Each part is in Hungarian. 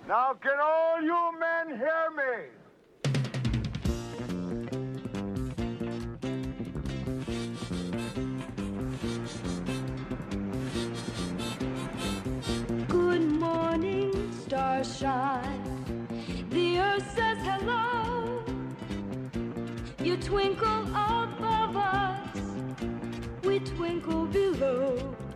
Now can all you men hear me? Good morning, starshine. The earth says hello. You twinkle above us, we twinkle below.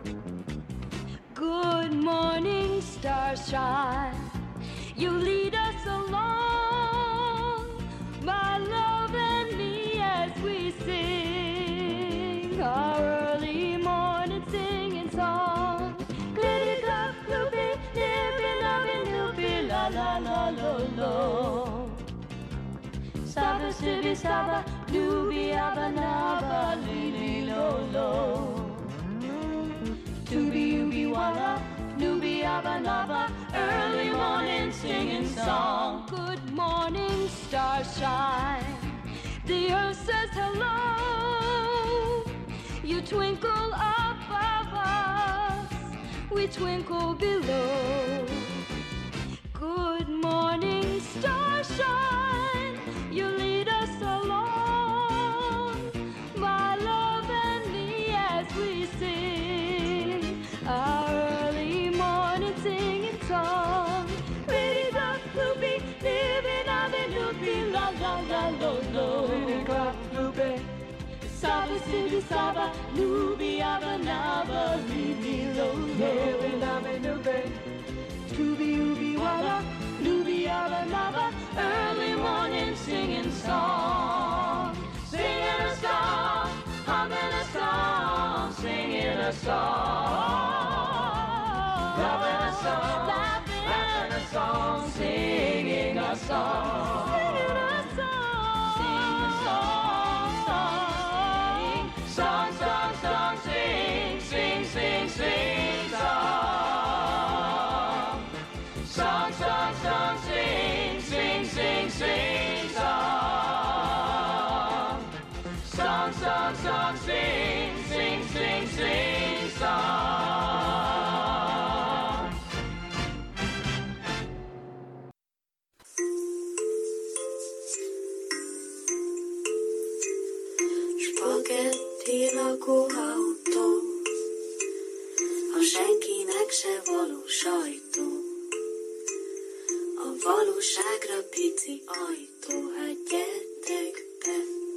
Good morning, starshine. You lead us along, my love and me, as we sing our early morning singing song. Glitty glop gloopy, nippy lovey noopy, la la la lo lo. Saba sibby saba, doobie abba naba, lily lo lo. Doobie ooby walla, doobie abba naba, early morning singing song. Good morning, starshine. The earth says hello. You twinkle above us, we twinkle below. Good morning, starshine. You lead us along, my love and me, as we sing our early morning singing song. Lady duck, loopy, living on the loopy, la la la lo lo. Lady duck, loopy, saba city saba, loopy abba naba, lily lo lo. Living on the loopy, tooby ooby walla, loopy abba naba, early morning singing song. Singing a song, humming a song, singing a song. Loving a song, laughing a song, singing a song. Singing a song, sing a song, song. Song, song, song, sing, sing, sing, sing, song. Song, song, song, sing, sing, sing, sing, song. Song, song, song, sing, sing, sing, sing, song. Spagetti lakóautó, a senkinek se való sajtó, a valóságra pici ajtó, hát gyertek be.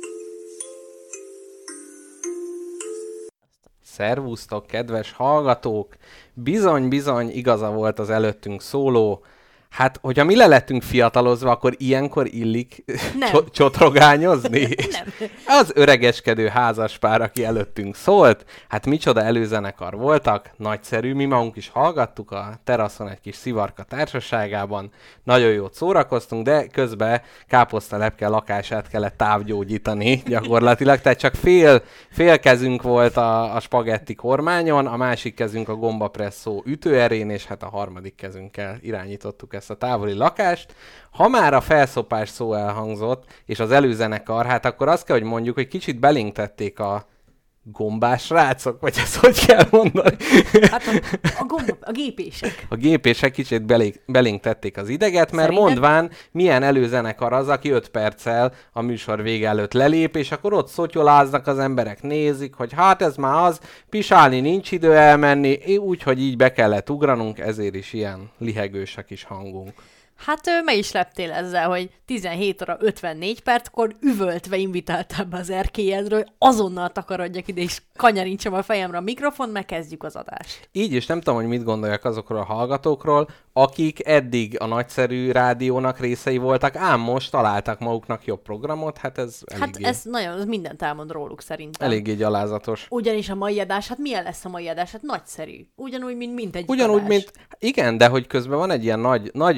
Szervusztok, kedves hallgatók! Bizony, igaza volt az előttünk szóló. Hát, hogyha mi le lettünk fiatalozva, akkor ilyenkor illik csotrogányozni? Nem. Az öregeskedő házaspár, aki előttünk szólt, hát micsoda előzenekar voltak, nagyszerű, mi magunk is hallgattuk a teraszon egy kis szivarka társaságában, nagyon jót szórakoztunk, de közben káposztalepke lakását kellett távgyógyítani gyakorlatilag, tehát csak fél kezünk volt a spagetti kormányon, a másik kezünk a gombapresszó ütőerén, és hát a harmadik kezünkkel irányítottuk ezt a távoli lakást. Ha már a felszopás szó elhangzott, és az előzenekar, hát akkor azt kell, hogy mondjuk, hogy kicsit belénk tették a gombás rácok, vagy ezt hogy kell mondani? Hát a gépések. A gépések kicsit belénk tették az ideget, mert mondván milyen előzenekar az, aki 5 perccel a műsor vége előtt lelép, és akkor ott szotyoláznak az emberek, nézik, hogy hát ez már az, pisálni nincs idő elmenni, úgyhogy így be kellett ugranunk, ezért is ilyen lihegős a kis hangunk. Hát meg is leptél ezzel, hogy 17 óra 54 perckor üvöltve invitáltál be az erkélyedről, hogy azonnal takarodjak ide, és kanyarintsam a fejemre a mikrofon, mert kezdjük az adást. Így is nem tudom, hogy mit gondolják azokról a hallgatókról, akik eddig a nagyszerű rádiónak részei voltak, ám most találtak maguknak jobb programot, hát ez eléggé... Hát ez mindent elmond róluk szerintem. Eléggé gyalázatos. Ugyanis a mai adás, hát milyen lesz a mai adás? Hát nagyszerű. Ugyanúgy, mint egy Ugyanúgy, adás. mint... Igen, de hogy közben van egy ilyen nagy feszülés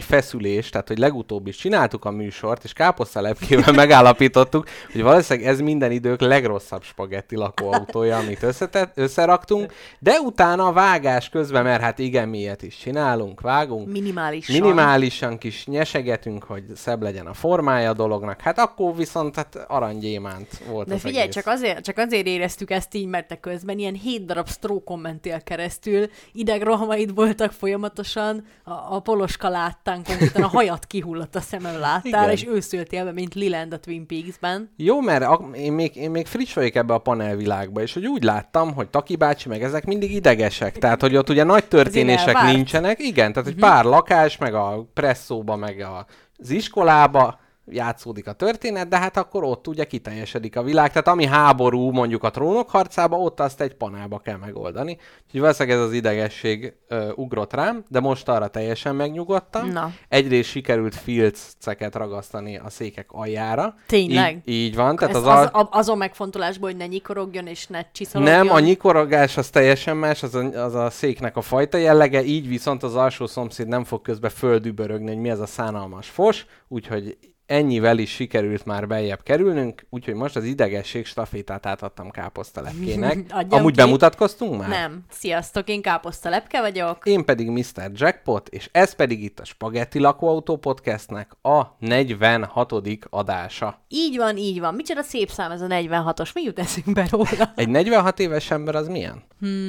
ülés, tehát hogy legutóbb is csináltuk a műsort, és káposztalepkével megállapítottuk, hogy valószínűleg ez minden idők legrosszabb spagetti lakóautója, amit összeraktunk, de utána a vágás közben, mert hát igen, mi ilyet is csinálunk, vágunk. Minimálisan kis nyesegetünk, hogy szebb legyen a formája a dolognak. Hát akkor viszont hát aranygyémánt volt. De figyelj, csak azért éreztük ezt így, mert te közben ilyen 7 darab straw kommentél keresztül idegrohamaid voltak folyamatosan, a Poloska láttán, konkrétan a hajat kihullott a szemem láttál, igen. És őszültél be, mint Liland a Twin Peaks-ben. Jó, mert én még friss vagyok ebbe a panelvilágba, és hogy úgy láttam, hogy Taki bácsi meg ezek mindig idegesek, tehát hogy ott ugye nagy történések nincsenek, igen, tehát egy pár lakás, meg a presszóba, meg az iskolába játszódik a történet, de hát akkor ott ugye kiteljesedik a világ. Tehát ami háború mondjuk a Trónok harcába, ott azt egy panelba kell megoldani. Úgyhogy valószínűleg ez az idegesség ugrott rám, de most arra teljesen megnyugodtam. Na. Egyrészt sikerült filceket ragasztani a székek aljára. Tényleg? Így van. Tehát azon megfontolásból, hogy ne nyikorogjon és ne csiszologjon? Nem, a nyikorogás az teljesen más, az a széknek a fajta jellege, így viszont az alsó szomszéd nem fog közben földübörögni, hogy mi ez a szánalmas fos, úgyhogy ennyivel is sikerült már beljebb kerülnünk, úgyhogy most az idegesség stafétát átadtam káposztalepkének. Amúgy bemutatkoztunk már? Nem. Sziasztok, én káposztalepke vagyok. Én pedig Mr. Jackpot, és ez pedig itt a Spagetti Lakóautó Podcastnek a 46. adása. Így van. Micsoda szép szám ez a 46-os. Mi jut eszünkbe róla? Egy 46 éves ember az milyen?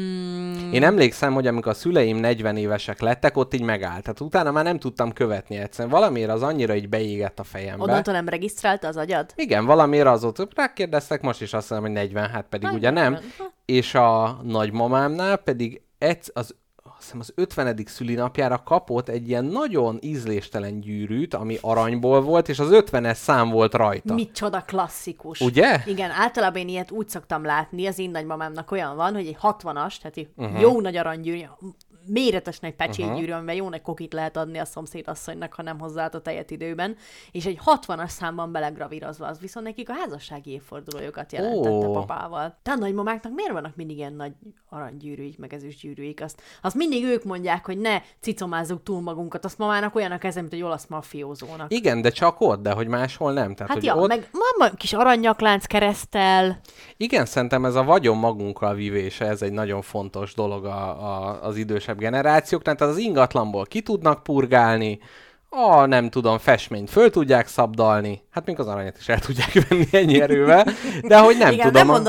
Én emlékszem, hogy amikor a szüleim 40 évesek lettek, ott így megállt. Tehát utána már nem tudtam követni egyszerűen. Valamiért az annyira így beégett a fejembe. Onnantól nem regisztrálta az agyad? Igen, valamiért azóta rákérdeztek, most is azt mondom, hogy 40, hát pedig ugye nem. És a nagymamámnál pedig azt hiszem az 50. szülinapjára kapott egy ilyen nagyon ízléstelen gyűrűt, ami aranyból volt, és az 50-es szám volt rajta. Micsoda klasszikus. Ugye? Igen, általában én ilyet úgy szoktam látni, az én nagymamámnak olyan van, hogy egy 60-as, tehát jó nagy aranygyűrű, méretes nagy pecsétgyűrű, amivel jó nagy kokit lehet adni a szomszédasszonynak, ha nem hozzáad a tejet időben, és egy 60-as számban belegravírozva, az viszont nekik a házassági évfordulójukat jelentette papával. De a nagymamáknak miért vannak mindig ilyen nagy aranygyűrűik, meg ezüstgyűrűik? Azt mindig ők mondják, hogy ne cicomázzuk túl magunkat, azt mamának olyan a keze, mint egy olasz mafiózónak. Igen, de csak ott, de hogy máshol nem. Tehát, hát hogy ja, ott... meg mama kis aranyaklánc keresztel. Igen, szerintem ez a vagyon magunkkal vivése, ez egy nagyon fontos dolog az idősebb generációknál, tehát az ingatlanból ki tudnak purgálni, nem tudom, festményt föl tudják szabdalni, hát még az aranyat is el tudják venni ennyi erővel, de hogy nem igen, tudom.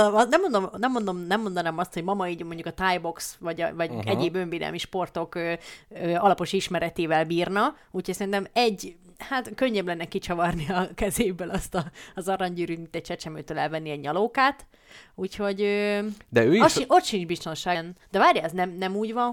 Nem mondanám azt, hogy mama így mondjuk a Thai-box, vagy egyéb önvédelmi sportok alapos ismeretével bírna, úgyhogy szerintem könnyebb lenne kicsavarni a kezéből azt az aranygyűrűt, mint egy csecsemőtől elvenni egy nyalókát, úgyhogy de ő is... ott sincs biztonság. De várjál, ez nem úgy van,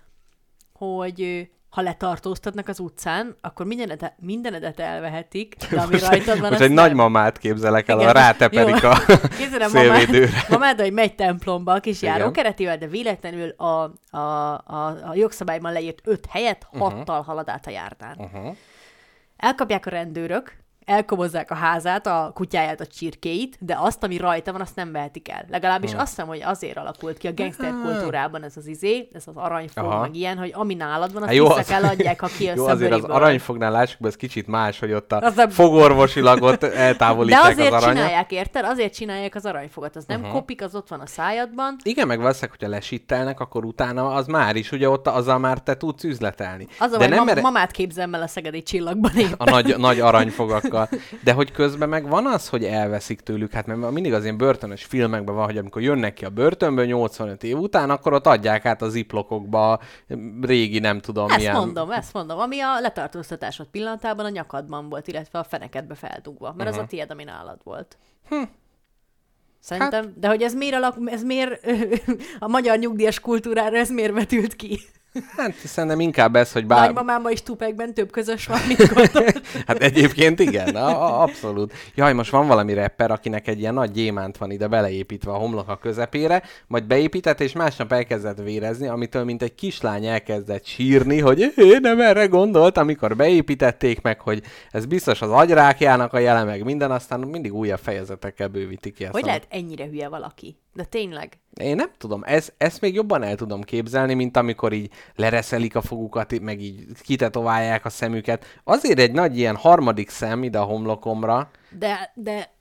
hogy ha letartóztatnak az utcán, akkor mindenedet elvehetik, de ami rajtad van, most egy nagymamát képzelek el, igen, ráteperik a szélvédőre. Mamád, hogy megy templomba a kis járókeretével, de véletlenül a jogszabályban leírt 5 helyet 6-tal halad át a járdán. Elkapják a rendőrök, elkobozzák a házát, a kutyáját, a csirkéit, de azt, ami rajta van, azt nem vehetik el. Legalábbis azt hiszem, hogy azért alakult ki a gangster kultúrában ez az aranyfog, meg ilyen, hogy ami nálad van, azt vissza kell adják, ha kijössz a azért bőréből. Az aranyfognál lássuk, ez kicsit más, hogy ott a fogorvosilag ott eltávolítják az aranyat. De azért csinálják, érted? Azért csinálják az aranyfogat. Az nem kopik, az ott van a szájadban. Igen, meg valószínűleg, hogyha lesittelnek, akkor utána az már is, ugye ott azzal már te tudsz üzletelni. Az a baj, mamát képzelem el a szegedi csillagban éppen. A nagy aranyfogakkal. De hogy közben meg van az, hogy elveszik tőlük, hát mert mindig az ilyen börtönös filmekben van, hogy amikor jönnek ki a börtönből 85 év után, akkor ott adják át a ziplokokba régi, nem tudom milyen... Ezt mondom, ami a letartóztatásod pillanatában a nyakadban volt, illetve a fenekedbe feldugva, mert az a tiéd, ami nálad volt. Szerintem, de hogy ez miért a magyar nyugdíjas kultúrára ez miért vetült ki? Hát szerintem inkább ez, hogy Nagymamámmal is tupekben több közös van, mint gondolod. Hát egyébként igen, abszolút. Jaj, most van valami rapper, akinek egy ilyen nagy gyémánt van ide beleépítve a homloka közepére, majd beépített, és másnap elkezdett vérezni, amitől mint egy kislány elkezdett sírni, hogy nem erre gondolt, amikor beépítették meg, hogy ez biztos az agyrákjának a jele, meg minden, aztán mindig újabb fejezetekkel bővítik ki ezt. Hogy lehet ennyire hülye valaki? De tényleg. Én nem tudom, ezt még jobban el tudom képzelni, mint amikor így lereszelik a fogukat, meg így kitetoválják a szemüket. Azért egy nagy ilyen harmadik szem ide a homlokomra. De...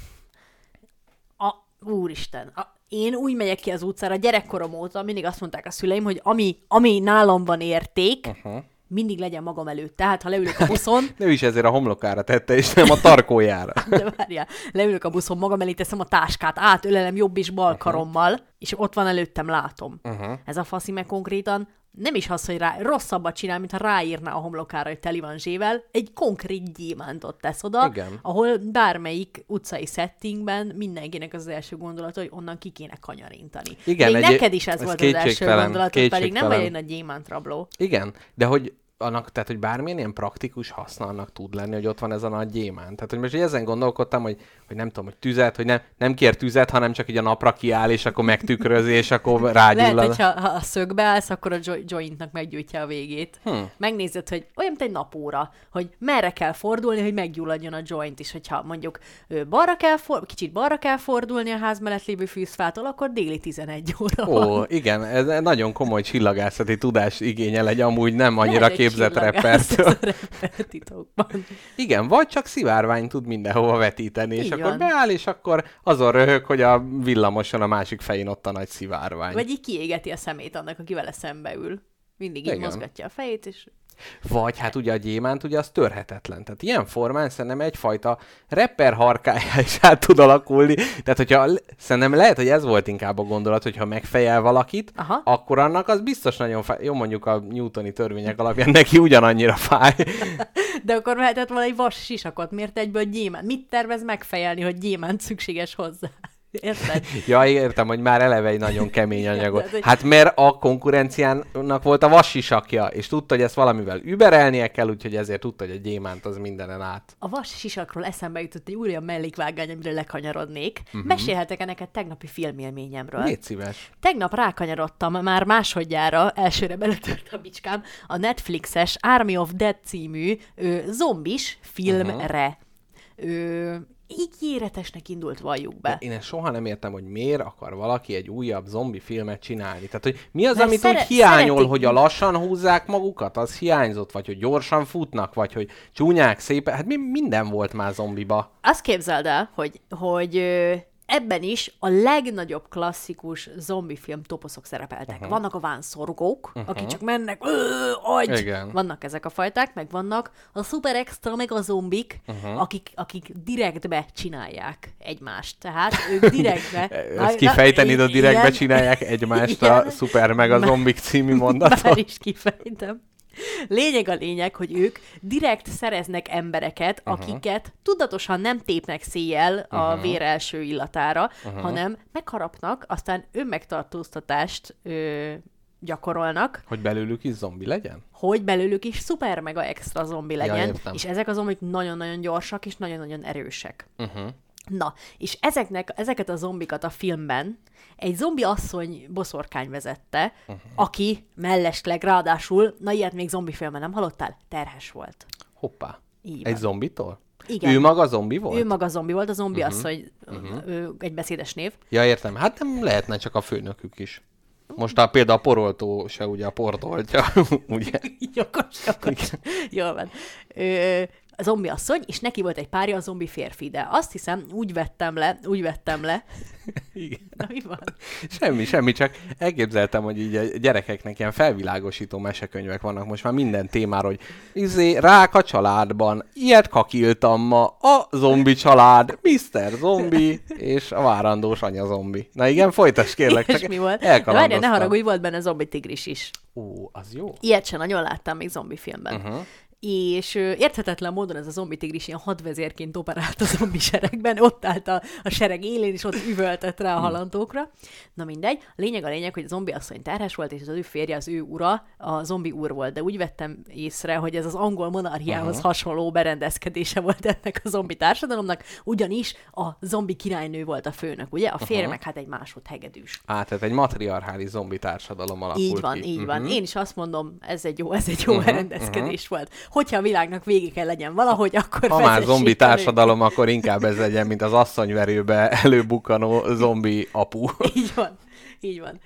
Úristen, én úgy megyek ki az utcára gyerekkorom óta, mindig azt mondták a szüleim, hogy ami nálam van érték, mindig legyen magam előtt. Tehát, ha leülök a buszon... Ő is ezért a homlokára tette, és nem a tarkójára. De várjál, leülök a buszon, magam elé teszem a táskát, átölelem jobb és bal karommal, és ott van előttem, látom. Ez a faszi meg konkrétan nem is az, hogy rosszabbat csinál, mint ha ráírná a homlokára, hogy teli van zsével, egy konkrét gyémántot tesz oda, igen. ahol bármelyik utcai settingben mindenkinek az első gondolata, hogy onnan ki kéne kanyarintani. Igen, neked is ez volt az első gondolatod, pedig nem vagy egy nagy gyémántrabló. Igen, de hogy tehát, hogy bármilyen ilyen praktikus haszna annak tud lenni, hogy ott van ez a nagy gyémánt. Tehát, hogy most ezen gondolkodtam, hogy nem tudom, hogy tüzet, hogy nem kér tüzet, hanem csak így a napra kiáll, és akkor megtükrözi, és akkor rágyullad. Lehet, hogyha a szögbe állsz, akkor a jointnak meggyújtja a végét. Megnézed, hogy olyan, mint egy napóra, hogy merre kell fordulni, hogy meggyulladjon a joint is. Hogyha mondjuk kicsit balra kell fordulni a ház mellett lévő fűzfától, akkor déli 11 óra van. Igen, ez nagyon komoly csillagászati tudás igényel egy amúgy nem annyira képzett reppertől. Igen, vagy csak szivárvány tud mindenhova vetíteni, és akkor beáll, és akkor azon röhög, hogy a villamoson a másik fején ott a nagy szivárvány. Vagy így kiégeti a szemét annak, aki vele szembe ül. Mindig így mozgatja a fejét, és... Vagy hát ugye a gyémánt ugye az törhetetlen. Tehát ilyen formán szerintem egyfajta rapper harkája is át tud alakulni. Tehát hogyha szerintem lehet, hogy ez volt inkább a gondolat, hogyha megfejel valakit, akkor annak az biztos nagyon fáj. Jó, mondjuk a newtoni törvények alapján neki ugyanannyira fáj. De akkor lehetett volna egy vas sisakot. Miért egyből gyémánt? Mit tervez megfejelni, hogy gyémánt szükséges hozzá? Érted? Ja, értem, hogy már eleve egy nagyon kemény anyagot. Hát mert a konkurenciának volt a vassisakja, és tudta, hogy ezt valamivel überelnie kell, úgyhogy ezért tudta, hogy a gyémánt az mindenen át. A vassisakról eszembe jutott egy újabb mellékvágány, amire lekanyarodnék. Mesélhetek-e neked tegnapi filmélményemről? Légy szíves. Tegnap rákanyarodtam már másodjára, elsőre beletört a bicskám, a Netflixes Army of Dead című zombis filmre. Ígéretesnek indult, valljuk be. Én ezt soha nem értem, hogy miért akar valaki egy újabb zombi filmet csinálni. Tehát, hogy mi az, amit úgy hiányol, hogy a lassan húzzák magukat, az hiányzott, vagy hogy gyorsan futnak, vagy hogy csúnyák szépen. Hát minden volt már zombiba. Azt képzeld el, hogy ebben is a legnagyobb klasszikus zombifilm toposzok szerepeltek. Vannak a vánszorgók, akik csak mennek, agy! Igen. Vannak ezek a fajták, meg vannak a szuper extra, meg a zombik, akik direktbe csinálják egymást. Tehát ők direktbe... Ezt kifejteni, a direktbe csinálják egymást a szuper meg a zombik című mondatot. Már is kifejtem. Lényeg, hogy ők direkt szereznek embereket, akiket tudatosan nem tépnek széjjel a vér első illatára, hanem megharapnak, aztán önmegtartóztatást gyakorolnak. Hogy belőlük is zombi legyen? Hogy belőlük is szuper mega extra zombi legyen, és ezek a zombik nagyon-nagyon gyorsak és nagyon-nagyon erősek. Na, és ezeket a zombikat a filmben egy zombi asszony boszorkány vezette, aki mellesleg ráadásul, na ilyet még zombi filmben nem hallottál? Terhes volt. Hoppá. Egy zombitól? Igen. Ő maga zombi volt? Ő maga zombi volt, a zombi asszony egy beszédes név. Ja, értem. Hát nem lehetne csak a főnökük is. Most például a poroltó se ugye a portoltja, ugye? Jogos. Jól van. A zombi asszony, és neki volt egy párja, a zombi férfi, de azt hiszem, úgy vettem le. Igen. Na, mi van? Semmi, csak elképzeltem, hogy így a gyerekeknek ilyen felvilágosító mesekönyvek vannak most már minden témára, hogy rák a családban, ilyet kakiltam ma, a zombi család, Mr. Zombi, és a várandós anya zombi. Na igen, folytass kérlek, csak mi volt? elkalandoztam. Ne haragudj, volt benne zombi tigris is. Ó, az jó. Ilyet sem nagyon láttam még zombi filmben. És érthetetlen módon ez a zombi tigris ilyen hadvezérként operált a zombi seregben, ott állt a sereg élén, és ott üvöltött rá a halandókra. Na mindegy, a lényeg, hogy a zombi asszony terhes volt, és az ő férje, az ő ura, a zombi úr volt, de úgy vettem észre, hogy ez az angol monarchiához hasonló berendezkedése volt ennek a zombi társadalomnak, ugyanis a zombi királynő volt a főnök, ugye? A férje meg hát egy másodhegedűs. Tehát egy matriarchális zombi társadalom alakult így van. Én is azt mondom, ez egy jó berendezkedés volt. Hogyha a világnak végig kell legyen valahogy, akkor ha már zombi társadalom, akkor inkább ez legyen, mint az asszonyverőbe előbukkanó zombi apu. Így van. Így van.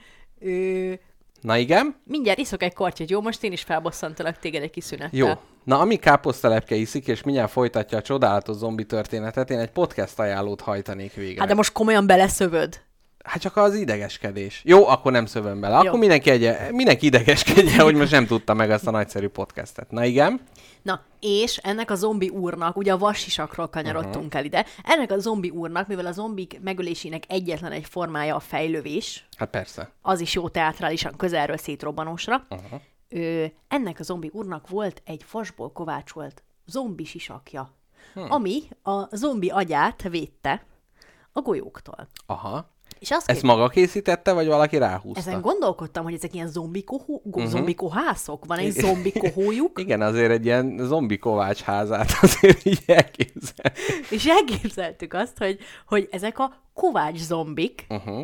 Na igen? Mindjárt iszok egy kortyot, jó? Most én is felbosszantalak téged egy kis szünettel. Jó. Na, ami káposztelepke iszik, és mindjárt folytatja a csodálatos zombi történetet, én egy podcast ajánlót hajtanék végre. Hát de most komolyan beleszövöd. Hát csak az idegeskedés. Jó, akkor nem szövöm bele. Jó. Akkor mindenki idegeskedje, hogy most nem tudta meg azt a nagyszerű podcastet. Na igen? Na, és ennek a zombi úrnak, ugye a vassisakról kanyarodtunk el ide, ennek a zombi úrnak, mivel a zombik megölésének egyetlen egy formája a fejlövés, Hát persze. az is jó teátrálisan közelről szétrobbanósra, ennek a zombi úrnak volt egy vasból kovácsolt zombi sisakja, ami a zombi agyát védte a golyóktól. Aha. És azt Ezt maga készítette, vagy valaki ráhúzta? ezen gondolkodtam, hogy ezek ilyen zombikohászok, van egy zombikohójuk, Igen, azért egy ilyen zombi kovács házát azért így elképzel. és elképzeltük azt, hogy ezek a kovács zombik,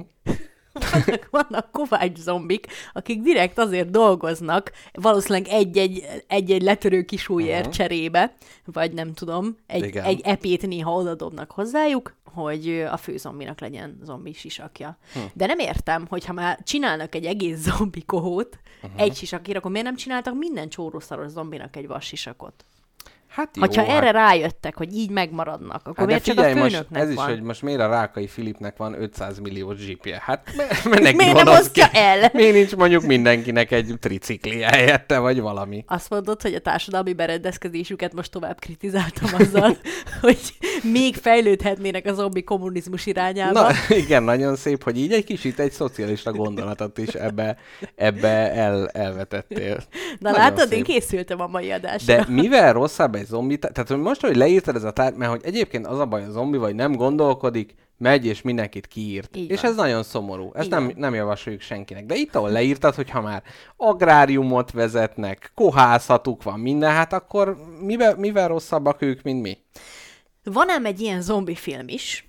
vannak kovács zombik, akik direkt azért dolgoznak, valószínűleg egy-egy letörő kisúlyért cserébe, vagy nem tudom, egy epét néha odadobnak hozzájuk, hogy a főzombinak legyen zombi sisakja. De nem értem, hogyha már csinálnak egy egész zombi kohót egy sisakért, akkor miért nem csináltak minden csórószaros zombinak egy vassisakot? Hát jó, Hogyha erre rájöttek, hogy így megmaradnak, akkor hát miért csak a főnöknek most ez van? is, hogy most miért a Rákai Filipnek van 500 millió zsipje? Hát neki Miért van nem az osztja el? Miért nincs mondjuk mindenkinek egy tricikli helyette, vagy valami? Azt mondod, hogy a társadalmi berendezkedésüket most tovább kritizáltam azzal, hogy még fejlődhetnének a zombi kommunizmus irányába. Na, igen, nagyon szép, hogy így egy kicsit egy szocialista gondolatot is ebbe elvetettél. Na Nagyon látod, szép. én készültem a mai adásra. De mivel rosszabb egy zombi, tehát hogy most, hogy leírtad ez a tárgy, mert hogy egyébként az a baj, a zombi vagy nem gondolkodik, megy és mindenkit kiírt. Így És van. ez nagyon szomorú. Ezt Így van. nem javasoljuk senkinek. De itt, ahol leírtad, hogy ha már agráriumot vezetnek, kohászatuk van minden, hát akkor mivel rosszabbak ők, mint mi? Van ám egy ilyen zombi film is,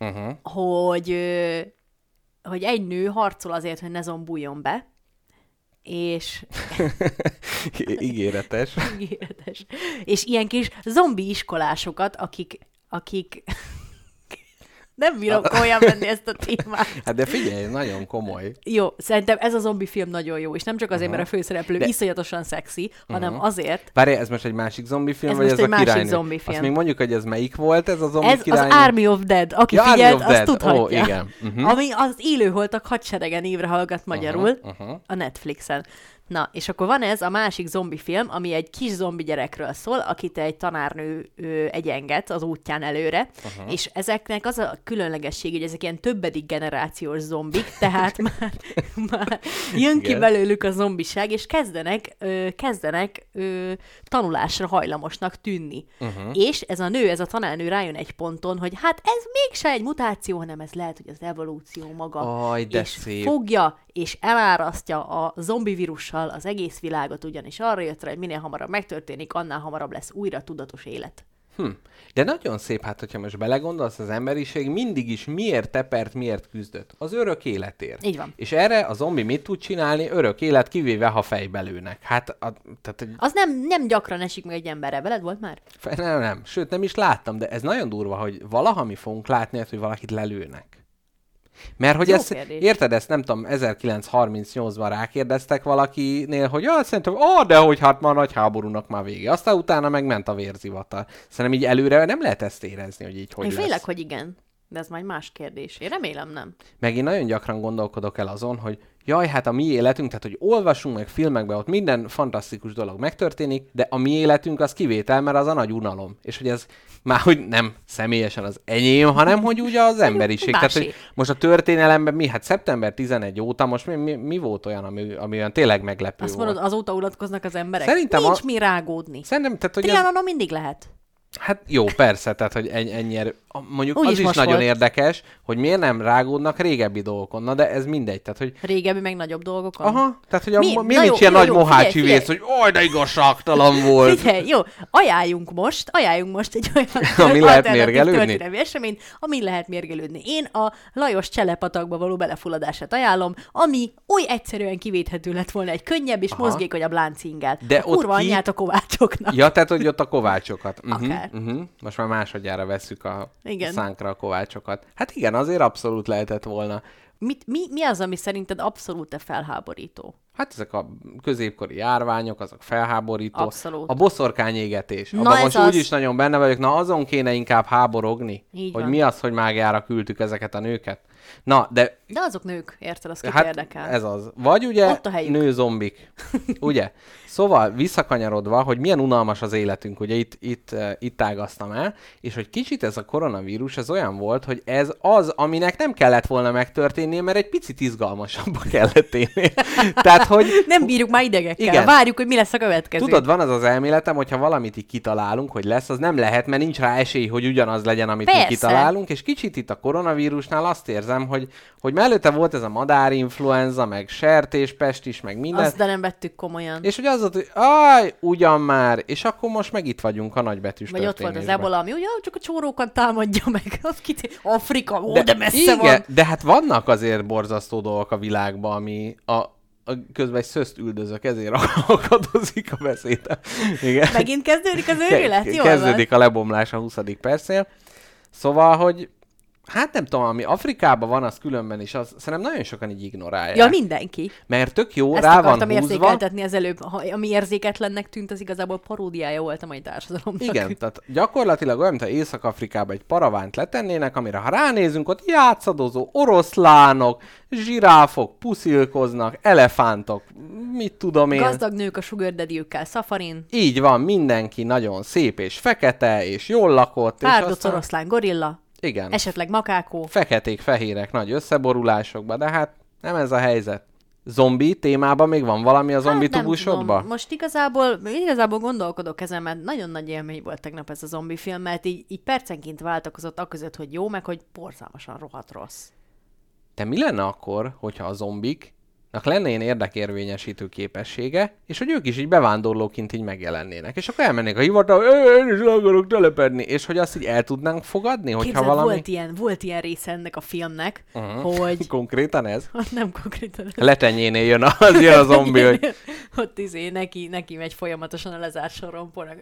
hogy egy nő harcol azért, hogy ne zombuljon be, és Ígéretes. ígéretes. És ilyen kis zombi iskolásokat, akik nem bírom komolyan venni ezt a témát. Hát de figyelj, nagyon komoly. Jó, szerintem ez a zombi film nagyon jó, és nem csak azért, mert a főszereplő iszonyatosan szexi, hanem azért... Várj, ez most egy másik zombi film, Ez vagy most ez egy a másik királynő? zombi film. Azt még mondjuk, hogy ez melyik volt, ez a zombi Ez királynő? az Army of Dead. Aki Ja, Army figyelt, of azt Dead. tudhatja. Ó, igen. Ami az élőholtak hadserege névre hallgat magyarul a Netflixen. Na, és akkor van ez a másik zombi film, ami egy kis zombi gyerekről szól, akit egy tanárnő egyenget az útján előre, és ezeknek az a különlegesség, hogy ezek ilyen többedik generációs zombik, tehát már jön ki Igen. belőlük a zombiság, és kezdenek tanulásra hajlamosnak tűnni. És ez a nő, ez a tanárnő rájön egy ponton, hogy hát ez mégse egy mutáció, hanem ez lehet, hogy az evolúció maga. Aj, de és szép. fogja és elárasztja a zombi vírussal az egész világot, ugyanis arra jött rá, hogy minél hamarabb megtörténik, annál hamarabb lesz újra tudatos élet. De nagyon szép, hát hogyha most belegondolsz, az emberiség mindig is miért tepert, miért küzdött? Az örök életért. Így van. És erre a zombi mit tud csinálni? Örök élet, kivéve ha fejbe lőnek. Hát, tehát, Az nem gyakran esik meg egy emberre, veled volt már? nem. Sőt, nem is láttam, de ez nagyon durva, hogy valaha mi fogunk látni, hogy valakit lelőnek. Mert hogy Jó ezt, kérdés. érted, ezt nem tudom, 1938-ban rákérdeztek valakinél, hogy szerintem, de hogy hát már a nagy háborúnak már vége. Aztán utána megment a vérzivatar. Szerintem így előre nem lehet ezt érezni, hogy így hogy Én lesz. félek, hogy igen. De ez majd más kérdés. Én remélem nem. Meg én nagyon gyakran gondolkodok el azon, hogy jaj, hát a mi életünk, tehát hogy olvasunk meg filmekben, ott minden fantasztikus dolog megtörténik, de a mi életünk az kivétel, mert az a nagy unalom. És hogy ez már hogy nem személyesen az enyém, hanem hogy úgy az emberiség. Tehát, Másé. hogy most a történelemben mi? Hát szeptember 11 óta most mi volt olyan, ami olyan tényleg meglepő Azt volt? mondod, azóta unatkoznak az emberek? Szerintem Nincs mi rágódni. Szerintem, tehát, hogy ez, Trianonon mindig lehet. hát jó, persze, tehát, hogy ennyire, mondjuk Úgyis az is most nagyon volt. érdekes, hogy miért nem rágódnak régebbi dolgokon. Na, de ez mindegy, tehát, hogy Régebbi meg nagyobb dolgokon. aha, tehát, hogy Mi? mi Na nincs jó, ilyen jó, nagy jó, mohácsi figyelj, vész, hogy de igazságtalan volt. Figyelj, jó, ajánljunk most egy olyan Ami lehet alternatív mérgelődni? történelmi eseményt, amin lehet mérgelődni. Én a Lajos cselepatagba való belefulladását ajánlom, ami oly egyszerűen kivéthető lett volna egy könnyebb és mozgékonyabb láncingel. De A kurva ott ki- anyját a kovácsoknak. Ja, tehát, hogy ott a kovácsokat. Akár. Most már másodjára vesszük a Igen. szánkra a kovácsokat. Hát igen, azért abszolút lehetett volna. Mi az, ami szerinted abszolút felháborító? Hát ezek a középkori járványok, azok felháborító. Abszolút. A boszorkányégetés. Na, Abban ez most az. úgyis nagyon benne vagyok. Na azon kéne inkább háborogni, Így hogy van. mi az, hogy mágiára küldtük ezeket a nőket. Na, de De azok nők, érted? Az kit hát érdekel. ez az. Vagy ugye Ott a helyük. nőzombik. Ugye? Szóval visszakanyarodva, hogy milyen unalmas az életünk, ugye itt ágaztam el, és hogy kicsit ez a koronavírus, ez olyan volt, hogy ez az, aminek nem kellett volna megtörténnie, mert egy picit izgalmasabba kellett élni. Tehát, hogy Nem bírjuk már idegekkel. Igen. Várjuk, hogy mi lesz a következő. tudod, van az az elméletem, hogyha valamit így kitalálunk, hogy lesz, az nem lehet, mert nincs rá esély, hogy ugyanaz legyen, amit mi Persze. kitalálunk, és kicsit itt a koronavírusnál azt érzem, hogy mellette volt ez a madárinfluenza, meg sertéspest is, meg minden, Azt de nem vettük komolyan. és hogy az volt, hogy áj, ugyan már, és akkor most meg itt vagyunk a nagybetűs Vagy ott volt az történésben. ebola, ami ugye csak a csórókat támadja meg. Az Afrika, de messze igen, van. de hát vannak azért borzasztó dolgok a világban, ami közben egy szöszt üldözök, ezért akadozik a beszéde. Igen. Megint kezdődik az őrület? Jól Kezdődik a lebomlás a 20. percnél. Szóval, hogy hát nem tudom, ami Afrikában van, az különben is, az szerintem nagyon sokan így ignorálják. Ja, mindenki. Mert tök jó, Ezt rá van akartam húzva. érzékeltetni az előbb. Ami érzéketlennek tűnt, az igazából paródiája volt a mai társadalomnak. Igen, tehát gyakorlatilag olyan, mintha Észak-Afrikában egy paravánt letennének, amire ha ránézünk, ott játszadozó oroszlánok, zsiráfok, puszilkoznak, elefántok, mit tudom én. Gazdag nők a sugar daddy-ükkel szafarin, Így van, mindenki nagyon szép és fekete, és jól lakott. És párduc aztán... oroszlán gorilla, Igen. esetleg makákó. Feketék-fehérek nagy összeborulásokba, de hát nem ez a helyzet. Zombi témában még van valami a zombi nem tubusodba? tudom. Most igazából gondolkodok ezen, mert nagyon nagy élmény volt tegnap ez a zombi film, mert így percenként váltakozott aközött, hogy jó, meg hogy borzalmasan rohadt rossz. De mi lenne akkor, hogyha a zombiknak lenne ilyen érdekérvényesítő képessége, és hogy ők is így bevándorlóként így megjelennének. És akkor elmennék a hivatal, én is le akarok telepedni, és hogy azt így el tudnánk fogadni, hogyha Képzeld, valami... volt ilyen része ennek a filmnek, hogy... Konkrétan ez? Nem konkrétan. Letenyénél jön a zombi, hogy... Ott neki megy folyamatosan a lezárt sorompónak.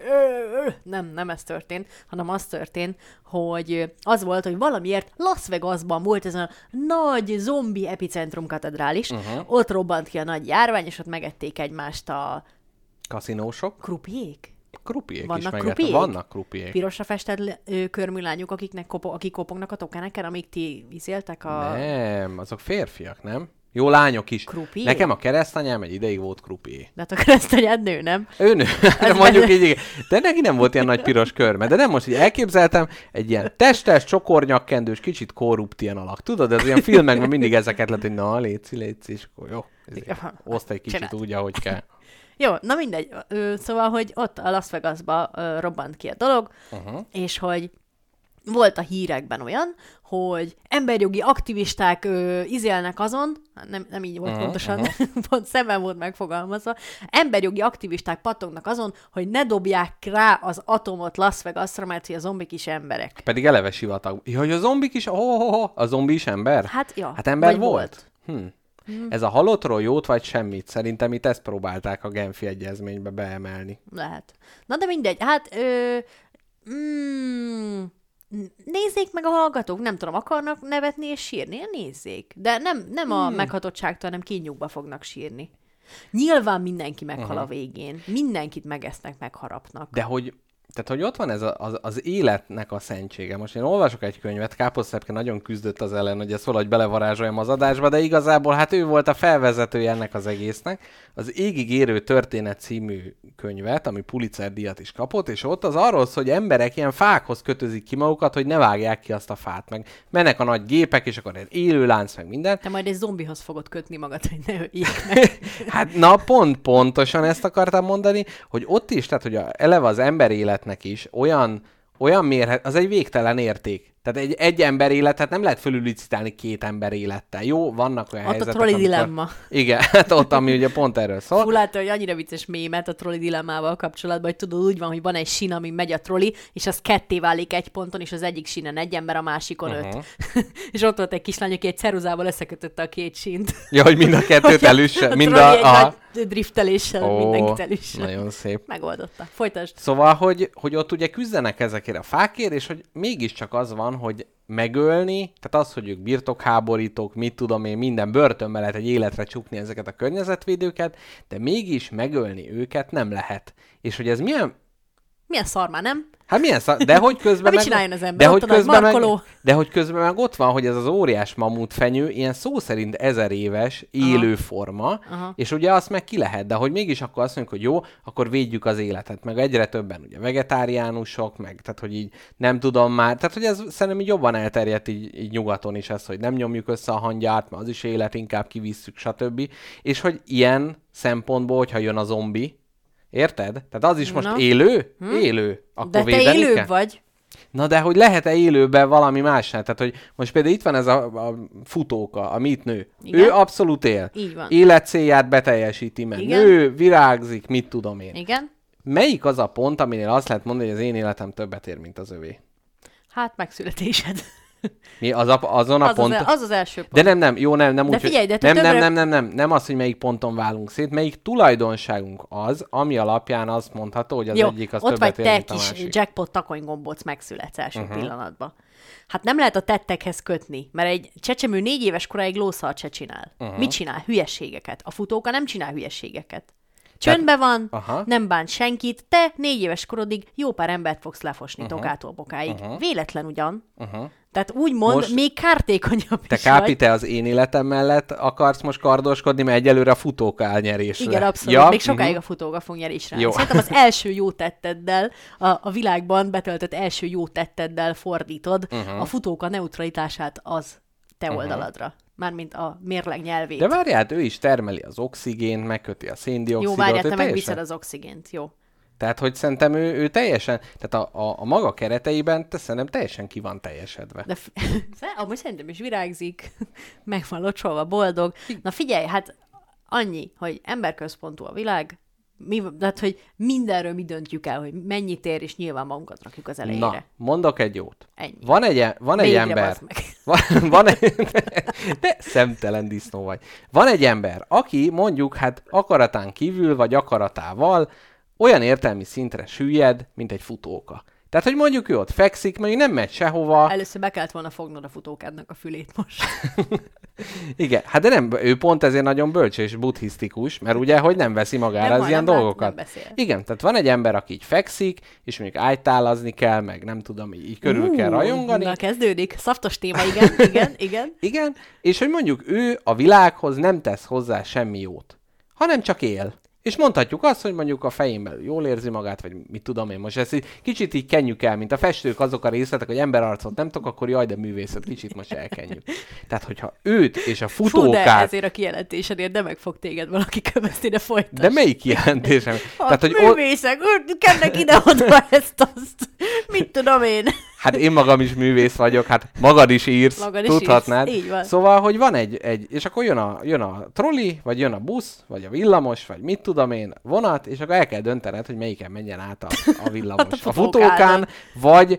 Nem ez történt, hanem az történt, hogy az volt, hogy valamiért Las Vegasban volt ez a nagy zombi epicentrum katedrális, ott robbant ki a nagy járvány, és ott megették egymást a Kaszinósok? krupiék. Krupiék Vannak is megettek. krupiék? Vannak krupiék. Pirosra festett körmű lányok, akik kopognak a tokáneken, amíg ti viszéltek a... Nem, azok férfiak, nem? Jó, lányok is. Krupié? Nekem a keresztanyám egy ideig volt krupié. De hát a keresztanyád nő, nem? Ő nő, de mondjuk így, igen. De neki nem volt ilyen nagy piros körme. De nem most így elképzeltem, egy ilyen testes, csokornyakkendős, kicsit korrupt ilyen alak. Tudod, ez ilyen filmekben mindig ezeket lehet, hogy na, léci, és akkor jó. Oszt egy kicsit Csináld. úgy, ahogy kell. Jó, na mindegy. Szóval, hogy ott a Las Vegasba robbant ki a dolog, és hogy volt a hírekben olyan, hogy emberjogi aktivisták izélnek azon, nem így volt pontosan, pont szemben volt megfogalmazva, emberjogi aktivisták pattognak azon, hogy ne dobják rá az atomot Las Vegasra, mert hogy a zombik is emberek. Pedig eleve sivatag. Ja, hogy a zombik is, a zombi is ember? Hát, ja. Hát ember Vagy volt? Ez a halottról jót vagy semmit? Szerintem itt ezt próbálták a Genfi egyezménybe beemelni. Lehet. Na de mindegy, hát nézzék meg a hallgatók, nem tudom, akarnak nevetni és sírni? Nézzék. De nem a meghatottságtól, hanem kínjukba fognak sírni. Nyilván mindenki meghal a végén. Mindenkit megesznek, megharapnak. De hogy ott van ez az életnek a szentsége. Most én olvasok egy könyvet, Káposztelepke nagyon küzdött az ellen, hogy ezt valahogy belevarázsoljam az adásba, de igazából hát ő volt a felvezetője ennek az egésznek. Az Égig érő történet című könyvet, ami Pulitzer-díjat is kapott, és ott az arról szól, hogy emberek ilyen fákhoz kötözik ki magukat, hogy ne vágják ki azt a fát, meg mennek a nagy gépek, és akkor egy élőlánc, meg minden. Te majd egy zombihoz fogod kötni magad, hogy ne öljék meg. Hát pontosan ezt akartam mondani, hogy ott is, tehát hogy eleve az ember életnek is olyan mérhet, az egy végtelen érték. Tehát egy ember életet nem lehet fölülicitálni 2 ember élettel. Jó, vannak olyan Ott helyzetek, a trolli dilemma. Igen, hát ott, ami ugye pont erről szól. Fú, látod, hogy annyira vicces mémet a trolli dilemmával kapcsolatban, hogy tudod, úgy van, hogy van egy sín, ami megy a trolli, és az ketté válik egy ponton, és az egyik sínen 1 ember, a másikon 5. És ott volt egy kislány, aki egy ceruzával összekötötte a 2 sínt. Ja, hogy mind a kettőt elüsse. A Mind trolli egy nagy drifteléssel mindenkit elüsse. Nagyon szép. Megoldotta. Folytasd. Szóval, hogy ott ugye küzdenek ezekért a fákért, és hogy mégiscsak az van, hogy megölni, tehát az, hogy ők birtokháborítók, mit tudom én, minden börtönbe lehet egy életre csukni ezeket a környezetvédőket, de mégis megölni őket nem lehet. És hogy ez milyen szar már, nem? Hát milyen de hogy közben mit csináljon az ember? de hogy közben meg ott van, hogy ez az óriás mamutfenyő ilyen szó szerint 1000 éves élő forma, és ugye azt meg ki lehet, de hogy mégis akkor azt mondjuk, hogy jó, akkor védjük az életet, meg egyre többen ugye vegetáriánusok, meg tehát hogy így nem tudom már, tehát hogy ez szerintem így jobban elterjedt így nyugaton is ez, hogy nem nyomjuk össze a hangyát, mert az is élet, inkább kivisszük, stb. És hogy ilyen szempontból, hogyha jön a zombi, érted? Tehát az is most élő? Élő. Akkor de te élőbb kell? vagy. Na de hogy lehet-e élőben valami másnál? Tehát, hogy most például itt van ez a futóka, a mitnő. Igen? Ő abszolút él. Így van. Életcélját beteljesíti meg. Igen? Nő, virágzik, mit tudom én. Igen? Melyik az a pont, aminél azt lehet mondani, hogy az én életem többet ér, mint az övé? Hát megszületésed. Mi azon a ponton? Az az első pont. De nem, jó, nem úgy, figyelj, de nem az, hogy melyik ponton válunk szét, melyik tulajdonságunk az, ami alapján azt mondható, hogy az jó, egyik az ott többet vagy ér, te mint a kis másik. jackpot takonygombóc megszületsz első pillanatban. Hát nem lehet a tettekhez kötni, mert egy csecsemő 4 éves koráig lószart se csinál. Mit csinál? Hülyeségeket. A futóka nem csinál hülyeségeket. Csöndben van, nem bánt senkit, te 4 éves korodig jó pár embert fogsz lefosni tokától bokáig. Véletlen ugyan. Tehát úgymond most még kártékonyabb te is Kápi, vagy. te az én életem mellett akarsz most kardoskodni, mert egyelőre a futóka áll nyerésre. Igen, abszolút. Még sokáig a futóka fog nyerésre állni. Szerintem az első jó tetteddel, a világban betöltött első jó tetteddel fordítod a futóka neutralitását az te oldaladra. Mármint a mérleg nyelvét. De várjál, ő is termeli az oxigént, megköti a széndioxidot. Jó, várjál, te megviszed az oxigént, jó. Tehát, hogy szerintem ő teljesen, tehát a maga kereteiben szerintem teljesen ki van teljesedve. De amúgy szerintem is virágzik, meg van locsolva, boldog. Na figyelj, hát annyi, hogy emberközpontú a világ, tehát, hogy mindenről mi döntjük el, hogy mennyit ér, és nyilván magunkat rakjuk az elejére. Na, mondok egy jót. Ennyi. Van egy ember. De szemtelen disznó vagy. Van egy ember, aki mondjuk hát akaratán kívül, vagy akaratával olyan értelmi szintre süllyed, mint egy futóka. Tehát, hogy mondjuk ő ott fekszik, mondjuk nem megy sehova. Először be kellett volna fognod a futókádnak a fülét most. Igen, hát de nem, ő pont ezért nagyon bölcs és buddhisztikus, mert ugye, hogy nem veszi magára az ilyen dolgokat. Igen, tehát van egy ember, aki így fekszik, és mondjuk ágytálazni kell, meg nem tudom, így körül kell rajongani. Na, kezdődik. Szaftos téma, igen. Igen, és hogy mondjuk ő a világhoz nem tesz hozzá semmi jót, hanem csak él. És mondhatjuk azt, hogy mondjuk a fején belül jól érzi magát, vagy mit tudom én, most ezt kicsit így kenjük el, mint a festők azok a részletek, hogy emberarcot nem tudok, akkor jaj, de művészet, kicsit most elkenjük. Tehát, hogyha őt és a futókát... Fú, de ezért a kijelentésedért de meg fog téged valaki követni, de folytasd. De melyik kijelentésem? Tehát, hogy művészek, kennek ide-oda ezt-azt. Mit tudom én? Hát én magam is művész vagyok, hát magad is írsz, tudhatnád. Így van. Szóval, hogy van egy és akkor jön a troli, vagy jön a busz, vagy a villamos, vagy mit tudom én, vonat, és akkor el kell döntened, hogy melyiken menjen át a villamos. A futókán, vagy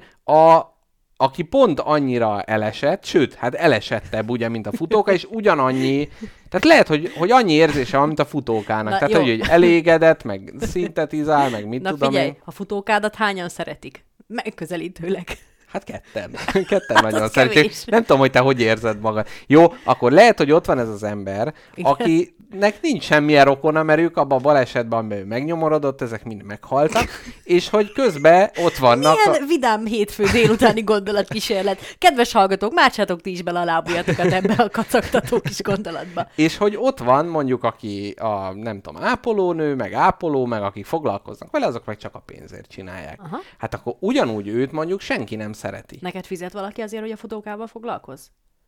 aki pont annyira elesett, sőt, hát elesettebb ugye, mint a futóka, és ugyanannyi, tehát lehet, hogy annyi érzése van, mint a futókának. Na, tehát, hogy elégedett, meg szintetizál, meg mit tudom figyelj, én. a futókádat hányan szeretik? Megközelítőleg. Hát ketten nagyon szeretjük. Nem tudom, hogy te hogy érzed magad. Jó, akkor lehet, hogy ott van ez az ember, igen, akinek nincs semmilyen rokona, mert ők abban a balesetben, amiben ő megnyomorodott, ezek mind meghaltak, és hogy közben ott vannak... Milyen vidám hétfő délutáni gondolatkísérlet. Kedves hallgatók, mártsátok ti is bele a lábujjatokat ebbe a kacagtató kis gondolatba. És hogy ott van mondjuk, aki a, nem tudom, ápolónő, meg ápoló, meg akik foglalkoznak vele, azok meg csak a pénzért csinálják. Aha. Hát akkor ugyanúgy őt mondjuk senki nem szereti. Neked fizet valaki azért, hogy a futókával foglalkozz?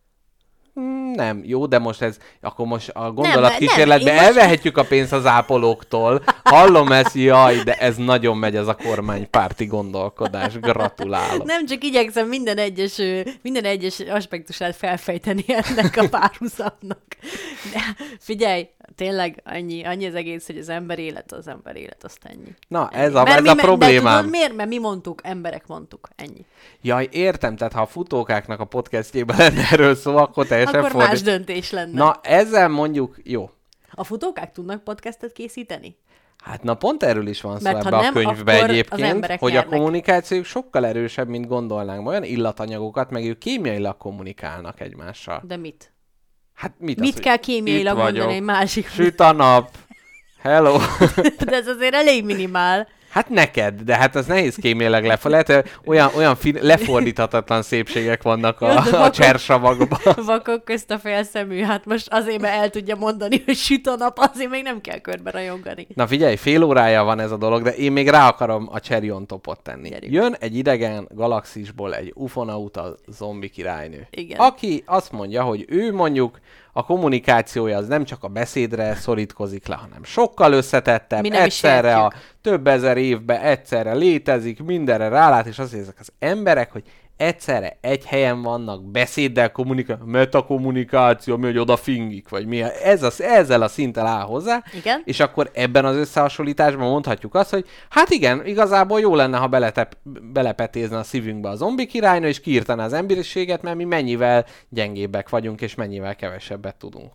Nem, jó, de most akkor most a gondolatkísérletben elvehetjük a pénzt az ápolóktól. Hallom ezt, jaj, de ez nagyon megy ez a kormánypárti gondolkodás. Gratulálok. Nem, csak igyekszem minden egyes aspektusát felfejteni ennek a párhuzamnak. De figyelj, tényleg annyi az egész, hogy az ember élet, azt ennyi. Na, ez a problémám. De tudod miért? Mert mi mondtuk, emberek mondtuk, ennyi. Jaj, értem, tehát ha a futókáknak a podcastjében lenne erről szó, akkor teljesen akkor más döntés lenne. Na, ezzel mondjuk jó. A futókák tudnak podcastet készíteni? Hát na pont erről is van szó Mert ha ebbe a nem, könyvbe akkor az egyébként, emberek hogy nyernek. a kommunikációk sokkal erősebb, mint gondolnánk. Olyan illatanyagokat, meg ők kémiailag kommunikálnak egymással. De mit? Hát mit, Mit kell kémiailag itt mondani vagyok, egy másik? süt a nap, hello. De ez azért elég minimál. Hát neked, de hát az nehéz kémiailag lehet, olyan lefordíthatatlan szépségek vannak Jó, de a vakok- csersavakban. Vakok közt a félszemű, hát most azért, mert el tudja mondani, hogy süt a nap, azért még nem kell körbe rajongani. Na figyelj, fél órája van ez a dolog, de én még rá akarom a cherry on topot tenni. Gyerünk. Jön egy idegen galaxisból egy ufonauta zombi királynő. Igen. Aki azt mondja, hogy ő mondjuk a kommunikációja az nem csak a beszédre szorítkozik le, hanem sokkal összetettebb, Mi nem is egyszerre a értjük. több ezer évben egyszerre létezik, mindenre rálát, és azt ezek az emberek, hogy egyszerre egy helyen vannak, beszéddel kommunikálnak, metakommunikáció, mi, hogy oda fingik, vagy mi, ezzel a szinttel áll hozzá, Igen. és akkor ebben az összehasonlításban mondhatjuk azt, hogy hát igen, igazából jó lenne, ha belepetézne a szívünkbe a zombi királynő, és kiírtaná az emberiséget, mert mi mennyivel gyengébbek vagyunk, és mennyivel kevesebbet tudunk.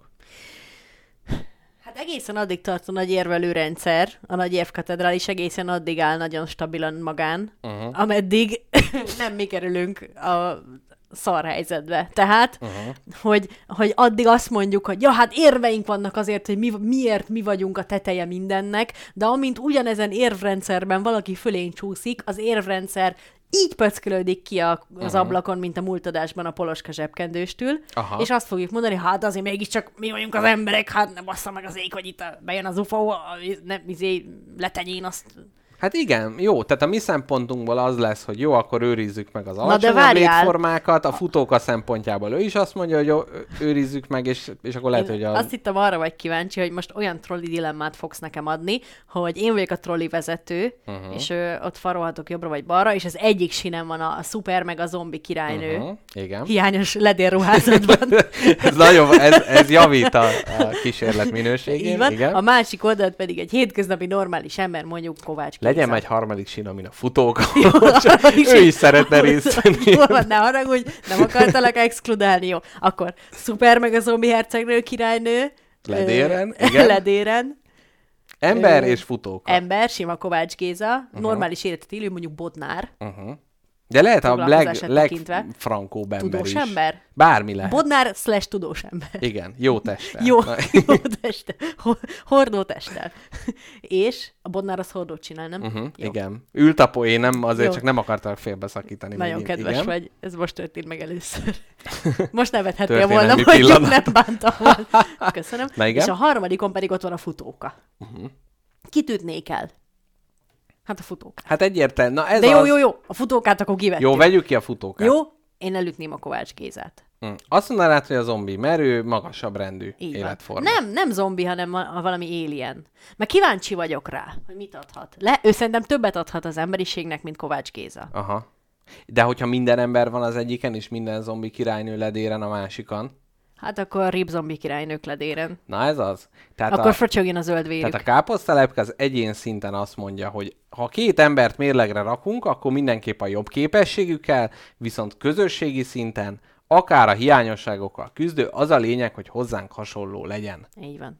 Hát egészen addig tart a nagy érvelő rendszer, a nagy érvkatedrális egészen addig áll nagyon stabilan magán, ameddig nem mi kerülünk a szar helyzetbe. Tehát, hogy addig azt mondjuk, hogy ja, hát érveink vannak azért, hogy miért mi vagyunk a teteje mindennek, de amint ugyanezen érvrendszerben valaki fölénk csúszik, az érvrendszer így pöckölődik ki az ablakon, mint a múlt adásban a Poloska zsebkendőstől, Aha. és azt fogjuk mondani, hát azért mégiscsak mi vagyunk az emberek, hát nem bassza meg az ég, hogy itt bejön az UFO, nem letenyén azt. Hát igen, jó, tehát a mi szempontunkból az lesz, hogy jó, akkor őrizzük meg az de alacsonyabb várjál. létformákat, a futóka szempontjából ő is azt mondja, hogy jó, őrizzük meg, és akkor lehet, hogy Azt hittem, arra vagy kíváncsi, hogy most olyan trolli dilemmát fogsz nekem adni, hogy én vagyok a trolli vezető, és ott farolhatok jobbra vagy balra, és az egyik sinem van a szuper meg a zombi királynő. Igen. Hiányos ledérruházatban. Ez nagyon, ez javít a kísérlet minőségén. Így van. Igen. A másik oldalt pedig egy hétköznapi normális ember, mondjuk Kovács Géza. Legyen egy harmadik sín, amin a futóka, ő is szeretne részt venni. Jól van, ne haragudj, nem akartalak exkludálni, jó. Akkor szuper meg a zombi hercegnő királynő. Ledéren, igen. Ledéren. Ember és futóka. Ember, sima Kovács Géza, normális életet élő, mondjuk Bodnár. De lehet a foglalkozását tekintve. legfrankóbb ember Tudós is. ember? Bármi lehet. Bodnár / tudós ember. Igen, jó testtel. Jó, Na, jó testtel. Hordó testtel. És a Bodnár az hordót csinál, nem? Jó. igen. Ült a poén, nem, azért Jó. csak nem akartam félbeszakítani. Nagyon még. kedves Igen. vagy. Ez most történt meg először. Most nevethettél volna, Történelmi hogy pillanat. nem bántam volna. Köszönöm. Na igen. És a harmadikon pedig ott van a futóka. Kit ütnék el? Hát a futókát. Hát egyértelmű. Na ez De az... jó. A futókát akkor kivettük. Jó, vegyük ki a futókát. Jó? Én elütném a Kovács Gézát. Azt mondanád, hogy a zombi, mert ő magasabb rendű Így életforma. van. Nem zombi, hanem valami alien. Mert kíváncsi vagyok rá, hogy mit adhat. Ő szerintem többet adhat az emberiségnek, mint Kovács Géza. Aha. De hogyha minden ember van az egyiken, és minden zombi királynő ledéren a másikon, Hát akkor rip zombi királynők ledéren. na ez az. Tehát Akkor fröcsögjön a zöld vérük. Tehát a káposztalepke az egyén szinten azt mondja, hogy ha két embert mérlegre rakunk, akkor mindenképp a jobb képességükkel, viszont közösségi szinten, akár a hiányosságokkal küzdő, az a lényeg, hogy hozzánk hasonló legyen. Így van.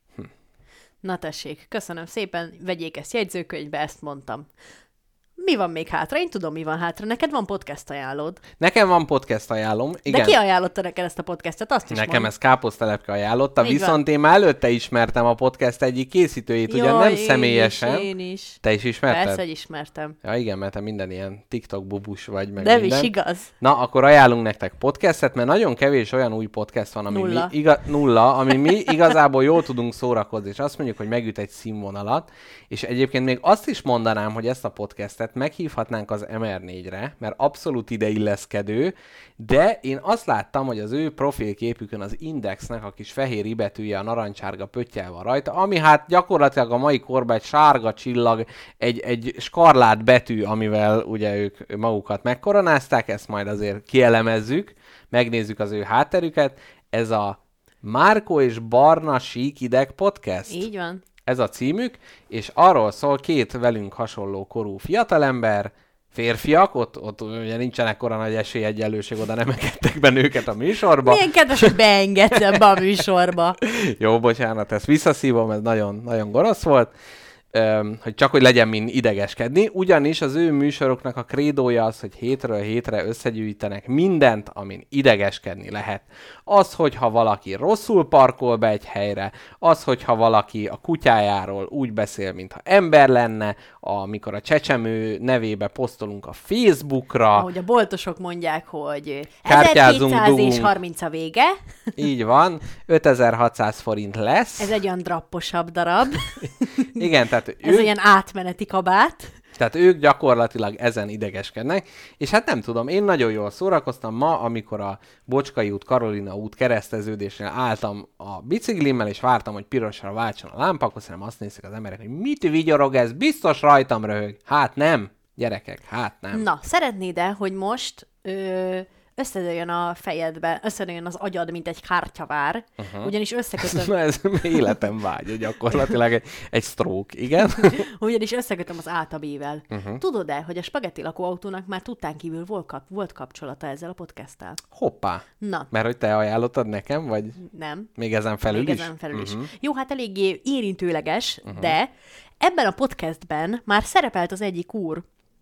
Na tessék, köszönöm szépen, vegyék ezt jegyzőkönyvbe, ezt mondtam. Mi van még hátra? Én tudom, mi van hátra. Neked van podcast ajánlód. Nekem van podcast ajánlom. Igen. De ki ajánlotta neked ezt a podcastet? Azt is Nekem mondd. ezt káposztalepke ajánlotta, Így viszont van. én már előtte ismertem a podcast egyik készítőjét, ugyan nem személyesen. Én is. Te is ismerted? Persze, hogy ismertem. Ja igen, mert te minden ilyen TikTok bubus vagy, meg De minden. is igaz. Na, akkor ajánlunk nektek podcastet, mert nagyon kevés olyan új podcast van, ami Nulla. ami mi igazából jól tudunk szórakozni, és azt mondjuk, hogy megüt egy színvonalat, és egyébként még azt is mondanám, hogy ezt a podcastet meghívhatnánk az MR4-re, mert abszolút ide illeszkedő, de én azt láttam, hogy az ő profilképükön az Indexnek a kis fehér ibetűje a narancsárga pöttyel van rajta, ami hát gyakorlatilag a mai korban egy sárga csillag, egy skarlát betű, amivel ugye ők magukat megkoronázták, ezt majd azért kielemezzük, megnézzük az ő hátterüket. Ez a Márko és Barna Sík Ideg Podcast. Így van. Ez a címük, és arról szól két velünk hasonló korú fiatalember, férfiak, ott ugye nincsen ekkora nagy esélyegyenlőség, oda nem engedtek be nőket a műsorba. Milyen kedves, hogy beengedtem be a műsorba. Jó, bocsánat, ezt visszaszívom, ez nagyon, nagyon gonosz volt. hogy csak hogy legyen min idegeskedni, ugyanis az ő műsoroknak a krédója az, hogy hétről hétre összegyűjtenek mindent, amin idegeskedni lehet. Az, hogyha valaki rosszul parkol be egy helyre, az, hogyha valaki a kutyájáról úgy beszél, mintha ember lenne, amikor a csecsemő nevébe posztolunk a Facebookra. Ahogy a boltosok mondják, hogy Kártyázunk, 1700 és dugunk. 30 a vége. Így van, 5600 forint lesz. Ez egy olyan drapposabb darab. Igen, tehát Ez olyan átmeneti kabát. Tehát ők gyakorlatilag ezen idegeskednek, és hát nem tudom, én nagyon jól szórakoztam ma, amikor a Bocskai út, Karolina út kereszteződésnél álltam a biciklimmel, és vártam, hogy pirosra váltson a lámpa, akkor szerintem azt nézik az emberek, hogy mit vigyorog ez, biztos rajtam röhög. Hát nem, gyerekek, hát nem. Na, szeretnéd-e, hogy most összedőljön a fejedbe, összedőljön az agyad, mint egy kártyavár, ugyanis összekötöm... Na ez életem vágya, gyakorlatilag egy stroke, igen. Ugyanis összekötöm az A-t a B-vel. Tudod-e, hogy a spagetti lakóautónak már tudtán kívül volt kapcsolata ezzel a podcasttel? Hoppá. Na. Mert hogy te ajánlottad nekem, vagy Nem. még ezen felül Még is? ezen felül is. Jó, hát eléggé érintőleges, de ebben a podcastben már szerepelt az egyik úr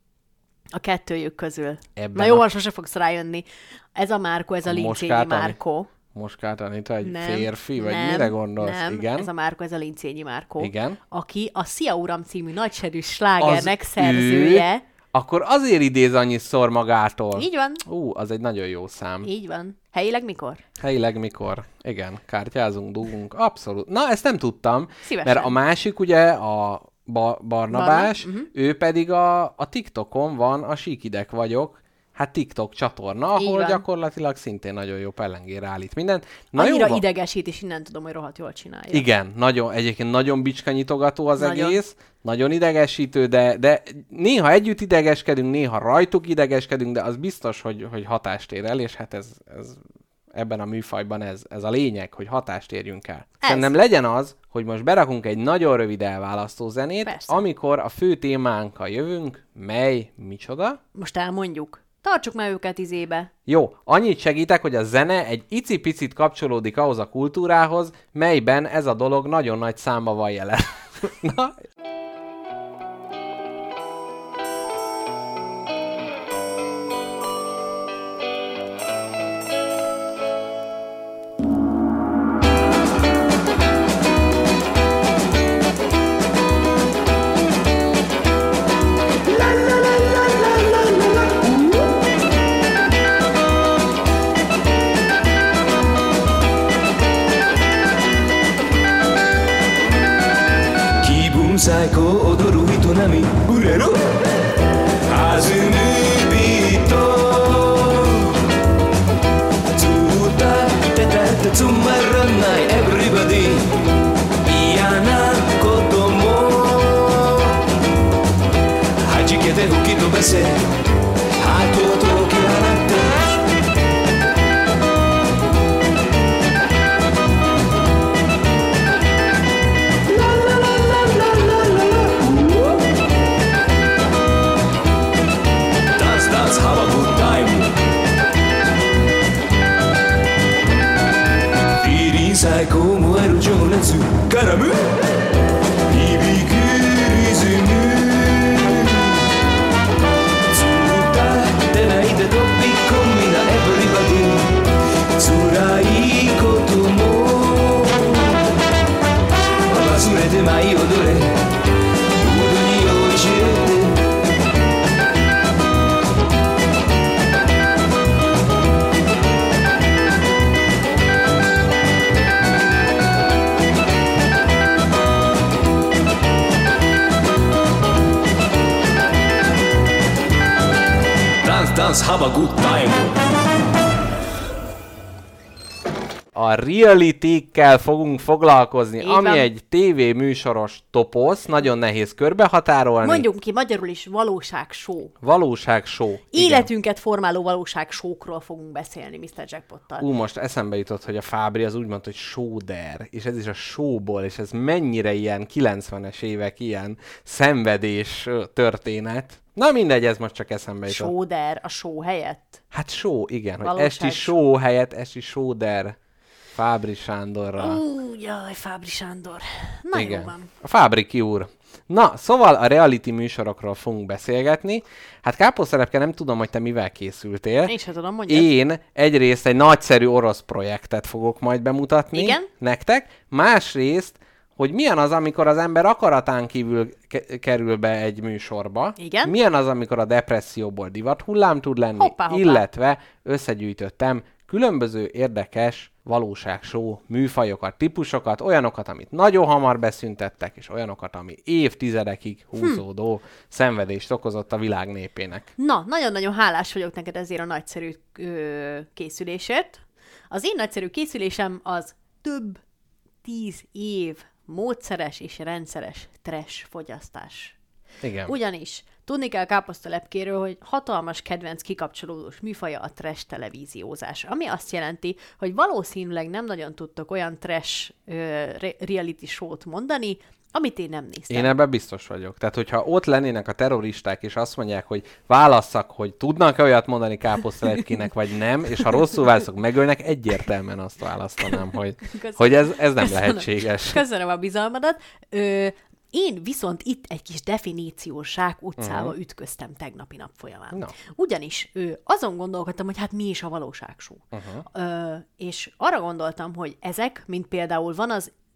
a kettőjük közül. Ebben Na jó, sose fogsz rájönni. Ez a Márko, ez a Lincényi Moskát Ani- Márko. Moskát Anita egy Nem, férfi, vagy nem, mire gondolsz? Nem, Igen. ez a Márko, ez a Lincényi Márko. Igen. Aki a Szia Uram című nagyserű slágernek Az szerzője. ő, akkor azért idéz annyiszor magától. Így van. Az egy nagyon jó szám. Így van. Helyileg mikor? Helyileg mikor? Igen, kártyázunk, dugunk. Abszolút. Na, ezt nem tudtam. Szívesen. Mert a másik ugye a Barnabás, ő pedig a TikTokon van, a Síkidek vagyok, hát TikTok csatorna, ahol van. gyakorlatilag szintén nagyon jó pellengére állít mindent. Na Annyira jó, idegesít, és innen tudom, hogy rohadt jól csinálja. igen, egyébként nagyon bicskanyitogató az Nagyon. egész, nagyon idegesítő, de néha együtt idegeskedünk, néha rajtuk idegeskedünk, de az biztos, hogy hatást ér el, és hát ez ebben a műfajban ez a lényeg, hogy hatást érjünk el. Szerintem legyen az, hogy most berakunk egy nagyon rövid elválasztó zenét, Persze. amikor a fő témánkkal jövünk, mely micsoda? Most elmondjuk. Tartsuk meg őket izébe. Jó, annyit segítek, hogy a zene egy icipicit kapcsolódik ahhoz a kultúrához, melyben ez a dolog nagyon nagy számba van jelen. Na, 最高踊る人並み売れる弾むビートずっと出たってつまらない Everybody 嫌なことも弾けて吹き飛ばせハートを解き放って最高燃える情熱絡む響くリズム伝ってないで飛び込みな Everybody 辛いことも忘れて舞い踊れムードに落ちてDance, have a good time. A reality-kkel fogunk foglalkozni, Így ami van. egy tévéműsoros toposz, nagyon nehéz körbehatárolni. Mondjunk ki magyarul is valóságshow. Valóságshow. Igen. Életünket formáló valóságshow-król fogunk beszélni Mr. Jackpottal. Most eszembe jutott, hogy a Fábri az úgy mondta, hogy showder, és ez is a showból, és ez mennyire ilyen 90-es évek ilyen szenvedés történet. Na mindegy, ez most csak eszembe jutott. Showder a show helyett. Hát show, igen, hogy Valóság esti show helyett esti showder. Fábri Sándorral. Jaj, Fábri Sándor. Na Igen. jó van. A Fábriki úr. Na, szóval a reality műsorokról fogunk beszélgetni. Hát káposztelepke, nem tudom, hogy te mivel készültél. Én sem tudom, mondjad. Én egyrészt egy nagyszerű orosz projektet fogok majd bemutatni Igen? nektek. Másrészt, hogy milyen az, amikor az ember akaratán kívül kerül be egy műsorba. Igen? Milyen az, amikor a depresszióból divat hullám tud lenni. Hoppá. Illetve összegyűjtöttem különböző érdekes valóságshow műfajokat, típusokat, olyanokat, amit nagyon hamar beszüntettek, és olyanokat, ami évtizedekig húzódó szenvedést okozott a világ népének. Na, nagyon-nagyon hálás vagyok neked ezért a nagyszerű készülésért. Az én nagyszerű készülésem az több 10 év módszeres és rendszeres trash fogyasztás. Igen. Ugyanis tudni kell káposztalepkéről, hogy hatalmas kedvenc kikapcsolódós műfaja a trash televíziózás, ami azt jelenti, hogy valószínűleg nem nagyon tudtok olyan trash reality show-t mondani, amit én nem néztem. Én ebben biztos vagyok. Tehát, hogyha ott lennének a terroristák, és azt mondják, hogy válasszak, hogy tudnak-e olyat mondani káposztalepkének, vagy nem, és ha rosszul válaszok, megölnek, egyértelműen azt választanám, hogy ez nem lehetséges. Köszönöm a bizalmadat. Én viszont itt egy kis definíciós zsákutcába ütköztem tegnapi nap folyamán. Na. Ugyanis azon gondolkodtam, hogy hát mi is a valóságshow. És arra gondoltam, hogy ezek, mint például van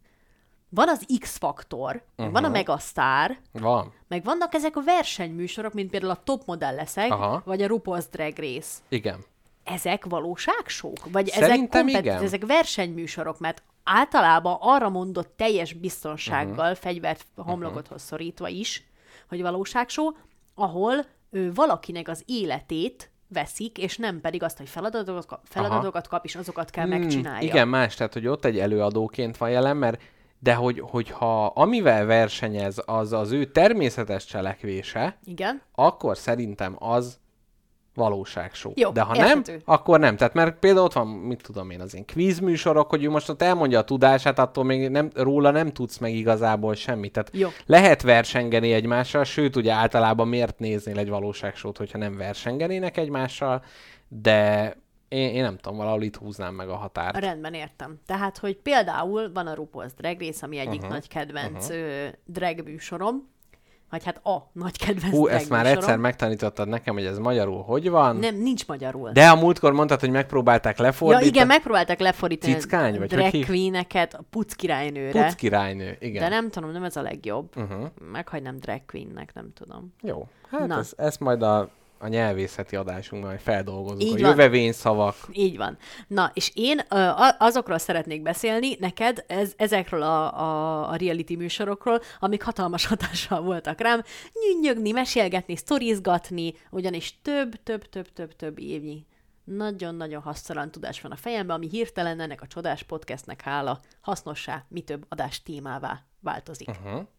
az X-faktor, van a Megasztár, Van. meg vannak ezek a versenyműsorok, mint például a Top Model leszek, vagy a RuPaul's Drag Race. Igen. Ezek valóságsók? Vagy Szerintem igen. ezek versenyműsorok, mert általában arra mondott teljes biztonsággal, fegyvert a homlokodhoz szorítva is, hogy valóságshow, ahol valakinek az életét veszik, és nem pedig azt, hogy feladatokat kap, és azokat kell megcsinálja. Igen, más, tehát, hogy ott egy előadóként van jelen, de hogyha amivel versenyez, az ő természetes cselekvése, Igen. akkor szerintem az valóságshow. Jó, de ha érthető. nem, akkor nem. Tehát mert például ott van, mit tudom én, az én kvízműsorok, hogy ő most ott elmondja a tudását, attól még róla nem tudsz meg igazából semmit. Tehát Jó. lehet versengeni egymással, sőt, ugye általában miért néznél egy valóságshow-t, hogyha nem versengenének egymással, de én nem tudom, valahol itt húznám meg a határt. Rendben, értem. Tehát, hogy például van a RuPaul's Drag Race, ami egyik nagy kedvenc drag műsorom, vagy hát a nagy kedvenc drag ezt már műsorom. egyszer megtanítottad nekem, hogy ez magyarul hogy van. Nem, nincs magyarul. De a múltkor mondtad, hogy megpróbálták lefordítani. Ja, igen, megpróbálták lefordítani Cickány, a vagy drag hogy hív? queeneket a puckirálynőre. Puckirálynő, igen. De nem tudom, nem ez a legjobb. Meghagynám drag queennek, nem tudom. Jó, hát Na. ezt majd a nyelvészeti adásunkban majd feldolgozunk. Így a van. jövevényszavak. Így van. Na, és én azokról szeretnék beszélni neked, ezekről a reality műsorokról, amik hatalmas hatással voltak rám, nyűnyögni, mesélgetni, sztorizgatni, ugyanis több évnyi nagyon-nagyon hasztalan tudás van a fejemben, ami hirtelen ennek a csodás podcastnek hála hasznossá, mi több adás témává változik.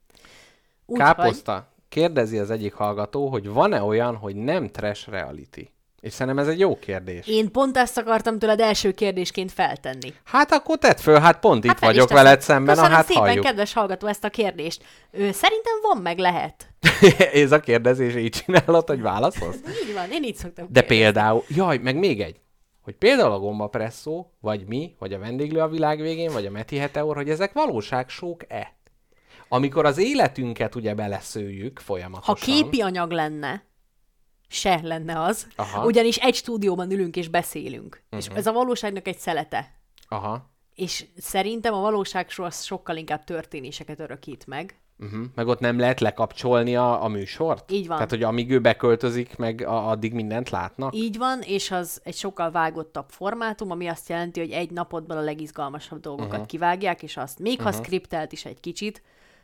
Káposzta, kérdezi az egyik hallgató, hogy van-e olyan, hogy nem trash reality? És szerintem ez egy jó kérdés. Én pont ezt akartam tőled első kérdésként feltenni. Hát akkor tedd föl, hát pont itt fel is vagyok teszem. veled szemben, Köszönöm hát szépen, halljuk. kedves hallgató, ezt a kérdést. Szerintem van, meg lehet. Ez a kérdezés így csinálod, hogy válaszolsz? Így van, én így szoktam De kérdezni. például, meg még egy, hogy például a gombapresszó, vagy mi, vagy a vendéglő a világ végén, vagy a Meti Heteor, hogy ezek valóságsók-e? Amikor az életünket ugye beleszőjük Ha folyamatosan. képi anyag lenne, se lenne az, Aha. ugyanis egy stúdióban ülünk és beszélünk. És ez a valóságnak egy szelete. Aha. És szerintem a valóság sokkal inkább történéseket örökít meg. Meg ott nem lehet lekapcsolni a műsort? Így van. Tehát, hogy amíg ő beköltözik, meg addig mindent látnak? Így van, és az egy sokkal vágottabb formátum, ami azt jelenti, hogy egy napodban a legizgalmasabb dolgokat kivágják, és azt még ha skriptelt is egy kicsit,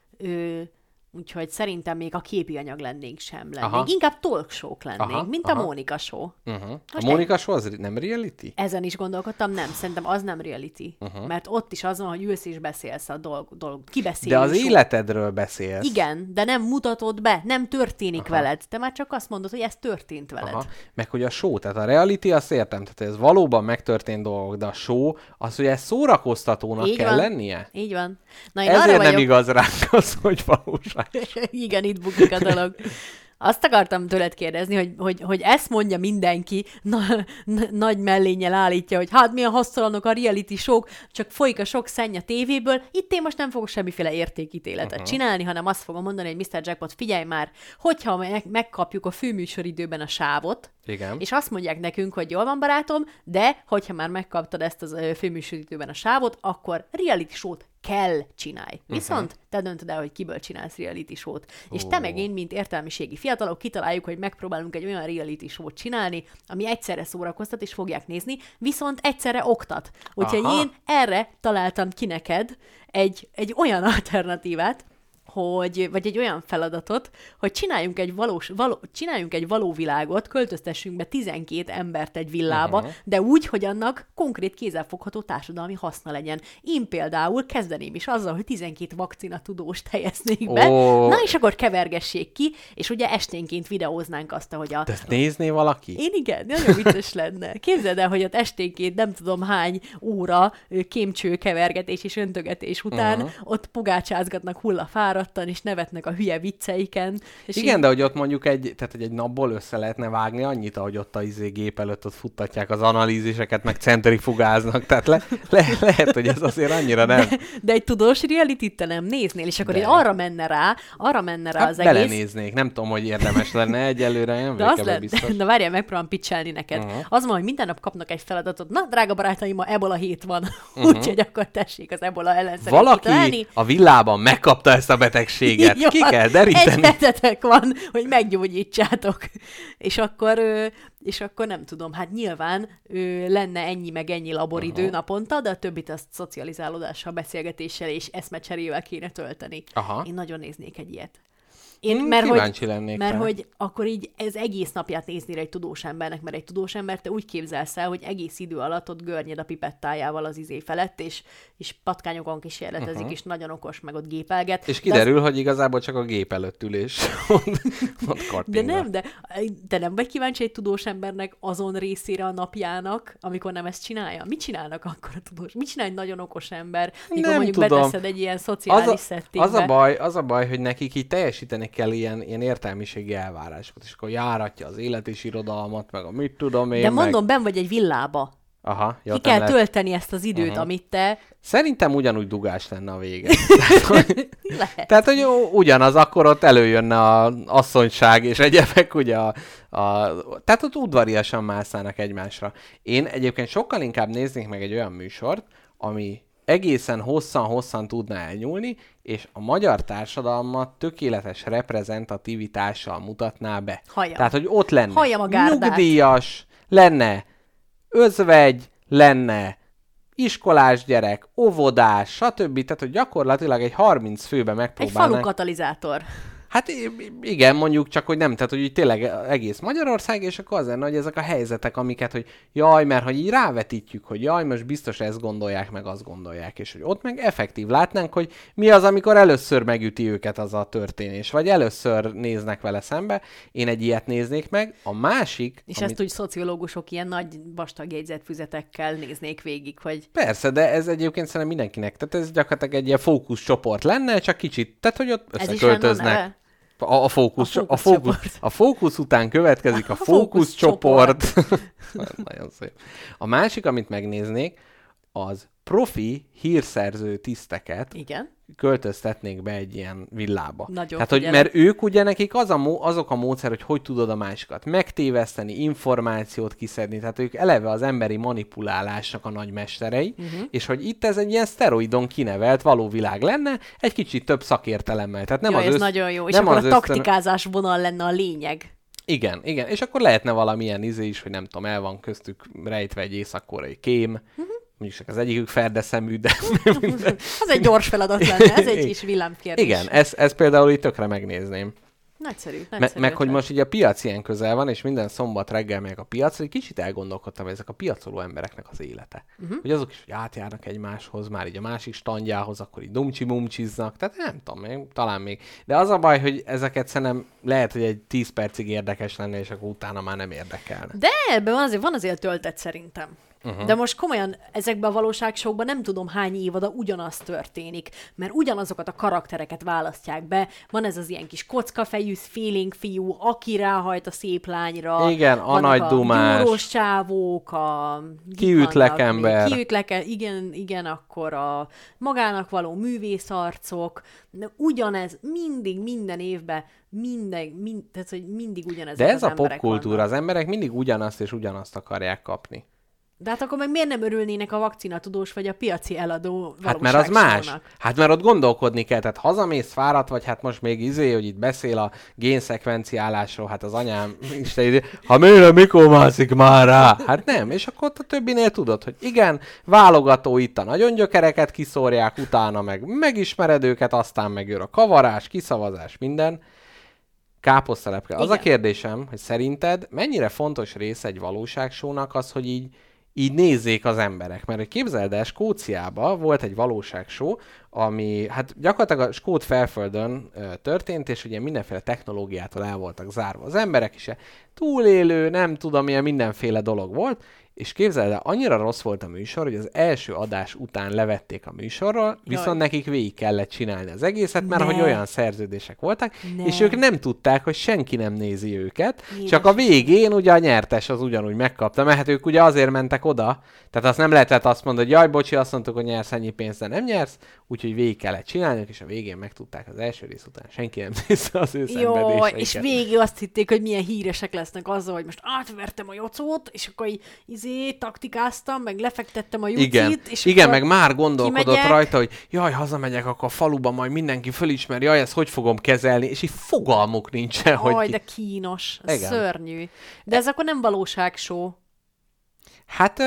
úgyhogy szerintem még a képi anyag lennénk sem lennénk. Aha. Inkább talk show-k lennénk, mint a Mónika show. A Mónika show az nem reality? Ezen is gondolkodtam, nem, szerintem az nem reality. Mert ott is az van, hogy ülsz és beszélsz a dolg kibeszélő De az show. életedről beszélsz. Igen, de nem mutatod be, nem történik veled. Te már csak azt mondod, hogy ez történt veled. Aha. Meg hogy a show, tehát a reality, azt értem, tehát ez valóban megtörtént dolgok, de a show, az, hogy ez szórakoztatónak Így kell van. lennie. Így van. Na, én arra Ezért nem vagyok... igaz ránk az, hogy valóság. Igen, itt bukik a dolog. Azt akartam tőled kérdezni, hogy ezt mondja mindenki, nagy mellénnyel állítja, hogy hát milyen hasztalanok a reality show-k, csak folyik a sok szenny a tévéből, itt én most nem fogok semmiféle értékítéletet csinálni, hanem azt fogom mondani, hogy Mr. Jackpot, figyelj már, hogyha megkapjuk a főműsoridőben a sávot, Igen. és azt mondják nekünk, hogy jól van, barátom, de hogyha már megkaptad ezt a főműsoridőben a sávot, akkor reality show-t kell csinálj. Viszont te döntöd el, hogy kiből csinálsz reality show-t. És te meg én, mint értelmiségi fiatalok, kitaláljuk, hogy megpróbálunk egy olyan reality show-t csinálni, ami egyszerre szórakoztat, és fogják nézni, viszont egyszerre oktat. Úgyhogy én erre találtam ki neked egy olyan alternatívát, vagy egy olyan feladatot, hogy csináljunk egy való világot, költöztessünk be 12 embert egy villába, de úgy, hogy annak konkrét kézzelfogható társadalmi haszna legyen. Én például kezdeném is azzal, hogy 12 vakcina tudóst helyeznék be, na és akkor kevergessék ki, és ugye esténként videóznánk azt, hogy De ezt nézné valaki? Én igen, nagyon vicces lenne. Képzeld el, hogy ott esténként nem tudom hány óra kémcső kevergetés és öntögetés után ott pogácsázgatnak hullafáradtan, és nevetnek a hülye vicceiken. És igen, de hogy ott mondjuk egy napból össze lehetne vágni annyit, ahogy ott a gép előtt ott futtatják az analíziseket, meg centrifugáznak, tehát lehet, hogy ez azért annyira nem. De egy tudós reality-t te nem néznél, és akkor így arra menne rá hát az egész. Belenéznék, nem tudom, hogy érdemes lenne egyelőre, nem vagyok ebben biztos. Na várjál, megpróbálom pitchelni neked. Az van, hogy minden nap kapnak egy feladatot. Na, drága barátaim, ma ebola hét van. Úgyhogy akkor tessék az ebola ellenszerét valaki kitalálni. a villában megkapta ezt a betegséget. Ki kell deríteni. Egy hetetek van, hogy meggyógyítsátok. És akkor nem tudom, hát nyilván lenne ennyi meg ennyi laboridő naponta, de a többit azt szocializálódással, beszélgetéssel és eszmecserével kéne tölteni. Én nagyon néznék egy ilyet. Kíváncsi lennék mert rá. hogy akkor így ez egész napját nézni egy tudós embernek, mert egy tudós ember te úgy képzelsz el, hogy egész idő alatt ott görnyed a pipettájával az izé felett, és patkányokon kísérletezik, és nagyon okos, meg ott gépelget. És kiderül, hogy igazából csak a gép előtt ülés. ott kartingol. De te nem vagy kíváncsi egy tudós embernek azon részére a napjának, amikor nem ezt csinálja? Mit csinálnak akkor a tudós? Mit csinál egy nagyon okos ember, mikor nem mondjuk tudom. beteszed egy ilyen szociális settingbe? Az a baj, hogy nekik így teljesíteni kell ilyen értelmiségi elvárásokat, és akkor járatja az élet és irodalmat, meg a mit tudom én. De mondom, benn vagy egy villába. Aha, jó, ki kell tölteni ezt az időt, amit te... Szerintem ugyanúgy dugás lenne a vége. Lehet. Tehát, hogy ugyanaz, akkor ott előjönne az asszonyság és egyebek, ugye tehát ott udvariasan mászának egymásra. Én egyébként sokkal inkább néznék meg egy olyan műsort, ami egészen hosszan tudna elnyúlni, és a magyar társadalmat tökéletes reprezentativitással mutatná be. Tehát, hogy ott lenne nyugdíjas, lenne özvegy, lenne iskolás gyerek, óvodás, stb. Tehát, hogy gyakorlatilag egy 30 főbe megpróbálnánk. Egy falukatalizátor. Hát igen, mondjuk csak, hogy nem, tehát, hogy így tényleg egész Magyarország, és akkor az lenne, hogy ezek a helyzetek, amiket, hogy jaj, mert hogy így rávetítjük, hogy jaj, most biztos ezt gondolják, meg azt gondolják, és hogy ott meg effektív látnánk, hogy mi az, amikor először megüti őket az a történés, vagy először néznek vele szembe. Én egy ilyet néznék meg. A másik... És ezt úgy szociológusok ilyen nagy vastag jegyzetfüzetekkel néznék végig, hogy... Persze, de ez egyébként szerintem mindenkinek. Tehát ez gyakorlatilag egy ilyen fókuszcsoport lenne, csak kicsit, tehát hogy ott összeköltöznek. A fókusz után következik a fókuszcsoport. Nagyon szép. A másik, amit megnéznék, az profi hírszerző tiszteket költöztetnék be egy ilyen villába. Tehát, hogy mert ők ugye nekik azok a módszer, hogy tudod a másikat megtéveszteni, információt kiszedni, tehát ők eleve az emberi manipulálásnak a nagymesterei, és hogy itt ez egy ilyen szteroidon kinevelt való világ lenne, egy kicsit több szakértelemmel. Tehát nem ez nagyon jó, és akkor a taktikázás vonal lenne a lényeg. Igen, és akkor lehetne valamilyen is, hogy nem tudom, el van köztük rejtve egy észak-koreai kém, mondjuk csak az egyikük ferdeszemű, de... Az egy gyors feladat lenne, ez egy kis villámkérdés. Igen, ez például így tökre megnézném. Nagyszerű. Meg hogy most ugye a piac ilyen közel van, és minden szombat reggel megyek a piacra, egy kicsit elgondolkodtam, hogy ezek a piacoló embereknek az élete. Hogy azok is átjárnak egymáshoz, már így a másik standjához, akkor így dumcsi-mumcsiznak, tehát nem tudom, talán még. De az a baj, hogy ezeket szerintem lehet, hogy egy 10 percig érdekes lenne, és akkor utána már nem érdekelne. De ebben van azért töltet szerintem. De most komolyan ezekben a valóságshow-ban nem tudom hány évada ugyanaz történik, mert ugyanazokat a karaktereket választják be. Van ez az ilyen kis kockafejű, feeling fiú, aki ráhajt a szép lányra. Igen, a nagy dumás. A gyúrós csávók, kiütlek ember. Igen, akkor a magának való művészarcok. Ugyanez mindig, minden évben, tehát, hogy mindig ugyanez. De ez a popkultúra, az emberek mindig ugyanazt és ugyanazt akarják kapni. De hát akkor meg miért nem örülnének a vakcinatudós vagy a piaci eladó Hát mert az más. Hát mert ott gondolkodni kell, tehát hazamész fáradt, vagy hát most még hogy itt beszél a génszekvenciálásról, hát az anyám Isten, ha miért mikor mászik már rá? Hát nem, és akkor ott a többinél tudod, hogy igen, válogató itt a nagyon gyökereket kiszórják, utána meg megismered őket, aztán megjön a kavarás, kiszavazás, minden. Káposztelepke. Az a kérdésem, hogy szerinted mennyire fontos része egy valóságsónak az, hogy így nézzék az emberek. Mert hogy képzeld el, Skóciában volt egy valóságshow, ami hát gyakorlatilag a skót felföldön történt, és ugye mindenféle technológiától el voltak zárva az emberek is. Túlélő, nem tudom, ilyen mindenféle dolog volt, és képzeld el, annyira rossz volt a műsor, hogy az első adás után levették a műsorról, viszont nekik végig kellett csinálni az egészet, mert hogy olyan szerződések voltak, és ők nem tudták, hogy senki nem nézi őket, csak a végén ugye a nyertes az ugyanúgy megkapta, mert hát ők ugye azért mentek oda, tehát azt nem lehetett azt mondani, hogy jaj, bocsi, azt mondtuk, hogy nyersz ennyi pénzt, de nem nyersz, úgyhogy végig kellett csinálni, és a végén megtudták az első rész után, senki nem nézte az ő szenvedéseiket. És végig azt hitték, hogy milyen híresek lesznek azzal, hogy most átvertem a jocót, és akkor taktikáztam, meg lefektettem a jucit, és igen, meg már gondolkodott rajta, hogy jaj, hazamegyek, akkor a faluban majd mindenki fölismeri, jaj, ezt hogy fogom kezelni, és így fogalmuk nincsen, hogy... de kínos, szörnyű. De ez akkor nem valóságshow. Hát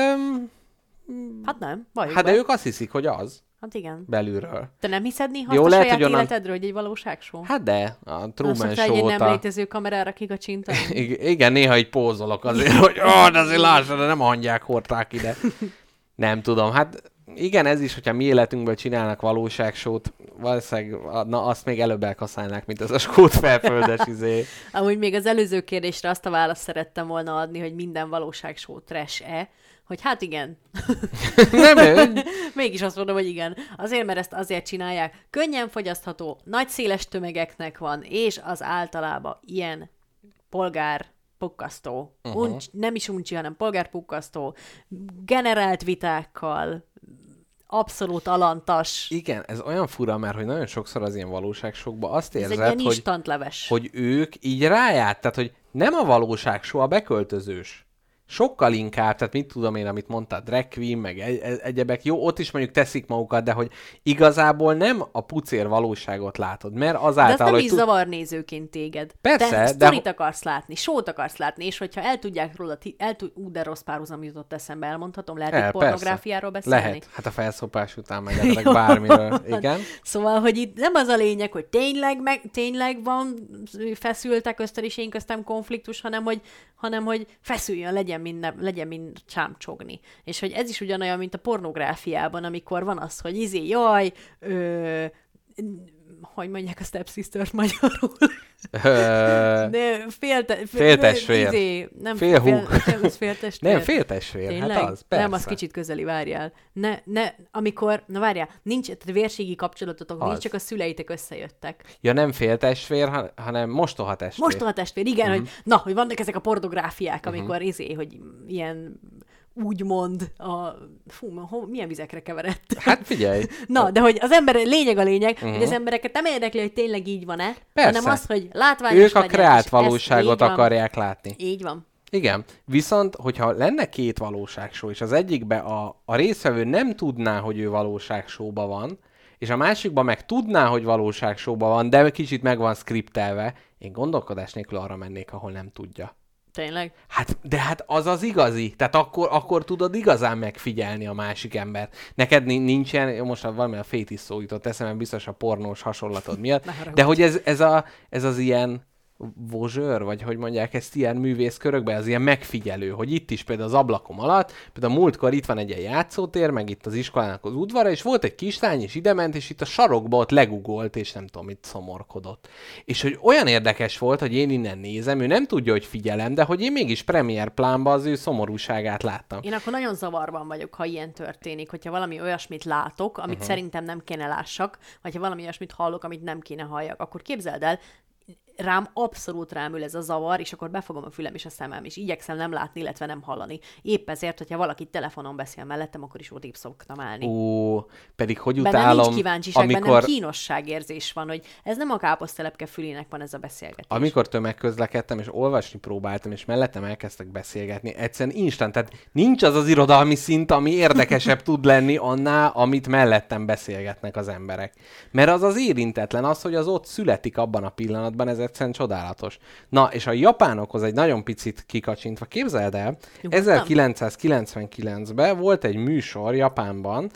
nem, valljuk hát be. de ők azt hiszik, hogy az. Hát igen. Belülről. Te nem hiszed néha a saját életedről, hogy egy valóságshow? Hát de, a Truman Show Show-t... egy nem létező kamerára kigacsintani? Igen, néha így pózolok azért, hogy de azért lássad, de nem a hangyák hordták ide. Nem tudom, hát igen, ez is, hogyha mi életünkből csinálnak valóságshow-t, valószínűleg azt még előbb elkaszálnák, mint ez a skót felföldes Amúgy még az előző kérdésre azt a választ szerettem volna adni, hogy minden valóságshow trash-e, hogy hát igen. Nem. Mégis azt mondom, hogy igen. Azért, mert ezt azért csinálják. Könnyen fogyasztható, nagy széles tömegeknek van, és az általában ilyen polgárpukkasztó. Nem is uncsi, hanem polgárpukkasztó, generált vitákkal, abszolút alantas. Igen, ez olyan fura, mert hogy nagyon sokszor az ilyen valóságsokban azt érzed, egy ilyen hogy ők így ráját, tehát hogy nem a valóságshow, a beköltözős. Sokkal inkább, tehát mit tudom én, amit mondtad, drag queen, meg egyebek, jó, ott is mondjuk teszik magukat, de hogy igazából nem a pucér valóságot látod, mert azáltal, de ez nem hogy is zavar nézőként téged. Persze, te sztorit akarsz látni, show-t akarsz látni, és hogyha el tudják róla, de rossz párhuzam jutott eszembe, elmondhatom, lehet egy pornográfiáról beszélni? Lehet, hát a felszopás után meg bármiről, igen. Szóval, hogy itt nem az a lényeg, hogy tényleg van feszültek köztem és én köztem konfliktus, hanem hogy feszüljön, legyen mind csámcsogni. És hogy ez is ugyanolyan, mint a pornográfiában, amikor van az, hogy hogy mondják a stepsister-t magyarul? Féltestvér. Nem félhúg. Féltestvér. Nem, féltestvér. Hát az, persze. Nem, az kicsit közeli, várjál. Várjál, nincs, tehát vérségi kapcsolatotok nincs, csak a szüleitek összejöttek. Ja, nem féltestvér, hanem mostohatestvér. Mostohatestvér, igen, hogy vannak ezek a pornográfiák, amikor hogy ilyen úgymond milyen vizekre keveredtem. Hát figyelj. De hogy az ember, lényeg a lényeg, hogy az embereket nem érdekli, hogy tényleg így van-e, hanem az, hogy látványos ők a kreált valóságot akarják látni. Így van. Igen, viszont, hogyha lenne két valóságshow, és az egyikbe a résztvevő nem tudná, hogy ő valóságshow-ban van, és a másikban meg tudná, hogy valóságshow-ban van, de kicsit meg van skriptelve, én gondolkodás nélkül arra mennék, ahol nem tudja. Tényleg? Hát az az igazi. Tehát akkor tudod igazán megfigyelni a másik embert. Neked nincsen, most valami a fétis szó jutott eszembe, biztos a pornós hasonlatod miatt, de hogy ez az ilyen vozsőr, vagy hogy mondják ezt ilyen művészkörökben, az ilyen megfigyelő, hogy itt is például az ablakom alatt, például múltkor itt van egy ilyen játszótér, meg itt az iskolának az udvara, és volt egy kislány, és idement, és itt a sarokba ott legugolt, és nem tudom, itt szomorkodott. És hogy olyan érdekes volt, hogy én innen nézem, ő nem tudja, hogy figyelem, de hogy én mégis Premiere plánban az ő szomorúságát láttam. Én akkor nagyon zavarban vagyok, ha ilyen történik, hogyha valami olyasmit látok, amit szerintem nem kéne lássak, vagy ha valami olyasmit hallok, amit nem kéne halljak, akkor képzeld el, abszolút ül ez a zavar, és akkor befogom a fülem és a szemem, és igyekszem nem látni, illetve nem hallani. Épp ezért, hogyha valaki telefonon beszél mellettem, akkor is odébb szoktam állni. Pedig hogy bennem utálom, nincs kíváncsiság, bennem kínosságérzés van, hogy ez nem a káposztelepke fülének van ez a beszélgetés. Amikor tömegközlekedtem, és olvasni próbáltam, és mellettem elkezdtek beszélgetni, egyszerűen instant, tehát nincs az az irodalmi szint, ami érdekesebb tud lenni annál, amit mellettem beszélgetnek az emberek. Mert az érintetlen, az, hogy az ott születik abban a pillanatban, ez egyszerűen csodálatos. Na, és a japánokhoz egy nagyon picit kikacsintva, képzeld el, 1999-ben volt egy műsor Japánban,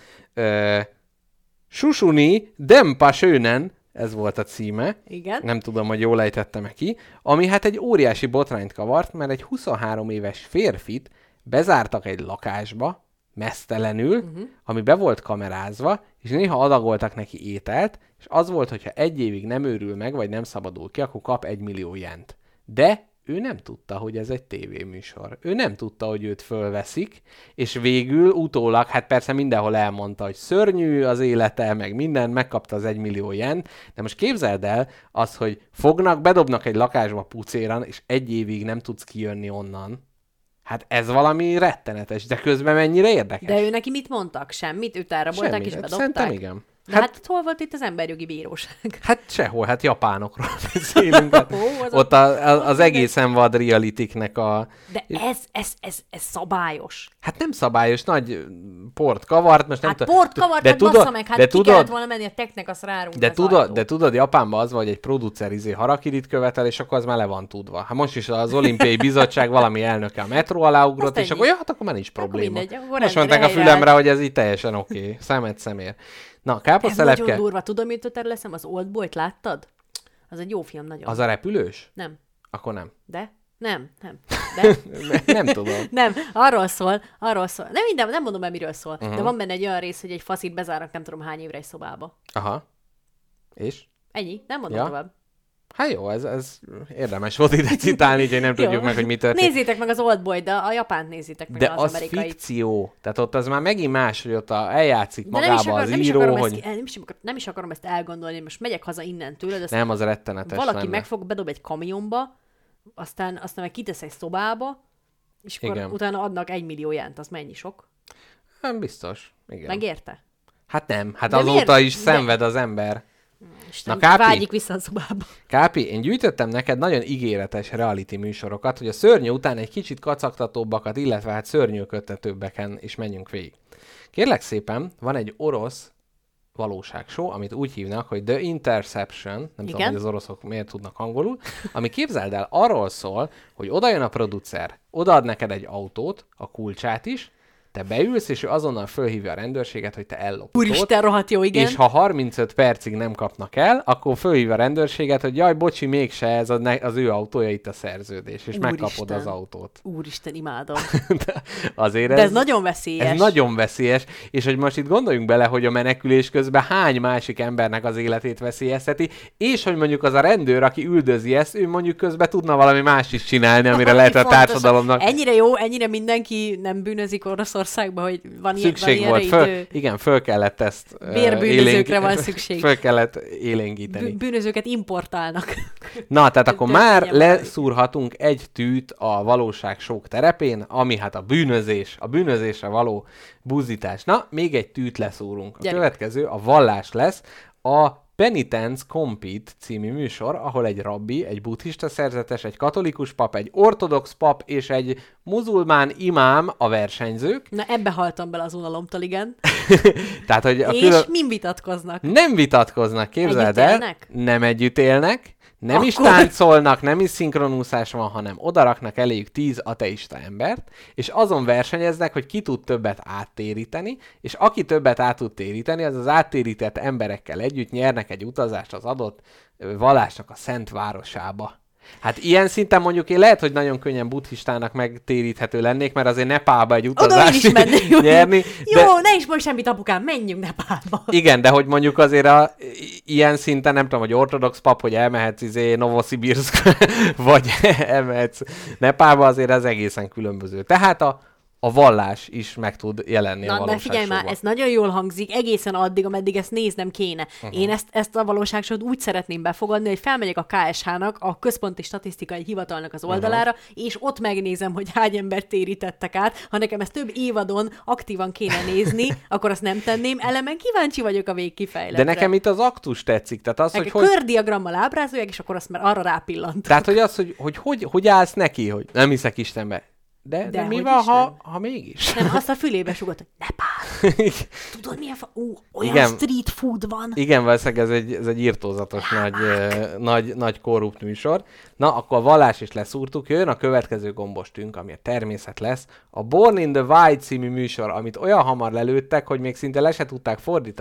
Shushuni Denpa Shounen, ez volt a címe. Igen. Nem tudom, hogy jól ejtettem ki, ami hát egy óriási botrányt kavart, mert egy 23 éves férfit bezártak egy lakásba, meztelenül, ami be volt kamerázva, és néha adagoltak neki ételt, és az volt, hogyha 1 évig nem őrül meg, vagy nem szabadul ki, akkor kap 1 millió jent. De ő nem tudta, hogy ez egy tévéműsor. Ő nem tudta, hogy őt fölveszik, és végül utólag, hát persze mindenhol elmondta, hogy szörnyű az élete, meg minden, megkapta az 1 millió jent, de most képzeld el azt, hogy fognak, bedobnak egy lakásba pucéran, és 1 évig nem tudsz kijönni onnan. Hát ez valami rettenetes, de közben mennyire érdekes. De ő neki mit mondtak? Semmit? Őt elrabolták és bedobták? Szerintem igen. De hát hol volt itt az emberjogi bíróság? Hát sehol, hát japánokról beszélünk. Ott az egészen vad realitiknek a... De ez szabályos. Hát nem szabályos, nagy port kavart, most nem hát port kavart, de hát bassza meg, hát ki kellett volna menni a technek, azt rárunk de tudod, Japánban az van, hogy egy producer harakirit követel, és akkor az már le van tudva. Hát most is az olimpiai bizottság valami elnöke a metró alá ugrott, és akkor hát akkor már nincs probléma. Most mentek a fülemre, hogy ez így teljesen oké. Szemet szemér. Na, káposztelepke... Ez nagyon durva. Tudom, mit jutott eszem? Az Oldboyt láttad? Az egy jó film, nagyon. Az a repülős? Nem. Akkor nem. De? Nem. De? Nem tudom. Nem, arról szól. Nem mondom el, miről szól. De van benne egy olyan rész, hogy egy faszit bezárnak nem tudom hány évre egy szobába. Aha. És? Ennyi? Nem mondom tovább. Hát jó, ez érdemes volt ide citálni, úgyhogy nem tudjuk meg, hogy mi történt. Nézzétek meg az Oldboy, de a Japánt nézzétek meg, de az amerikai. De az fikció. Tehát ott az már megint más, hogy ott eljátszik magába az író, hogy... Nem is akarom ezt elgondolni, most megyek haza innen tőled, nem, az rettenetes valaki lenne. megfog, bedob egy kamionba, aztán meg kitesz egy szobába, és akkor utána adnak 1 millió jent, az mennyi sok? Nem biztos. Igen. Megérte? Hát nem, hát azóta is szenved az ember. Isten, vágyik vissza a szobába. Kápi, én gyűjtöttem neked nagyon ígéretes reality műsorokat, hogy a szörnyű után egy kicsit kacagtatóbbakat, illetve hát szörnyűködtetőbbeken is menjünk végig. Kérlek szépen, van egy orosz valóságshow, amit úgy hívnak, hogy The Interception, nem tudom, hogy az oroszok miért tudnak angolul, ami képzeld el, arról szól, hogy oda jön a producer, odaad neked egy autót, a kulcsát is, te beülsz, és ő azonnal fölhívja a rendőrséget, hogy te elloptad. Úristen, rohadt jó, igen. És ha 35 percig nem kapnak el, akkor fölhívja a rendőrséget, hogy jaj, bocsi, mégse ez az ő autója, itt a szerződés, és megkapod az autót. Úristen, imádom. Azért de ez nagyon veszélyes. Ez nagyon veszélyes, és hogy most itt gondoljunk bele, hogy a menekülés közben hány másik embernek az életét veszélyezteti, és hogy mondjuk az a rendőr, aki üldözi ezt, ő mondjuk közben tudna valami más is csinálni, amire lehet a társadalomnak. Ennyire jó, ennyire mindenki nem bűnözik Oroszországban, hogy van szükség volt. Igen, föl kellett ezt bérbűnözőkre van szükség. Föl kellett élénkíteni. Bűnözőket importálnak. Na, tehát akkor már leszúrhatunk egy tűt a valóság sok terepén, ami hát a bűnözésre való buzdítás. Na, még egy tűt leszúrunk. A következő a vallás lesz, a Penitence Compete című műsor, ahol egy rabbi, egy buddhista szerzetes, egy katolikus pap, egy ortodox pap és egy muzulmán imám a versenyzők. Na, ebbe haltam bele az unalomtól, igen. Tehát, hogy és min vitatkoznak? Nem vitatkoznak, képzeld el. Nem együtt élnek. Nem is táncolnak, nem is szinkronúszás van, hanem odaraknak eléjük 10 ateista embert, és azon versenyeznek, hogy ki tud többet áttéríteni, és aki többet át tud téríteni, az áttérített emberekkel együtt nyernek egy utazást az adott vallásnak a szent városába. Hát ilyen szinten mondjuk én lehet, hogy nagyon könnyen buddhistának megtéríthető lennék, mert azért Nepálba egy utazást nyerni. Jó, ne is mondj semmit, apukám, menjünk Nepálba. Igen, de hogy mondjuk azért ilyen szinten, nem tudom, hogy ortodox pap, hogy elmehetsz Novosibirsk, vagy elmehetsz Nepálba, azért ez egészen különböző. Tehát a vallás is meg tud jelenni a valóságsóban. De figyelj már, ez nagyon jól hangzik, egészen addig, ameddig ezt néznem kéne. Én ezt a valóságsót úgy szeretném befogadni, hogy felmegyek a KSH-nak, a Központi Statisztikai Hivatalnak az oldalára, és ott megnézem, hogy hány embert térítettek át. Ha nekem ezt több évadon aktívan kéne nézni, akkor azt nem tenném. Elemen kíváncsi vagyok a végkifejletre. De nekem itt az aktus tetszik. Tehát az, hogy kördiagrammal ábrázolják, és akkor azt már arra rápillantok. Tehát, hogy az, hogy állsz neki, hogy nem hiszek Istenbe. De mi van, ha mégis? Nem, azt a fülébe sugott, hogy Nepál. Tudod, milyen olyan street food van. Igen, valószínűleg ez egy irtózatos nagy korrupt műsor. Na, akkor a vallás is leszúrtuk. Jön a következő gombostünk, ami a természet lesz. A Born in the Wild című műsor, amit olyan hamar lelőttek, hogy még szinte le se tudták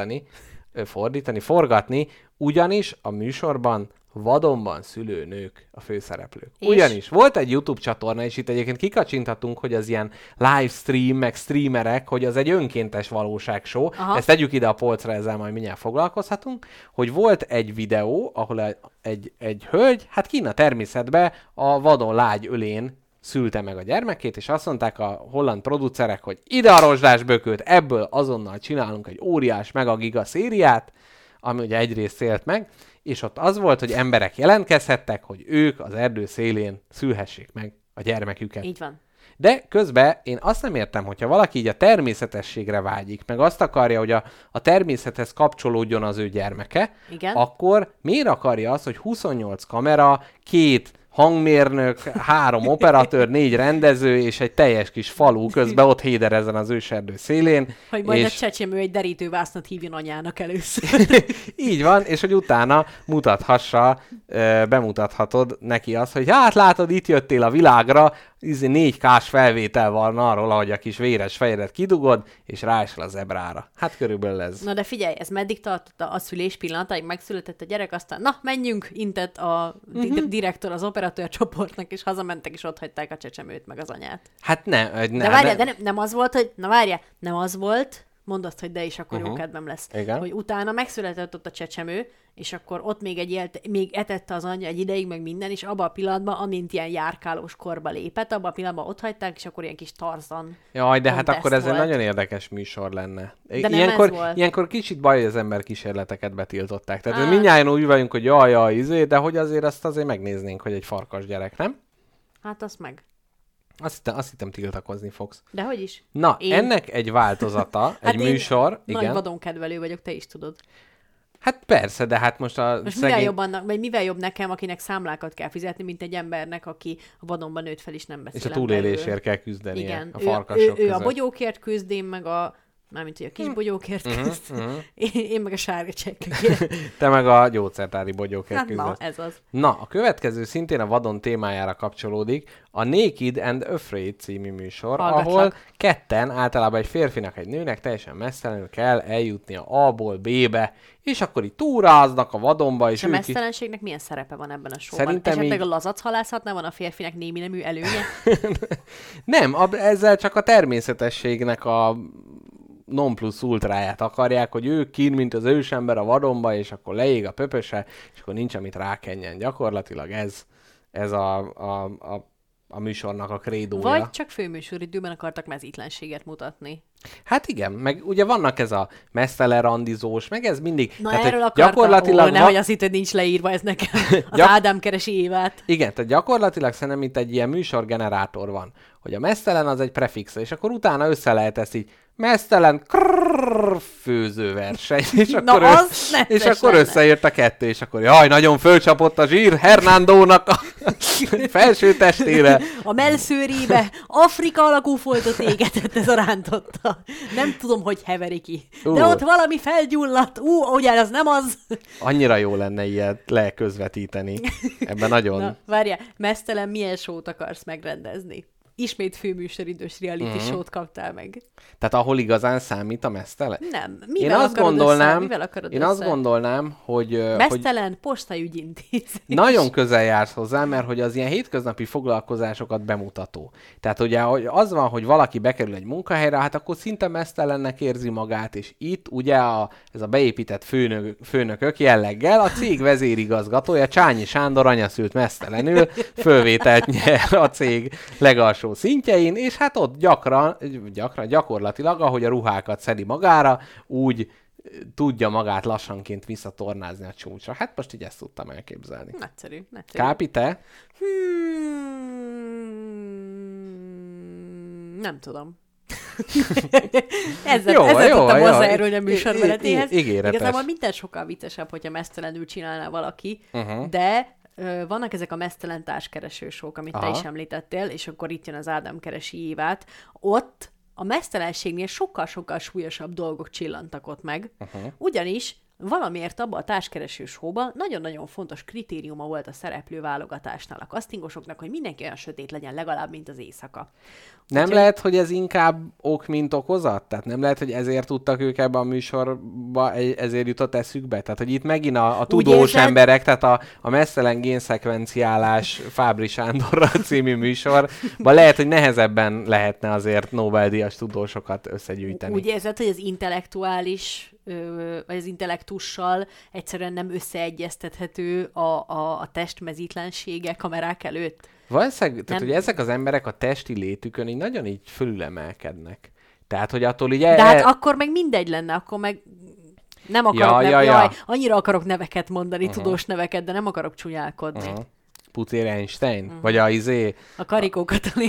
forgatni, ugyanis a műsorban vadonban szülő nők a főszereplők. Ugyanis volt egy YouTube csatorna, és itt egyébként kikacsinthatunk, hogy az ilyen livestream, meg streamerek, hogy az egy önkéntes valóságshow. Aha. Ezt tegyük ide a polcra, ezzel majd mindjárt foglalkozhatunk, hogy volt egy videó, ahol egy hölgy, hát kinn a természetben a vadon lágy ölén szülte meg a gyermekét, és azt mondták a holland producerek, hogy ide a rozsdás bököt, ebből azonnal csinálunk egy óriás megagiga szériát, ami ugye egyrészt élt meg, és ott az volt, hogy emberek jelentkezhettek, hogy ők az erdő szélén szülhessék meg a gyermeküket. Így van. De közben én azt nem értem, hogyha valaki így a természetességre vágyik, meg azt akarja, hogy a természethez kapcsolódjon az ő gyermeke, igen, akkor miért akarja azt, hogy 28 kamera, 2 hangmérnök, 3 operatőr, 4 rendező és egy teljes kis falu közben ott héderezen az őserdő szélén. Hogy majd a csecsemő egy derítővásznat hívjon anyának először. Így van, és hogy utána bemutathatod neki azt, hogy hát látod, itt jöttél a világra, 4K-s felvétel van arról, ahogy a kis véres fejedet kidugod, és ráesel a zebrára. Hát körülbelül ez. Na de figyelj, ez meddig tartott a szülés pillanatáig, megszületett a gyerek, aztán na, menjünk, intett a direktor az operatőr csoportnak, és hazamentek, és ott hagyták a csecsemőt meg az anyát. Hát de várjál, nem az volt, hogy, nem az volt, mondd azt, hogy de is akkor jó kedvem lesz. Igen. Hogy utána megszületett ott a csecsemő, és akkor ott még etette az anyja egy ideig, meg minden, és abban a pillanatban, amint ilyen járkálós korba lépett, abban a pillanatban ott hagyták, és akkor ilyen kis Tarzan. Jaj, de hát akkor ez egy nagyon érdekes műsor lenne. De ilyenkor kicsit baj, hogy az ember kísérleteket betiltották. Tehát mindnyáján úgy vagyunk, hogy jaj, de hogy azt azért megnéznénk, hogy egy farkas gyerek, nem? Hát azt meg. Azt hittem tiltakozni fogsz. Dehogy is. Na, ennek egy változata, egy műsor. Nagy vadonkedvelő vagyok, te is tudod. Hát persze, de hát most mivel jobb nekem, akinek számlákat kell fizetni, mint egy embernek, aki a vadonban nőtt fel is nem beszél. És a túlélésért kell küzdenie. Igen. A farkasok ő a bogyókért küzd, én meg mármint, hogy a kis bogyókért küzd. Én meg a sárga csekkekért. Te meg a gyógyszertári bogyókért küzdesz. Na, ez az. Na, a következő szintén a vadon témájára kapcsolódik, a Naked and Afraid című műsor, ahol ketten, általában egy férfinak, egy nőnek teljesen messzelenül kell eljutnia A-ból B-be, és akkor így túráznak a vadonba. És a messzelenségnek milyen szerepe van ebben a showban? Szerintem esetleg a lazac halászatnál van a férfinek némi nemű előnye? Nem, ezzel csak a természetességnek a non plus ultráját akarják, hogy ők kín, mint az ősember a vadonba, és akkor leég a pöpöse, és akkor nincs, amit rákenjen. Gyakorlatilag ez a műsornak a krédója. Vagy csak főműsoridőben akartak mezítlenséget mutatni. Hát igen, meg ugye vannak ez a mesztelen randizós, meg ez mindig... Na tehát, erről akartam, nehogy azt hitted, nincs leírva ez nekem. Az Ádám keresi Évát. Igen, tehát gyakorlatilag szerintem itt egy ilyen műsorgenerátor van, hogy a mesztelen az egy prefix, és akkor utána össze lehet ezt így mesztelen főzőverseny, és akkor összeért a kettő, és akkor jaj, nagyon fölcsapott a zsír Hernándónak a felső testére. A mellszőrébe Afrika alakú foltot égetett ez a rántotta. Nem tudom, hogy heveri ki. De ott valami felgyulladt. Ugyan az nem az. Annyira jó lenne ilyet leközvetíteni. Ebben nagyon... Na, várjál, mesztelen milyen show-t akarsz megrendezni? ismét főműsoridős reality show-t kaptál meg. Tehát ahol igazán számít a mesztelen? Nem. Én azt gondolnám, hogy mesztelen postaügyintézés. nagyon közel jársz hozzá, mert hogy az ilyen hétköznapi foglalkozásokat bemutató. Tehát ugye hogy az van, hogy valaki bekerül egy munkahelyre, hát akkor szinte mesztelennek érzi magát, és itt ugye ez a beépített főnökök jelleggel a cég vezérigazgatója, Csányi Sándor anyaszült mesztelenül fölvételt nyer a cég legalsó szintjein, és hát ott gyakorlatilag, ahogy a ruhákat szedi magára, úgy tudja magát lassanként visszatornázni a csúcsra. Hát most így ezt tudtam elképzelni. Nagyszerű. Kápi, te? Nem tudom. ezzel tudtam hozzájárulni a műsor menetéhez. Ígéretes. Igazából minden sokkal viccesebb, hogyha mesztelenül csinálná valaki, de vannak ezek a mesztelen társkereső show-k, amit te is említettél, és akkor itt jön az Ádám keresi Évát. Ott a mesztelenségnél sokkal-sokkal súlyosabb dolgok csillantak ott meg, ugyanis valamiért abban a társkereső showban nagyon-nagyon fontos kritériuma volt a szereplő válogatásnál a castingosoknak, hogy mindenki olyan sötét legyen legalább, mint az éjszaka. Nem lehet, hogy ez inkább ok, mint okozat? Tehát nem lehet, hogy ezért tudtak ők ebbe a műsorba, ezért jutott eszükbe? Tehát, hogy itt megint a tudós emberek, tehát a mesztelen génszekvenciálás Fábri Sándorral című műsorban lehet, hogy nehezebben lehetne azért Nobel-díjas tudósokat összegyűjteni. Úgy érzed, hogy az intellektuális vagy az intellektussal egyszerűen nem összeegyeztethető a testmezítlensége kamerák előtt? Valószínűleg, tehát, hogy ezek az emberek a testi létükön így nagyon így fölülemelkednek. Tehát, hogy attól így... De hát akkor meg mindegy lenne, akkor meg nem akarok annyira akarok neveket mondani, tudós neveket, de nem akarok csúnyálkodni. Putér Einstein? Vagy a Karikó Katalin.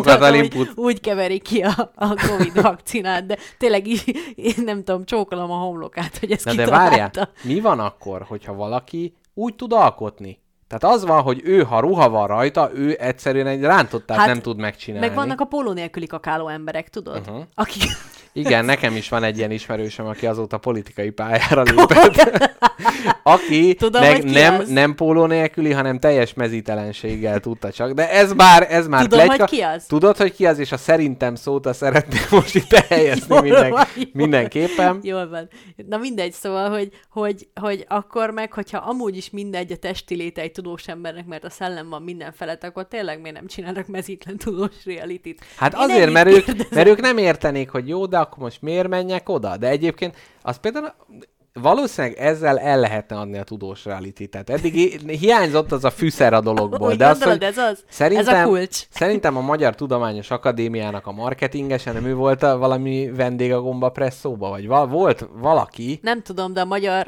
Úgy keverik ki a Covid vakcinát, de tényleg én nem tudom, csókolom a homlokát, hogy ezt kitalálta. De várjál, mi van akkor, hogyha valaki úgy tud alkotni? Tehát az van, hogy ő, ha ruha van rajta, ő egyszerűen egy rántottát nem tud megcsinálni. Meg vannak a póló nélküli kakáló emberek, tudod? Akik... Igen, nekem is van egy ilyen ismerősöm, aki azóta politikai pályára lépett. Aki tudom, nem póló nélküli, hanem teljes mezítelenséggel tudta csak. De ez már tudom, pletyka. Hogy ki az? Tudod, hogy ki az, és a szerintem szót szeretném most itt elhelyezni mindenképpen. Jól van. Na mindegy, szóval, hogy akkor meg, hogyha amúgy is mindegy a testi léte egy tudós embernek, mert a szellem van minden felett, akkor tényleg miért nem csinálnak mezítlen tudós realityt? Hát azért, mert ők nem értenék, hogy jó, de akkor most miért menjek oda? De egyébként az például valószínűleg ezzel el lehetne adni a tudós reality. Tehát eddig hiányzott az a fűszer a dologból. De gondolod, ez az? Ez a kulcs. Szerintem a Magyar Tudományos Akadémiának a marketingese, nem ő volt valami vendég a Gomba Presszóba? Vagy volt valaki? Nem tudom, de a magyar,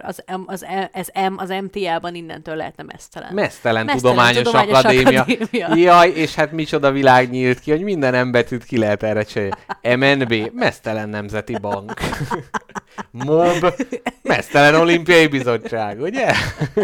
az MTA-ban innentől lehetne mesztelen. Mesztelen Tudományos Akadémia. Jaj, és hát micsoda világ nyílt ki, hogy minden M-betűt ki lehet erre csinálni. MNB, Mesztelen Nemzeti Bank. MOB, Mesztelen Olimpiai Bizottság, ugye?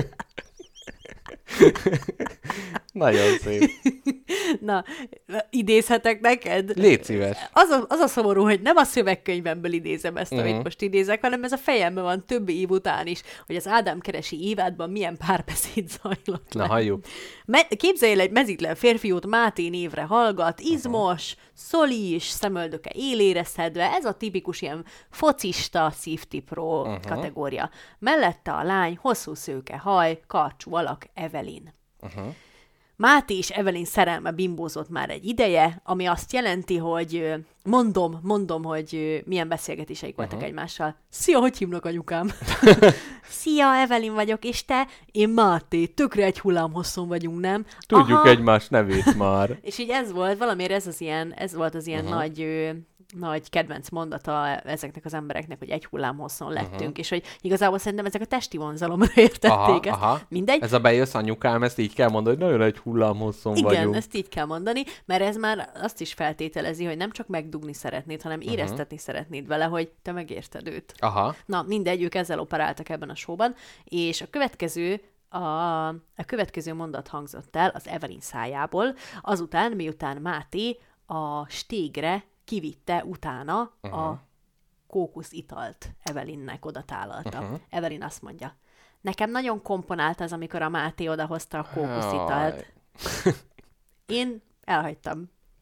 Nagyon szép. Na, idézhetek neked? Légy szíves. Az a szomorú, hogy nem a szövegkönyvemből idézem ezt, amit most idézek, hanem ez a fejemben van több év után is, hogy az Ádám keresi Évádban milyen párbeszéd zajlott le. Na, halljuk. Képzelj el egy mezítlen férfiút Máté névre hallgat, izmos, szolís, szemöldöke élére szedve, ez a tipikus ilyen focista, szívtipró kategória. Mellette a lány, hosszú szőke haj, karcsú alak, Evelyn. Máté és Evelyn szerelme bimbózott már egy ideje, ami azt jelenti, hogy mondom, hogy milyen beszélgetéseik voltak egymással. Szia, hogy hívnak anyukám? Szia, Evelyn vagyok, és te? Én Máté, tökre egy hullámhosszon vagyunk, nem? Tudjuk egymás nevét már. És így ez volt, valamiért ez volt az ilyen nagy kedvenc mondata ezeknek az embereknek, hogy egy hullámhosszon lettünk, és hogy igazából szerintem ezek a testi vonzalomra értették ezt. Mindegy. Ez a bejössz anyukám, ezt így kell mondani, hogy nagyon egy hullámhosszon vagyunk. Igen, ezt így kell mondani, mert ez már azt is feltételezi, hogy nem csak megdugni szeretnéd, hanem éreztetni szeretnéd vele, hogy te megérted őt. Na, mindegy, ők ezzel operáltak ebben a showban, és a következő mondat hangzott el az Evelyn szájából, azután, miután Máté a stégre kivitte utána a kókuszitalt Evelynnek oda tálalta. Evelyn azt mondja, nekem nagyon komponált az, amikor a Máté odahozta a kókuszitalt. Én elhagytam.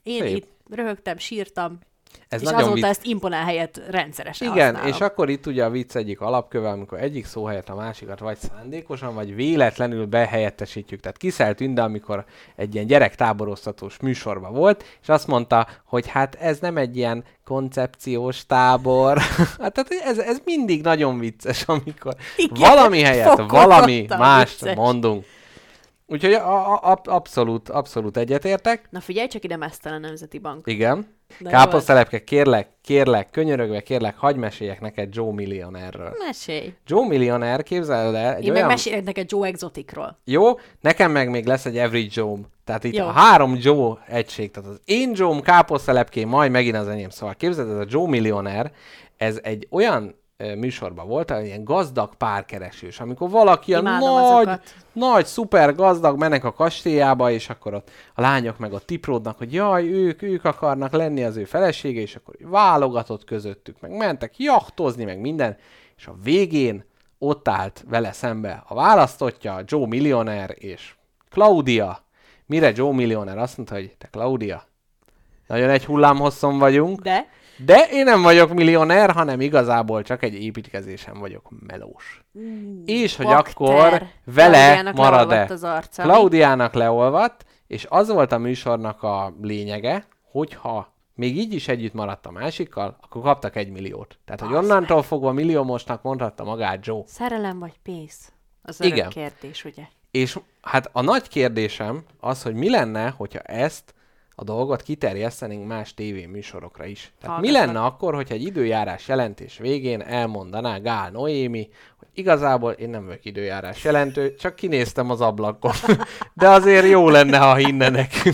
Én Szép. itt röhögtem, sírtam, Ez és nagyon azóta ezt imponál helyett rendszeresen Igen, használom. és akkor itt ugye a vicc egyik alapköve, amikor egyik szó helyett a másikat vagy szándékosan, vagy véletlenül behelyettesítjük. Tehát Kiszel Tünde, amikor egy ilyen gyerektáboroztatós műsorban volt, és azt mondta, hogy hát ez nem egy ilyen koncepciós tábor. Hát tehát ez mindig nagyon vicces, amikor Igen, valami helyett fokozottan valami mást vicces. mondunk. Úgyhogy abszolút egyetértek. Na figyelj csak ide, Meztelen Nemzeti Bank. Igen. Na, Káposztelepke, kérlek, könyörögve kérlek, hagyj meséljek neked Joe Millionaireről. Mesélj. Joe Millionaire, képzeld el, egy Én olyan... meg mesélek neked Joe Exoticról. Jó, nekem meg még lesz egy Every Joe. Tehát itt Jó. a 3 Joe egység. Tehát az én Joe-m, káposztelepkén, majd megint az enyém. Szóval képzeld, ez a Joe Millionaire, ez egy olyan műsorban volt, ilyen gazdag párkeresős, amikor valaki a Imádom nagy, azokat. nagy, szuper gazdag mennek a kastélyába, és akkor ott a lányok meg ott tipródnak, hogy jaj, ők akarnak lenni az ő felesége, és akkor válogatott közöttük, meg mentek jachtozni, meg minden, és a végén ott állt vele szembe a választottja, Joe Millionaire és Claudia. Mire Joe Millionaire azt mondta, hogy te Claudia, nagyon egy hullámhosszon vagyunk, de én nem vagyok millionér, hanem igazából csak egy építkezésen vagyok melós. És hogy bakter. akkor vele Claudiának marad-e? leolvadt az arca, mi? Claudiának leolvadt, és az volt a műsornak a lényege, hogyha még így is együtt maradt a másikkal, akkor kaptak 1 milliót. Tehát, hogy onnantól fogva milliómosnak mondhatta magát Joe. Szerelem vagy pénz? Az Igen. örök kérdés, ugye? És hát a nagy kérdésem az, hogy mi lenne, hogyha ezt a dolgot kiterjesztenénk más tévéműsorokra is. Tehát mi lenne akkor, hogyha egy időjárás jelentés végén elmondaná Gál Noémi, hogy igazából én nem vagyok időjárás jelentő, csak kinéztem az ablakon. De azért jó lenne, ha hinne nekünk.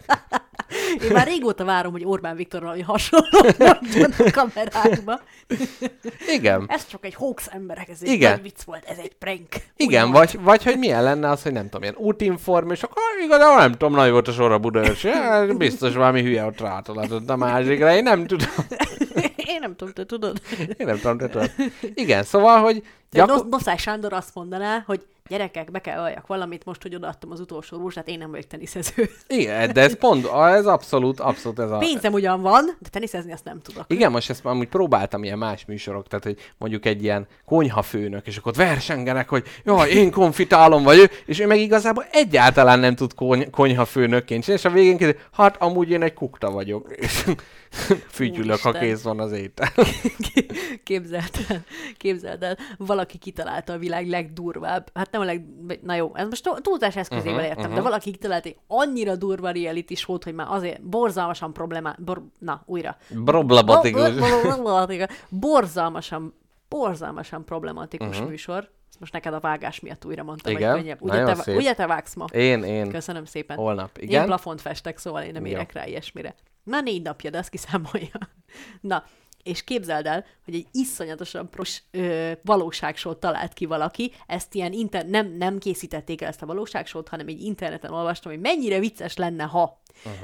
Én már régóta várom, hogy Orbán Viktor valami hasonló mondjon a kamerákba. Igen. Ez csak egy hoax, emberek, ez egy Igen. nagy vicc volt, ez egy prank. Igen, vagy hogy milyen lenne az, hogy nem tudom, ilyen útinform, és akkor igazából nem tudom, nagy volt a sor a Budaörsi, biztos valami hülye ott rátolatott a másikra, én nem tudom. Én nem tudom, te tudod. Én nem tudom, te tudod. Igen, szóval, hogy... Noszály Sándor azt mondaná, hogy gyerekek, be kell valljak valamit, most, hogy odaadtam az utolsó rúzsát, én nem vagyok teniszező. Igen, de ez pont, ez abszolút ez a... Pénzem ugyan van, de teniszezni azt nem tudok. Igen, most ezt már amúgy próbáltam ilyen más műsorok, tehát hogy mondjuk egy ilyen konyhafőnök, és akkor ott versengenek, hogy jaj, én konfitálom vagy ő, és ő meg igazából egyáltalán nem tud konyhafőnökként csinálni, és a végén kérdezi, hát amúgy én egy kukta vagyok, és fütyülök, ha kész van az étel. Képzeld el, valaki kitalálta a világ legdurvább, hát nem a na jó, ez most túlzás eszközével értem, de valaki kitalálta egy annyira durva reality show-t, hogy már azért borzalmasan borzalmasan problematikus műsor. Ezt most neked a vágás miatt újra mondtam, igen, hogy könnyebb. Ugye te vágsz ma? Én. Köszönöm szépen. Holnap, igen. Én plafont festek, szóval én nem érek rá ilyesmire. Na 4 napja, de azt kiszámolja. Na, és képzeld el, hogy egy iszonyatosan valóságsót talált ki valaki, ezt ilyen nem készítették el ezt a valóságsót, hanem egy interneten olvastam, hogy mennyire vicces lenne, ha.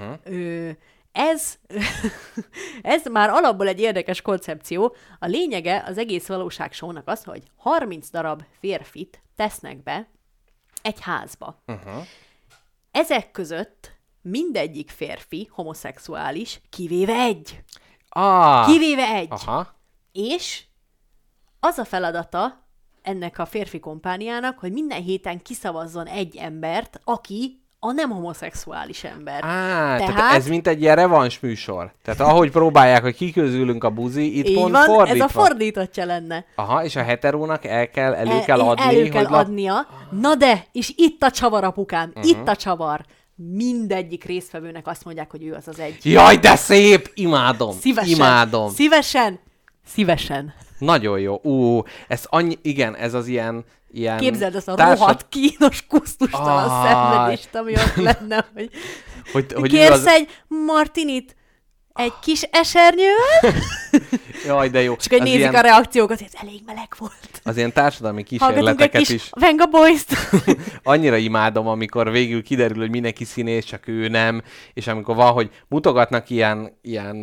Ez már alapból egy érdekes koncepció. A lényege az egész valóságsónak az, hogy 30 darab férfit tesznek be egy házba. Ezek között mindegyik férfi homoszexuális, kivéve egy. Kivéve egy. Aha. És az a feladata ennek a férfi kompániának, hogy minden héten kiszavazzon egy embert, aki a nem homoszexuális ember. Tehát ez mint egy ilyen revans műsor. Tehát ahogy próbálják, hogy kiközülünk a buzi, itt pont van, fordítva. Ez a fordítottja lenne. Aha, és a heterónak elő kell adni. Elő kell adnia. Na de, és itt a csavar, apukám, itt a csavar. Mindegyik résztvevőnek azt mondják, hogy ő az az egy. Jaj, de szép! Imádom! Imádom! Szívesen. Nagyon jó. Ez annyi, igen, ez az ilyen képzeld ezt a rohadt kínos, kusztustalan szenvedést, ami ott lenne, hogy kérsz egy martinit, egy kis esernyővel, Jaj, de jó. és akkor nézik ilyen, a reakciókat, hogy ez elég meleg volt. az ilyen társadalmi Hallgatunk egy kísérleteket kis is Venga Boys-t. annyira imádom, amikor végül kiderül, hogy mindenki színész, csak ő nem, és amikor van, hogy mutogatnak ilyen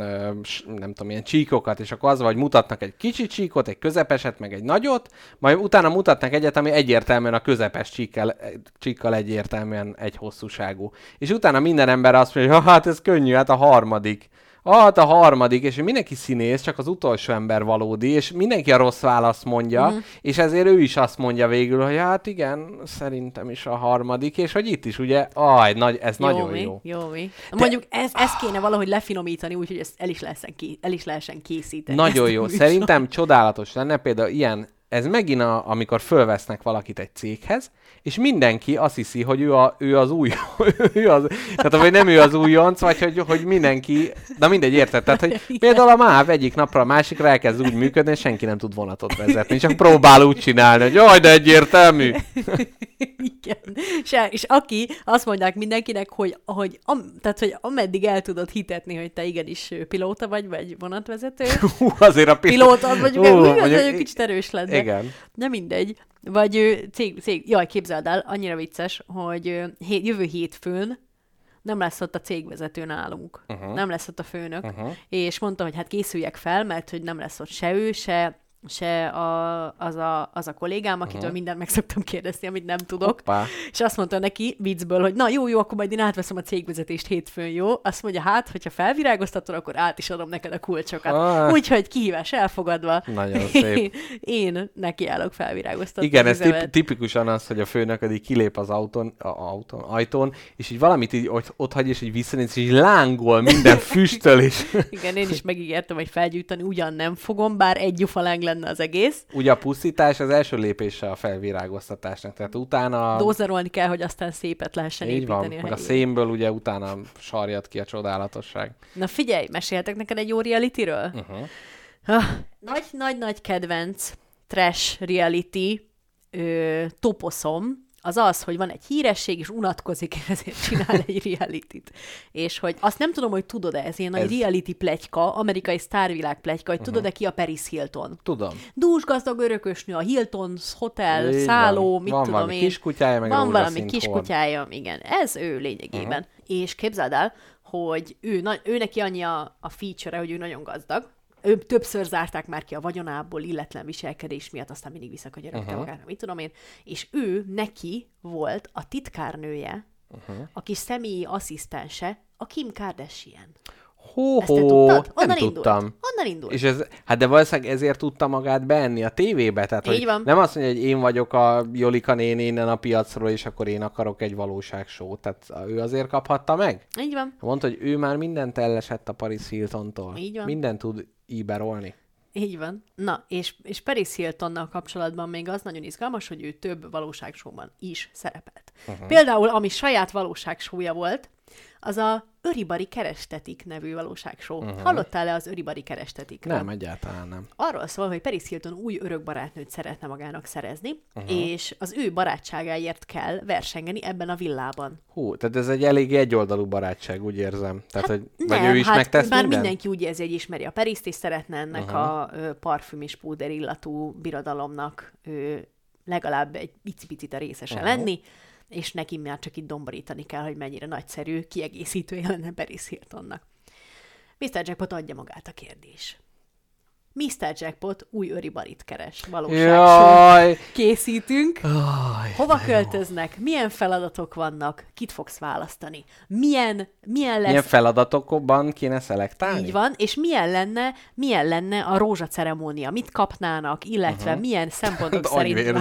nem tudom, ilyen csíkokat, és akkor az van, hogy mutatnak egy kicsi csíkot, egy közepeset, meg egy nagyot, majd utána mutatnak egyet, ami egyértelműen a közepes csíkkal egyértelműen egy hosszúságú. És utána minden ember azt mondja, hogy hát ez könnyű, hát a harmadik. Hát a harmadik, és mindenki színész, csak az utolsó ember valódi, és mindenki a rossz választ mondja, és ezért ő is azt mondja végül, hogy hát igen, szerintem is a harmadik, és hogy itt is ugye, ez nagyon jó. Jó. Mondjuk ezt kéne valahogy lefinomítani, úgyhogy ezt el is lehessen készíteni. Nagyon jó. Szerintem csodálatos lenne például ilyen, ez megint amikor fölvesznek valakit egy céghez, és mindenki azt hiszi, hogy ő az új, tehát vagy nem ő az újonc, vagy hogy mindenki, na mindegy, érted? Tehát, hogy például a MÁV egyik napra a másikra elkezd úgy működni, és senki nem tud vonatot vezetni, csak próbál úgy csinálni, hogy jaj, de egyértelmű. Igen. És aki azt mondják mindenkinek, hogy ameddig el tudod hitetni, hogy te igenis pilóta vagy vonatvezető. Azért a pilóta, az mondjuk kicsit erős lenne. Igen. De mindegy. Vagy jaj, képzeld el, annyira vicces, hogy jövő hétfőn nem lesz ott a cégvezető nálunk. Nem lesz ott a főnök. És mondta, hogy hát készüljek fel, mert hogy nem lesz ott se ő, se az a kollégám, akitől mindent meg szoktam kérdezni, amit nem tudok. Hoppá. És azt mondta neki viccből, hogy na jó, akkor majd én átveszem a cégvezetést hétfőn, jó? Azt mondja, hát, hogyha felvirágoztatod, akkor át is adom neked a kulcsokat. Úgyhogy kihívás elfogadva. Nagyon szép. Én nekiállok felvirágoztatni. Igen, ez tipikusan az, hogy a főnök így kilép az ajtón, és így valamit így ott hagy, és így visszanéz, és így lángol minden füstöl. Igen, én is megígértem, hogy felgyújtani ugyan nem fogom, bár egy gyufaláng lenne az egész. Ugye a pusztítás az első lépése a felvirágoztatásnak, tehát utána... Dózerolni kell, hogy aztán szépet lehessen így építeni van, a meg helyére. a szénből ugye utána sarjad ki a csodálatosság. Na figyelj, meséltek neked egy jó realityről? Nagy kedvenc trash reality toposzom, az az, hogy van egy híresség, és unatkozik, és ezért csinál egy realityt. És hogy azt nem tudom, hogy tudod-e, ez ilyen nagy reality pletyka, amerikai sztárvilág pletyka, hogy tudod-e ki a Paris Hilton? Tudom. Dúsgazdag örökösnő, a Hilton's Hotel, szálló, mit van tudom valami én. kiskutyája, meg van valami kiskutyája, igen. Ez ő lényegében. És képzeld el, hogy ő neki annyi a feature-e, hogy ő nagyon gazdag. Ő többször zárták már ki a vagyonából, illetlen viselkedés miatt, aztán mindig visszakanyarogta magára, mit tudom én. És neki volt a titkárnője, a kis személyi asszisztense, a Kim Kardashian. Ezt te tudtad? Nem tudtam. Onnan indult. És de valószínűleg ezért tudta magát beenni a tévébe, tehát Így hogy van. nem azt mondja, hogy én vagyok a Jolika néni innen a piacról, és akkor én akarok egy valóságsót. Tehát ő azért kaphatta meg? Így van. Mondta, hogy ő már mindent ellesett a Paris Hiltontól. Így van. Mindent tud íberolni. Így van. Na, és Paris Hiltonnal kapcsolatban még az nagyon izgalmas, hogy ő több valóságsóban is szerepelt. Például, ami saját valóságsója volt, az a Öribari Kerestetik nevű valóságshow. Hallottál-e az Öribari Kerestetikről? Nem, egyáltalán nem. Arról szól, hogy Paris Hilton új örökbarátnőt szeretne magának szerezni, és az ő barátságáért kell versengeni ebben a villában. Tehát ez egy eléggé egyoldalú barátság, úgy érzem. Tehát, hogy vagy Nem, ő is megtesz már mindent? mindenki úgy érzi, hogy ismeri a Parist, és szeretne ennek a parfüm és púder illatú birodalomnak legalább egy picit a részese lenni, és neki már csak itt domborítani kell, hogy mennyire nagyszerű kiegészítője lenne Paris Hiltonnak. Mr. Jackpot adja magát a kérdés. Mr. Jackpot új Öribarit keres. Valóságshow készítünk. Hova költöznek? Milyen feladatok vannak? Kit fogsz választani? Milyen feladatokban kéne szelektálni? Így van, és milyen lenne a rózsaceremónia? Mit kapnának, illetve milyen szempontok szerint...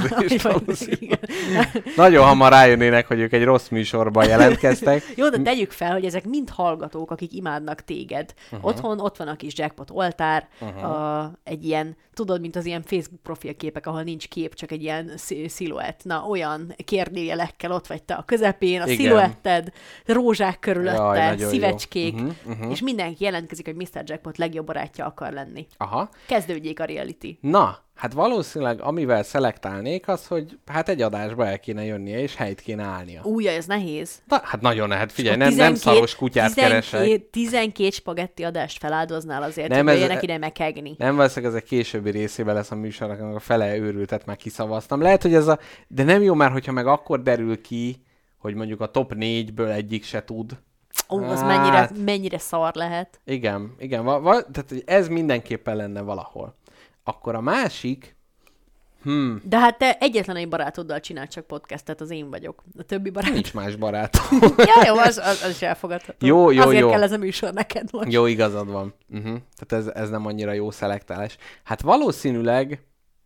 Nagyon hamar rájönnének, hogy ők egy rossz műsorban jelentkeztek. Jó, de tegyük fel, hogy ezek mind hallgatók, akik imádnak téged. Otthon ott van a kis Jackpot oltár, egy ilyen, tudod, mint az ilyen Facebook profilképek, ahol nincs kép, csak egy ilyen sziluett. Na, olyan kérdőjelekkel ott vagy te a közepén, a sziluetted, rózsák körülötte, szívecskék, és mindenki jelentkezik, hogy Mr. Jackpot legjobb barátja akar lenni. Kezdődjék a reality. Na, Hát valószínűleg amivel szelektálnék az, hogy hát egy adásba el kéne jönnie, és helyt kéne állnia. Újja, ez nehéz. Hát nagyon lehet, figyelj, nem szaros kutyát keresek. 12 spagetti adást feláldoznál azért, Nem, hogy ez- jöjjenek ide megkegni. Nem valószínűleg ez a későbbi részében lesz a műsornak, amikor a fele őrültet már kiszavaztam. Lehet, hogy ez a... De nem jó már, hogyha meg akkor derül ki, hogy mondjuk a top 4-ből egyik se tud. Ó, az Hát. mennyire szar lehet. Igen. Tehát hogy ez mindenképpen lenne valahol. Akkor a másik... De hát te egyetlen egy barátoddal csinál csak podcastet, az én vagyok. A többi barát... Nincs más barátom. Ja, jó, az is elfogadható. Jó, Azért jó. kell ez a műsor neked most. Jó, igazad van. Tehát ez nem annyira jó szelektálás. Hát valószínűleg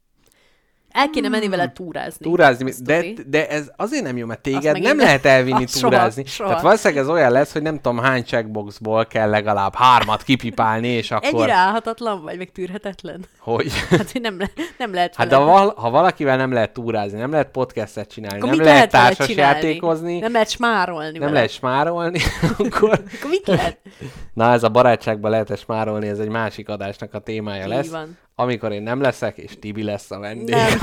El kéne menni vele túrázni. túrázni, Azt de, tudni. de ez azért nem jó, mert Azt téged meg nem én- lehet elvinni Azt soha, túrázni. soha. Tehát valószínűleg ez olyan lesz, hogy nem tudom hány checkboxból kell legalább 3 kipipálni, és akkor... Ennyire állhatatlan vagy, meg tűrhetetlen. Hogy? Hát, hogy nem lehet Hát vele. de ha valakivel nem lehet túrázni, nem lehet podcastet csinálni, Akkor nem mit lehet vele társas csinálni? játékozni, Nem lehet smárolni nem vele. lehet smárolni, akkor... Akkor mit lehet? Na, ez a barátságban lehet smárolni, ez egy másik adásnak a témája Így lesz. van. Amikor én nem leszek, és Tibi lesz a vendég. Nem.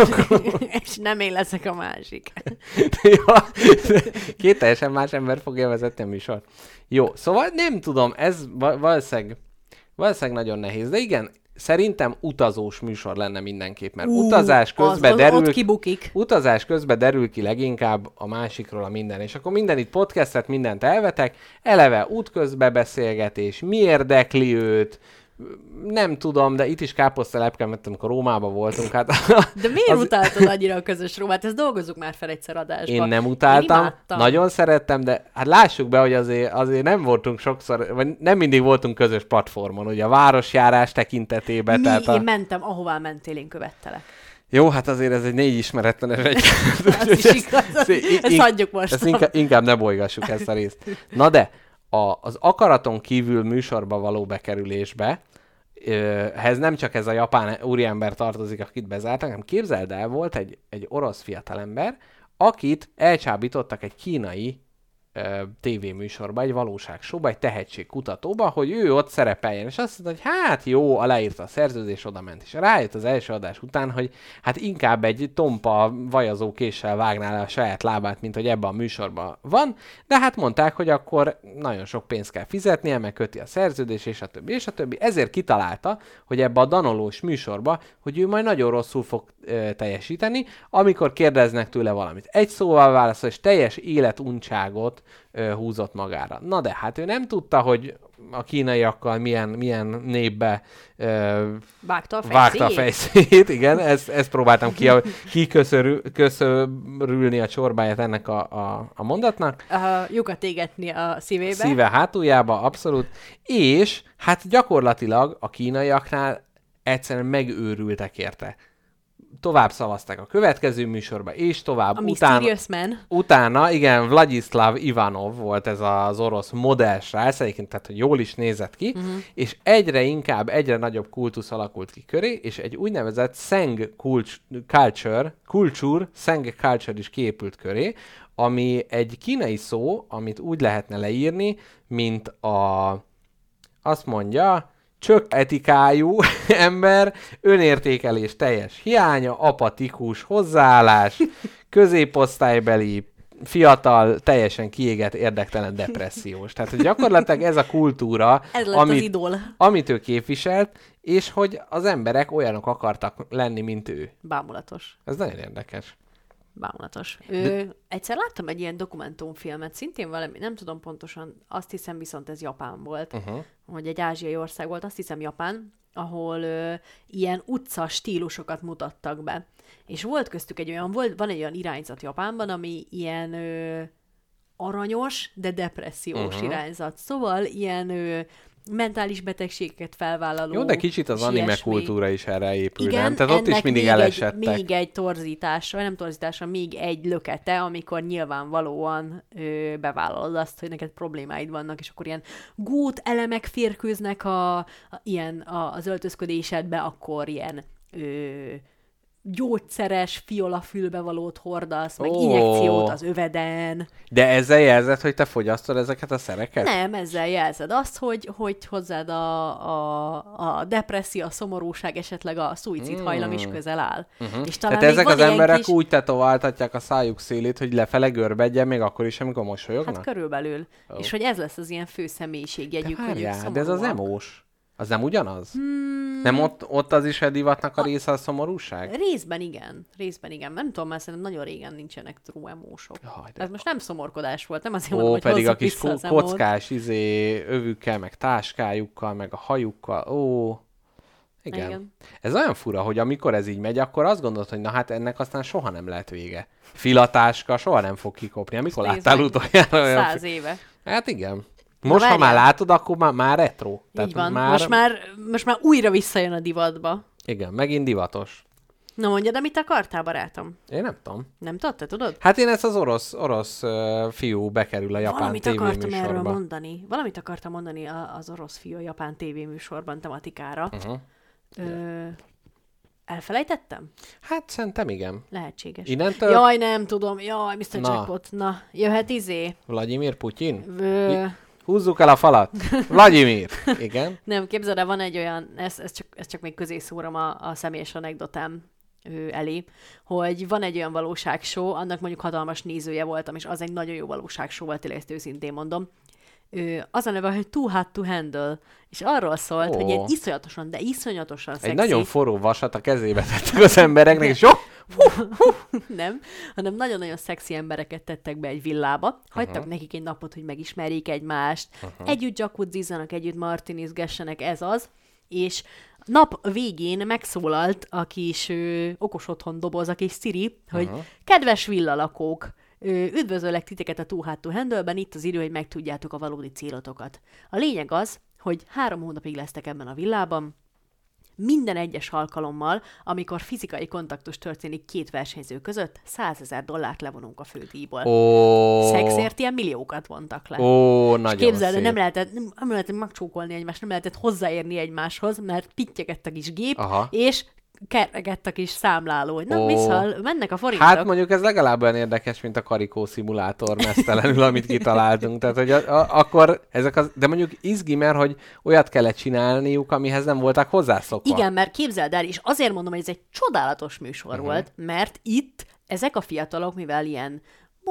És nem én leszek a másik. Ja, két teljesen más ember fogja vezetni a műsort. Jó, szóval nem tudom, ez valószínűleg nagyon nehéz, de igen, szerintem utazós műsor lenne mindenképp, mert utazás közben derül... Ott kibukik. Utazás közben derül ki leginkább a másikról a minden, és akkor minden itt podcastet, mindent elvetek, eleve útközben beszélgetés, mi érdekli őt, nem tudom, de itt is káposztelepken, mert amikor Rómában voltunk, hát... De miért utáltad annyira a közös Rómát? Ezt dolgozzuk már fel egyszer adásba. Én nem utáltam, imádtam. nagyon szerettem, de hát lássuk be, hogy azért nem voltunk sokszor, vagy nem mindig voltunk közös platformon, ugye a városjárás tekintetében. Én mentem, ahová mentél, én követtelek. Jó, hát azért ez egy 4 ismeretlenes egy... Az is igaz. Ezt hagyjuk most. Ezt inkább ne bolygassuk ezt a részt. Na de, az akaraton kívül műsorba való bekerülésbe, ehhez nem csak ez a japán úriember tartozik, akit bezártak, hanem képzeld el, volt egy orosz fiatalember, akit elcsábítottak egy kínai tévéműsorba, egy valóságshowba, egy tehetségkutatóba, hogy ő ott szerepeljen. És azt mondta, hogy hát jó, aláírta a szerződés, oda ment. És rájött az első adás után, hogy hát inkább egy tompa vajazó késsel vágná le a saját lábát, mint hogy ebben a műsorban van, de hát mondták, hogy akkor nagyon sok pénzt kell fizetnie, meg köti a szerződés, és a többi, és a többi. Ezért kitalálta, hogy ebbe a danolós műsorba, hogy ő majd nagyon rosszul fog teljesíteni, amikor kérdeznek tőle valamit. Egy szóval válaszol, és teljes életuncságot húzott magára. Na de, hát ő nem tudta, hogy a kínaiakkal milyen népbe Vágta a fejszét. Igen, ezt próbáltam kiköszörülni a csorbáját ennek a mondatnak. Lyukat égetni a szívébe. Szíve hátuljába, abszolút. És hát gyakorlatilag a kínaiaknál egyszerűen megőrültek érte. Tovább szavazták a következő műsorba, és tovább. A Mysterious Man. Utána, igen, Vladislav Ivanov volt ez az orosz modellsrác, egyébként, tehát, hogy jól is nézett ki, és egyre nagyobb kultusz alakult ki köré, és egy úgynevezett Seng culture is kiépült köré, ami egy kínai szó, amit úgy lehetne leírni, mint azt mondja, csök etikájú ember, önértékelés teljes hiánya, apatikus hozzáállás, középosztálybeli, fiatal, teljesen kiégett, érdektelen, depressziós. Tehát hogy gyakorlatilag ez a kultúra, Ez lett az idól. amit ő képviselt, és hogy az emberek olyanok akartak lenni, mint ő. Bámulatos. Ez nagyon érdekes. Bámulatos. Egyszer láttam egy ilyen dokumentumfilmet, szintén valami, nem tudom pontosan, azt hiszem viszont ez Japán volt, hogy egy ázsiai ország volt, azt hiszem Japán, ahol ilyen utca stílusokat mutattak be. És volt köztük egy olyan, van egy olyan irányzat Japánban, ami ilyen aranyos, de depressziós irányzat. Szóval ilyen mentális betegségeket felvállaló. Jó, de kicsit az anime ilyesmi. kultúra is erre épül, Igen, nem? Tehát ott is mindig elesettek. még egy torzítása, vagy nem torzítása, még egy lökete, amikor nyilvánvalóan bevállalod azt, hogy neked problémáid vannak, és akkor ilyen gút elemek férkőznek az öltözködésedbe, akkor ilyen gyógyszeres fiolafülbevalót hordasz, meg injekciót az öveden. De ezzel jelzed, hogy te fogyasztod ezeket a szereket? Nem, ezzel jelzed azt, hogy hozzád a depresszió, a szomorúság, esetleg a szuicid hajlam is közel áll. És talán tehát ezek van az emberek kis... úgy tetováltatják a szájuk szélét, hogy lefele görbedjen, még akkor is, amikor mosolyognak? Hát körülbelül. És hogy ez lesz az ilyen fő személyiségjegyük, hogy ők szomorúak. De ez az emós. Az nem ugyanaz? Nem ott az is a divatnak a része a szomorúság? Részben igen. Nem tudom, mert szerintem nagyon régen nincsenek true emósok. Ez most nem szomorkodás volt, nem azért mondom, hogy pedig a hozzuk kis vissza az emót. kockás övükkel, meg táskájukkal, meg a hajukkal. Igen. Ez olyan fura, hogy amikor ez így megy, akkor azt gondolod, hogy na hát ennek aztán soha nem lehet vége. Filatáska soha nem fog kikopni. Amikor láttál utoljára olyan... 100 éve. Hát igen. Most, ha már látod, akkor már retro. Így van. Most már újra visszajön a divatba. Igen, megint divatos. Na mondja, de mit akartál, barátom? Én nem tudom. Nem tudod, te tudod? Hát én ezt az orosz fiú bekerül a japán tévéműsorba. Valamit akartam mondani az orosz fiú a japán tévéműsorban tematikára. Elfelejtettem? Hát szerintem igen. Lehetséges. Innentől... Jaj, nem tudom. Jaj, Mr. Jackpot. Na, jöhet Vladimir Putyin? Húzzuk el a falat. Vladimir. Igen. Nem, képzeld el, van egy olyan, ez csak még közé szórom a személyes anekdotám elé, hogy van egy olyan valóságshow, annak mondjuk hatalmas nézője voltam, és az egy nagyon jó valóságshow volt, tényleg ezt őszintén mondom. Az a neve, hogy Too Hot to Handle, és arról szólt, hogy ilyen iszonyatosan szexi. Egy nagyon forró vasat a kezébe tettek az embereknek, és Nem, hanem nagyon-nagyon szexi embereket tettek be egy villába, hagytak nekik egy napot, hogy megismerjék egymást, együtt jacuzzizzanak, együtt martinizgessenek, ez az, és nap végén megszólalt a kis okos otthon doboz, a kis Siri, hogy kedves villalakók, üdvözöllek titeket a Too Hot to Handle-ben, itt az idő, hogy megtudjátok a valódi célotokat. A lényeg az, hogy 3 hónapig lesztek ebben a villában, minden egyes alkalommal, amikor fizikai kontaktus történik 2 versenyző között, $100,000 levonunk a fődíjból. Szexért ilyen milliókat vontak le. Nagyon képzeld, szép. Nem lehetett megcsókolni egymást, nem lehetett hozzáérni egymáshoz, mert pittyegett a kis gép, és kerregett a kis számláló, hogy mennek a forintok. Hát mondjuk ez legalább olyan érdekes, mint a karikó szimulátor mesztelenül, amit kitaláltunk. Tehát, hogy akkor ezek de mondjuk izgi, mert hogy olyat kellett csinálniuk, amihez nem voltak hozzászokva. Igen, mert képzeld el, és azért mondom, hogy ez egy csodálatos műsor volt, mert itt ezek a fiatalok, mivel ilyen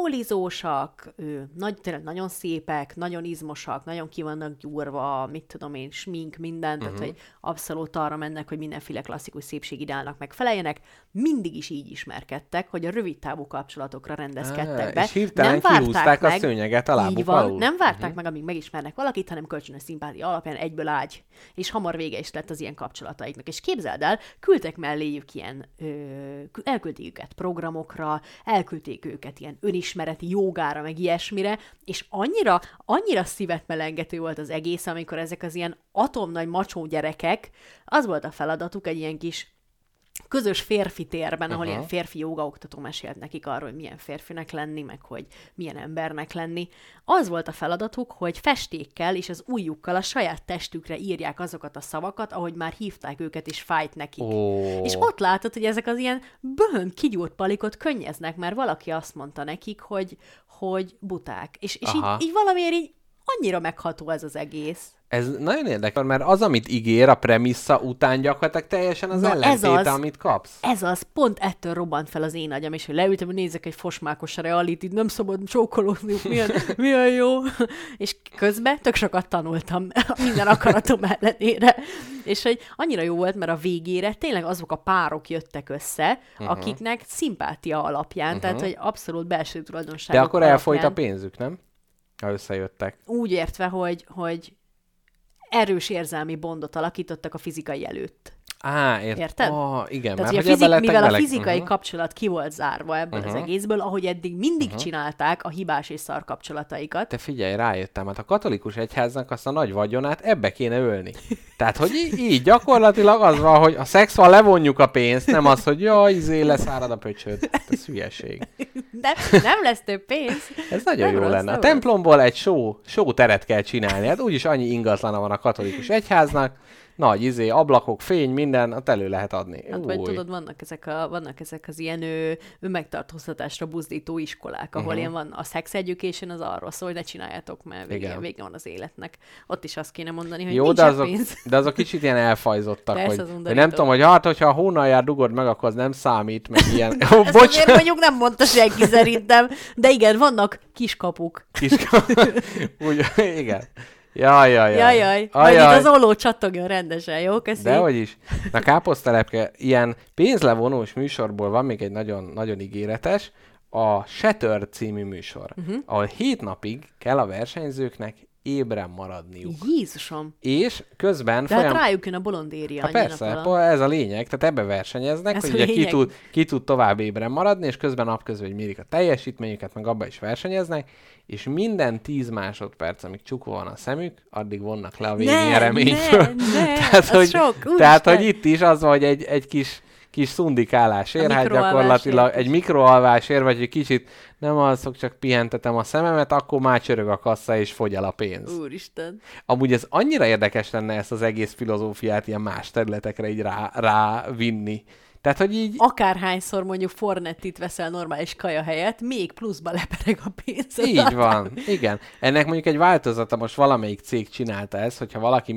bulizósak, tényleg nagyon szépek, nagyon izmosak, nagyon ki vannak gyúrva, mit tudom én, smink, minden, tehát hogy abszolút arra mennek, hogy mindenféle klasszikus szépségideálnak megfeleljenek, mindig is így ismerkedtek, hogy a rövid távú kapcsolatokra rendezkedtek be. És hirtelen kihúzták a szőnyeget a lábuk alul. Nem várták meg, amíg megismernek valakit, hanem kölcsönös szimpátia alapján egyből ágy. És hamar vége is lett az ilyen kapcsolataiknak. És képzeld el, küldtek melléjük ilyen, elküldték őket programokra, elküldték őket ilyen önismereti jogára, meg ilyesmire, és annyira szívet melengető volt az egész, amikor ezek az ilyen atomnagy macsó gyerekek, az volt a feladatuk egy ilyen kis közös férfi térben, ahol ilyen férfi jogaoktató mesélt nekik arról, hogy milyen férfinek lenni, meg hogy milyen embernek lenni. Az volt a feladatuk, hogy festékkel és az ujjukkal a saját testükre írják azokat a szavakat, ahogy már hívták őket, és fájt nekik. És ott látod, hogy ezek az ilyen böhön kigyúrt palikot könnyeznek, mert valaki azt mondta nekik, hogy buták. És így valamiért így annyira megható ez az egész. Ez nagyon érdekes, mert az, amit ígér a premissza után gyakorlatilag teljesen az ellentéte, amit kapsz. Ez az, pont ettől robbant fel az én agyam, és hogy leültem, hogy nézzek egy fosmákos realityt, nem szabad csókolózniuk, milyen jó. És közben tök sokat tanultam minden akaratom ellenére. És hogy annyira jó volt, mert a végére tényleg azok a párok jöttek össze, akiknek szimpátia alapján, tehát hogy abszolút belső tulajdonságok. De akkor elfolyt a pénzük, nem? Ha összejöttek. Úgy értve, hogy erős érzelmi bondot alakítottak a fizikai előtt. Érted? Igen, tehát, mert mivel a fizikai kapcsolat ki volt zárva ebből az egészből, ahogy eddig mindig csinálták a hibás és szar kapcsolataikat. Te figyelj, rájöttem, hát a katolikus egyháznak azt a nagy vagyonát ebbe kéne ölni. Tehát, hogy így gyakorlatilag az van, hogy a szex van, levonjuk a pénzt, nem az, hogy jaj, leszárad a pöcsöd. Ez hülyeség. De nem lesz több pénz. Ez nagyon jó lenne. A templomból egy show teret kell csinálni. Hát úgyis annyi ingatlana van a katolikus egyháznak, nagy ablakok, fény, minden, ott elő lehet adni. Hát vagy tudod, vannak ezek az ilyen önmegtartóztatásra buzdító iskolák, ahol ilyen van a sex education, az arról szól, hogy ne csináljátok, mert vége van az életnek. Ott is azt kéne mondani, hogy jó, nincs pénz. De azok kicsit ilyen elfajzottak, Persze, hogy nem tudom, hogy hogyha a hónaljár dugod meg, akkor az nem számít, meg ilyen. Ezt azért mondjuk nem mondta senki szerintem, de igen, vannak kiskapuk. Úgy, igen. Jaj. Majd itt az olló csattogjon rendesen, jó? Köszi. Dehogy is. Na, káposztelepke, ilyen pénzlevonós műsorból van még egy nagyon, nagyon ígéretes, a Shatter című műsor, ahol 7 napig kell a versenyzőknek ébren maradniuk. Jézusom! És közben... De hát rájuk jön a bolondéria. Persze, ez a lényeg, tehát ebbe versenyeznek, ez hogy ugye ki tud tovább ébren maradni, és közben napközben, hogy mérik a teljesítményüket, meg abba is versenyeznek, és minden 10 másodperc, amíg csukva van a szemük, addig vonnak le a végnyereményből. Tehát, hogy itt is az van, hogy egy kis szundikálásért, hát gyakorlatilag egy mikroalvásért, vagy egy kicsit nem alszok, csak pihentetem a szememet, akkor már csörög a kassa, és fogy el a pénz. Úristen. Amúgy ez annyira érdekes lenne ezt az egész filozófiát ilyen más területekre így rávinni. Tehát, hogy így... Akárhányszor mondjuk Fornettit veszel normális kaja helyett, még pluszba lepereg a pénz. Így van, igen. Ennek mondjuk egy változata, most valamelyik cég csinálta ezt, hogyha valaki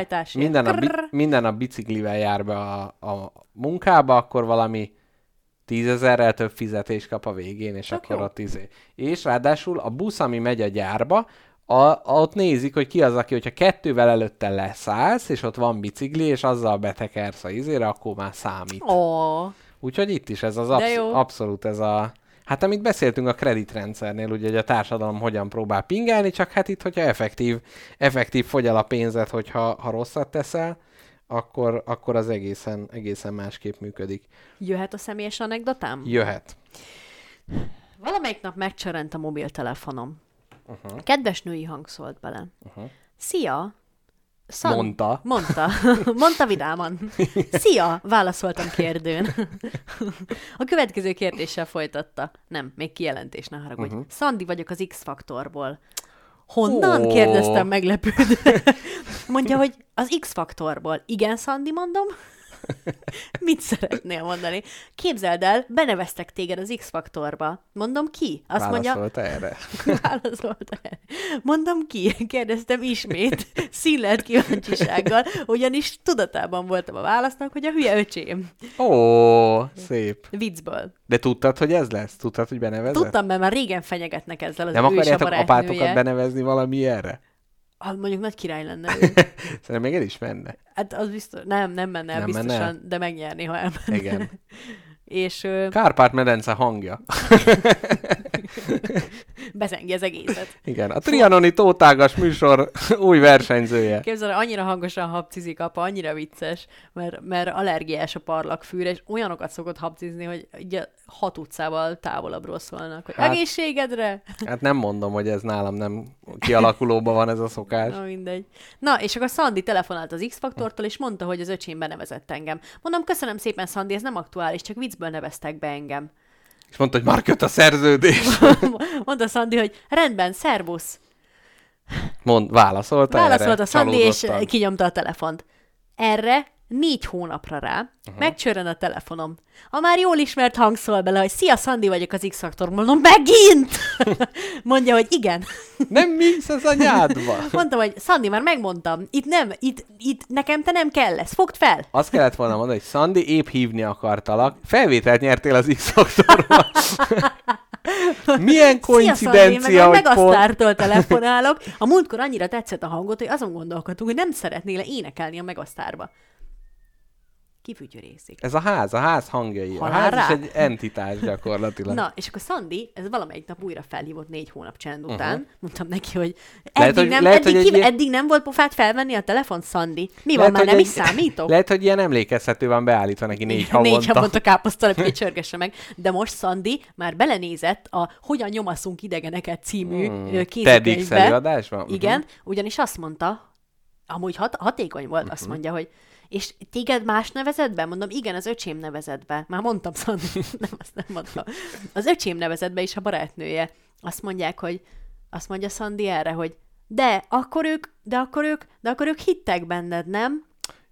minden nap biciklivel jár be a munkába, akkor valami 10 000-rel több fizetést kap a végén, és csak akkor jó. Ott És ráadásul a busz, ami megy a gyárba, ott nézik, hogy ki az, aki, hogyha 2-vel előtte leszállsz, és ott van bicikli, és azzal betekersz a akkor már számít. Úgyhogy itt is ez az abszolút ez a... Hát amit beszéltünk a kreditrendszernél, ugye, hogy a társadalom hogyan próbál pingálni, csak hát itt, hogyha effektív fogy el a pénzed, hogyha rosszat teszel, akkor az egészen másképp működik. Jöhet a személyes anekdotám? Jöhet. Valamelyik nap megcserent a mobiltelefonom. Kedves női hang szólt bele. Szia! Mondta vidáman. Szia! Válaszoltam kérdőn. A következő kérdéssel folytatta. Nem, még kijelentés, ne haragudj. Szandi vagyok az X-faktorból. Honnan? Kérdeztem meglepődve. Mondja, hogy az X-faktorból. Igen, Szandi, mondom. Mit szeretnél mondani? Képzeld el, beneveztek téged az X-faktorba. Mondom, ki? Azt Válaszolta erre. Válaszolta erre. Mondom, ki? Kérdeztem ismét, színlelt kíváncsisággal, ugyanis tudatában voltam a válasznak, hogy a hülye öcsém. Szép. Viccből. De tudtad, hogy ez lesz? Tudtad, hogy benevezett? Tudtam, mert már régen fenyegetnek ezzel az nem akarjátok apátokat benevezni valami erre? Mondjuk nagy király lenne. Szerintem még el is menne. Hát az biztos, nem menne el biztosan, menne. De megnyerni, ha elmenne. Igen. És... Kárpát-medence hangja. Bezengi az egészet. Igen, a trianoni tótágas műsor új versenyzője. Képzeld, annyira hangosan habcizik apa, annyira vicces, mert allergiás a parlagfűre, és olyanokat szokott habcizni, hogy ugye 6 utcával távolabbról szólnak, hogy egészségedre. Hát nem mondom, hogy ez nálam nem kialakulóban van ez a szokás. Na, mindegy. Na, és akkor Szandi telefonált az X-faktortól, és mondta, hogy az öcsém benevezett engem. Mondom, köszönöm szépen, Szandi, ez nem aktuális, csak viccből neveztek be engem. És mondta, hogy már köt a szerződés. Mondta Szandi, hogy rendben, szervusz. Válaszolta a Szandi, és kinyomta a telefont. Erre 4 hónapra rá megcsörren a telefonom. A már jól ismert hang szól bele, hogy szia, Szandi vagyok az X-faktor. Mondom, megint! Mondja, hogy igen. Nem mész az anyádba. Mondtam, hogy Szandi, már megmondtam. Itt nekem te nem kell lesz. Fogd fel! Azt kellett volna mondani, hogy Szandi, épp hívni akartalak. Felvételt nyertél az X-faktorban. Milyen koincidencia, hogy meg a Sztártól telefonálok. A múltkor annyira tetszett a hangot, hogy azon gondolkodtunk, hogy nem szeretnél énekelni a Megasztárba. Kifütyörészik. Ez a ház hangjai. A ház is egy entitás gyakorlatilag. Na, és akkor Szandi, ez valamelyik nap újra felhívott 4 hónap csend után. Mondtam neki, hogy eddig nem volt pofát felvenni a telefon, Szandi. Mi van, már nem is számítok? Lehet, hogy ilyen emlékezhető van beállítva neki 4 havonta. 4 havonta káposztalepkét csörgesse meg. De most Szandi már belenézett a Hogyan nyomasszunk idegeneket című kézikönyvbe. előadásban? Igen, ugyanis azt mondta, amúgy hatékony volt, azt mondja, hogy és téged más nevezett be? Mondom, igen, az öcsém nevezett be. Már mondtam, Szandi, azt nem mondtam. Az öcsém nevezett be, és a barátnője. Azt mondja Szandi erre, hogy de akkor ők hittek benned, nem?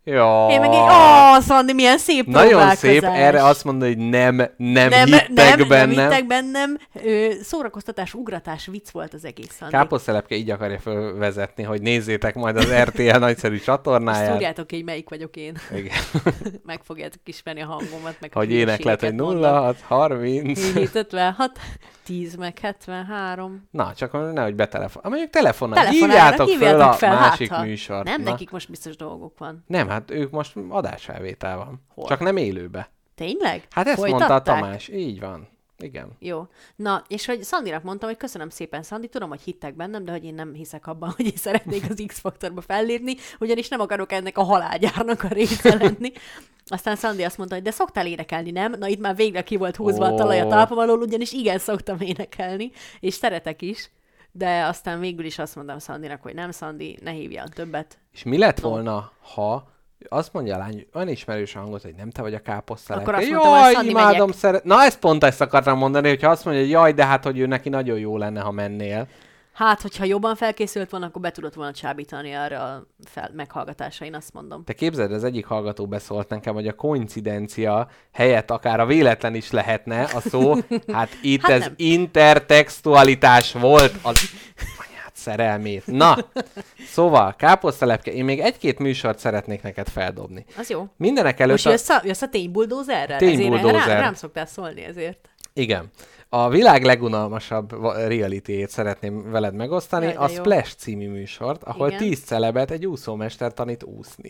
Jó. Én meg Szandi, milyen szép Nagyon próbálkozás. szép, erre azt mondani, hogy nem hittek bennem. Nem hittek bennem. Szórakoztatás, ugratás, vicc volt az egész, Szandi. Káposztelepke így akarja felvezetni, hogy nézzétek majd az RTL nagyszerű csatornáját. Azt tudjátok, hogy melyik vagyok én. Igen. Meg fogjátok ismerni a hangomat, meg a Hogy éneklet, hogy 0, 30. 56, 10 meg 73. Na, csak nehogy betelefon. Mondjuk telefonál. Telefonálnak, Hívjátok fel a hát, másik ha műsort. Nem, Na. nekik most biztos dolgok van. Nem, hát ők most adásfelvétel van. Hol? Csak nem élőbe. Tényleg? Hát ezt mondta a Folytatták? Tamás. Így van. Igen. Jó. Na, és hogy Szandinak mondtam, hogy köszönöm szépen, Szandi, tudom, hogy hittek bennem, de hogy én nem hiszek abban, hogy én szeretnék az X-faktorba fellépni, ugyanis nem akarok ennek a halálgyárnak a része lenni. Aztán Szandi azt mondta, hogy de szoktál énekelni, nem? Na itt már végre ki volt húzva a talaj a talpam alól, ugyanis igen, szoktam énekelni, és szeretek is, de aztán végül is azt mondtam Szandinak, hogy nem, Szandi, ne hívjál többet. És mi lett volna, ha azt mondja a lány, hogy olyan ismerős a hangot, hogy nem te vagy a káposztelepke. Akkor azt mondtam, hogy jaj, Szandi, imádom, megyek. Na, ezt akartam mondani, hogyha azt mondja, hogy jaj, de hát, hogy ő neki nagyon jó lenne, ha mennél. Hát, hogyha jobban felkészült volna, akkor be tudott volna csábítani arra a meghallgatásra, én azt mondom. Te képzeld, az egyik hallgató beszólt nekem, hogy a koincidencia helyett akár a véletlen is lehetne a szó. Hát itt Hát ez nem. intertextualitás volt az anyád szerelmét. Na, szóval, káposztelepke, én még egy-két műsort szeretnék neked feldobni. Az jó. Mindenek előtt... Most jössz a ténybuldózerrel? Ténybuldózer. Rám szoktál szólni ezért. Igen. A világ legunalmasabb realityét szeretném veled megosztani, Jaj, de a jó. Splash című műsort, ahol Igen. 10 celebet egy úszómester tanít úszni.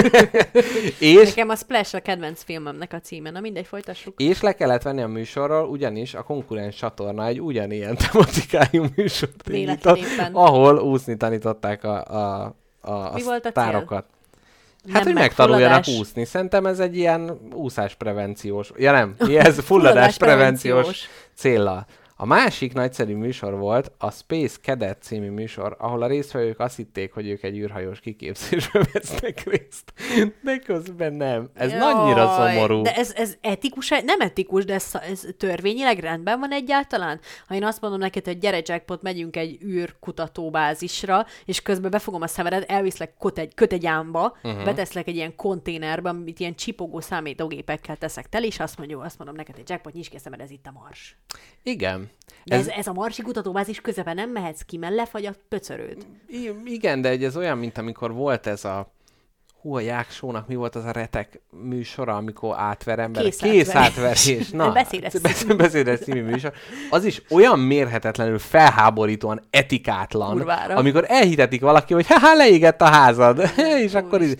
és, Nekem a Splash a kedvenc filmemnek a címe. Na mindegy, folytassuk. és le kellett venni a műsorról, ugyanis a konkurens csatorna egy ugyanilyen tematikájú műsort indított, Véletlenében. ahol úszni tanították a Mi volt a sztárokat. Hát, Nem hogy megtanuljanak megfulladás. úszni. Szerintem ez egy ilyen úszásprevenciós, ja nem, ez fulladásprevenciós céllal. A másik nagyszerű műsor volt a Space Cadet című műsor, ahol a résztvevők azt hitték, hogy ők egy űrhajós kiképzésben vesznek részt. De közben nem. Ez annyira szomorú. De ez etikus? Nem etikus, de ez törvényileg rendben van egyáltalán? Ha én azt mondom neked, hogy gyere Jackpot, megyünk egy űrkutatóbázisra, és közben befogom a szemered, elviszlek köt egy ámba, beteszlek egy ilyen konténerbe, amit ilyen csipogó számítógépekkel teszek tele, és azt mondom neked, hogy Jackpot, nyisd ki a szemed, ez itt a Mars. Igen. De ez a marsi kutatóbázis közeben nem mehetsz ki, mert lefagy a pöcörőd. Igen, de ez olyan, mint amikor volt ez a a Jáksónak mi volt az a retek műsora, amikor átver emberek? Készátverés. Na, beszédes című műsor. Az is olyan mérhetetlenül felháborítóan etikátlan, Kurvára. amikor elhitetik valaki, hogy leégett a házad. És akkor így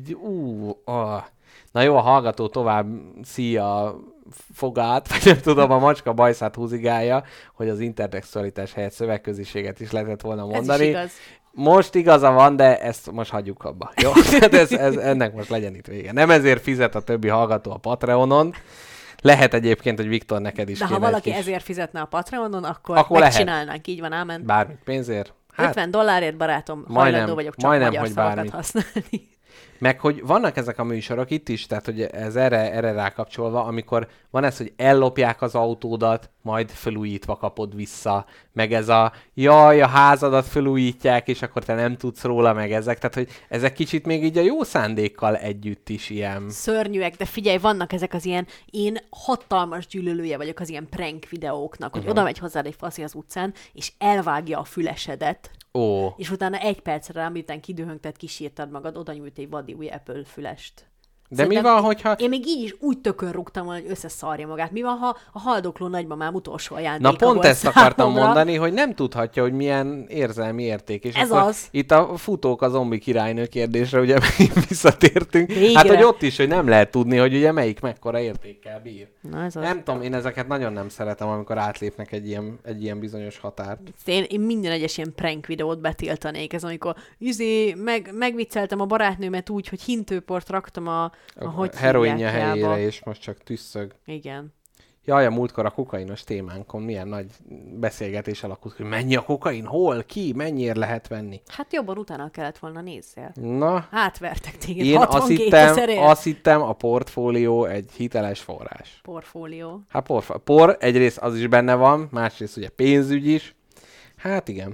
Na jó, a hallgató tovább szíja a fogát, vagy nem tudom, a macska bajszát húzigálja, hogy az intertextualitás helyett szövegköziséget is lehetett volna mondani. Ez is igaz. Most igaza van, de ezt most hagyjuk abba. Jó? Hát ennek most legyen itt vége. Nem ezért fizet a többi hallgató a Patreonon. Lehet egyébként, hogy Viktor neked is de kéne ha valaki egy kis... ezért fizetne a Patreonon, akkor megcsinálnánk. Így van, ámen. Bármit pénzért. Hát, $50 barátom, hajlandó vagyok csak magyar szavakat bármit. használni. Meg, hogy vannak ezek a műsorok itt is, tehát, hogy ez erre rákapcsolva, amikor van ez, hogy ellopják az autódat, majd felújítva kapod vissza, meg ez a jaj, a házadat felújítják, és akkor te nem tudsz róla, meg ezek, tehát, hogy ezek kicsit még így a jó szándékkal együtt is ilyen. Szörnyűek, de figyelj, vannak ezek az ilyen, én hatalmas gyűlölője vagyok az ilyen prank videóknak, hogy oda megy hozzád egy faszi az utcán, és elvágja a fülesedet, és utána 1 percre rá, miután kidühöngted, kísírtad magad, oda nyújt egy vadi új Apple fülest. De Szerintem mi van, hogyha... Én még így is úgy tökön rúgtam volna, hogy összeszarja magát. Mi van, ha a haldokló nagymamám utolsó ajándéka Na pont volt ezt akartam számomra. mondani, hogy nem tudhatja, hogy milyen érzelmi érték. És Ez akkor az. Itt a futók a zombi királynő kérdésre, ugye visszatértünk. Végre. Hát, hogy ott is, hogy nem lehet tudni, hogy ugye melyik mekkora értékkel bír. Na, ez az. Nem tudom, én ezeket nagyon nem szeretem, amikor átlépnek egy ilyen bizonyos határt. Én minden egyes ilyen prank videót betiltanék. Ez amikor megvicceltem a barátnőmet úgy, hogy hintőport raktam a hogy heroinja hívják helyére, jába. és most csak tüsszög. Igen. Jaj, a múltkor a kokainos témánkon milyen nagy beszélgetés alakult, hogy mennyi a kokain, hol, ki, mennyiért lehet venni. Hát jobban utána kellett volna, nézzél. Na, Átvertek téged én 62 ezerért. azt hittem, a portfólió egy hiteles forrás. Portfólió. Hát por egyrészt az is benne van, másrészt ugye pénzügy is. Hát igen.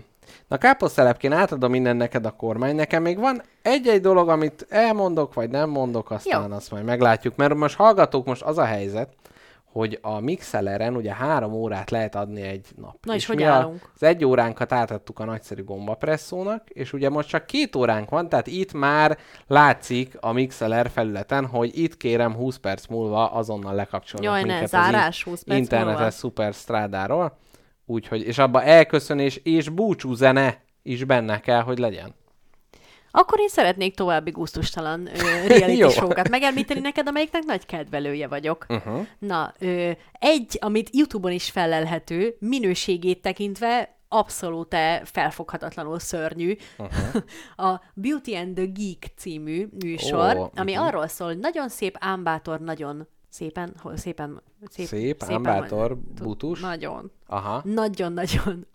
Na káposztelepként átadom innen neked a kormány. Nekem még van egy-egy dolog, amit elmondok, vagy nem mondok, aztán azt majd meglátjuk. Mert most hallgatók, most az a helyzet, hogy a Mixleren ugye 3 órát lehet adni egy nap. Na és hogy mi állunk? Az 1 óránkat átadtuk a nagyszerű gombapresszónak, és ugye most csak 2 óránk van, tehát itt már látszik a Mixler felületen, hogy itt kérem 20 perc múlva azonnal lekapcsolnak Jaj, minket zárás 20 perc internetes múlva. szuperstrádáról. Úgyhogy, és abba elköszönés és búcsú zene is benne kell, hogy legyen. Akkor én szeretnék további gusztustalan reality Jó. show-kat megemlíteni neked, amelyiknek nagy kedvelője vagyok. Na, egy, amit YouTube-on is fellelhető, minőségét tekintve abszolút felfoghatatlanul szörnyű. A Beauty and the Geek című műsor, ami arról szól, hogy nagyon szép, ámbátor, nagyon szép, ámbátor, butus. Nagyon. Aha. Nagyon-nagyon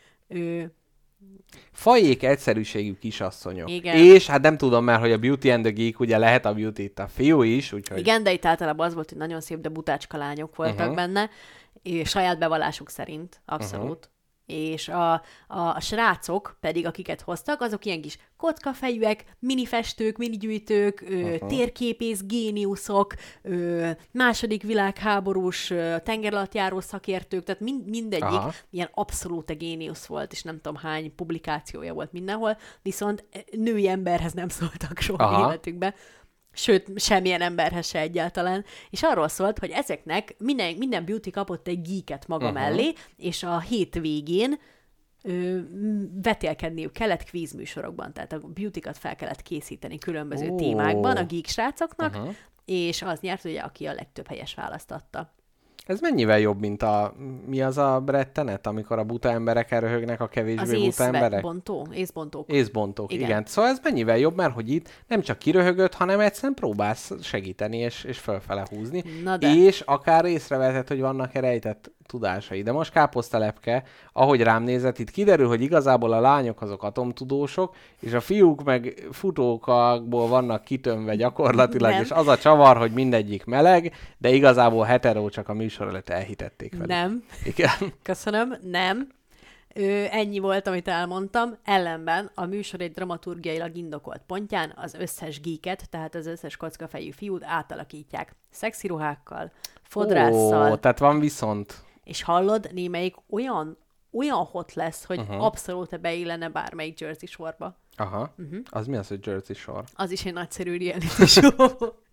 Fajék egyszerűségű kisasszonyok. Igen. És hát nem tudom már, hogy a Beauty and the Geek, ugye lehet a Beauty itt a fiú is, úgyhogy... Igen, de itt általában az volt, hogy nagyon szép, de butácska lányok voltak benne, és saját bevallásuk szerint, abszolút. És a srácok pedig, akiket hoztak, azok ilyen kis kockafejűek, minifestők, minigyűjtők, térképész géniuszok, második világháborús tengeralattjáró szakértők, tehát mindegyik ilyen abszolút géniusz volt, és nem tudom hány publikációja volt mindenhol, viszont női emberhez nem szóltak soha életükbe. Sőt, semmilyen emberhez se egyáltalán. És arról szólt, hogy ezeknek minden beauty kapott egy geeket maga mellé, és a hét végén vetélkedniük kellett kvízműsorokban. Tehát a beautykat fel kellett készíteni különböző témákban a geek srácoknak, és az nyert, ugye, aki a legtöbb helyes választ adta. Ez mennyivel jobb, mint mi az a rettenet, amikor a buta emberek röhögnek a kevésbé buta emberek? Észbontók. Észbontók, igen. Szóval ez mennyivel jobb, mert hogy itt nem csak kiröhögött, hanem egyszerűen próbálsz segíteni és fölfele húzni. És akár észrevehetett, hogy vannak rejtett tudásai. De most káposztalepke, ahogy rám nézett, itt kiderül, hogy igazából a lányok azok atomtudósok, és a fiúk meg futókból vannak kitömve gyakorlatilag, és az a csavar, hogy mindegyik meleg, de igazából hetero, csak a műsor előtt elhitették velük. Nem. Igen. Köszönöm, nem. Ennyi volt, amit elmondtam. Ellenben a műsor egy dramaturgiailag indokolt pontján az összes geeket, tehát az összes kockafejű fiút átalakítják. Szexi ruhákkal, fodrásszal. Tehát van viszont. És hallod, némelyik olyan hot lesz, hogy abszolút beillene bármelyik Jersey sorba. Aha. Az mi az, hogy Jersey Shore? Az is egy nagyszerű reality show,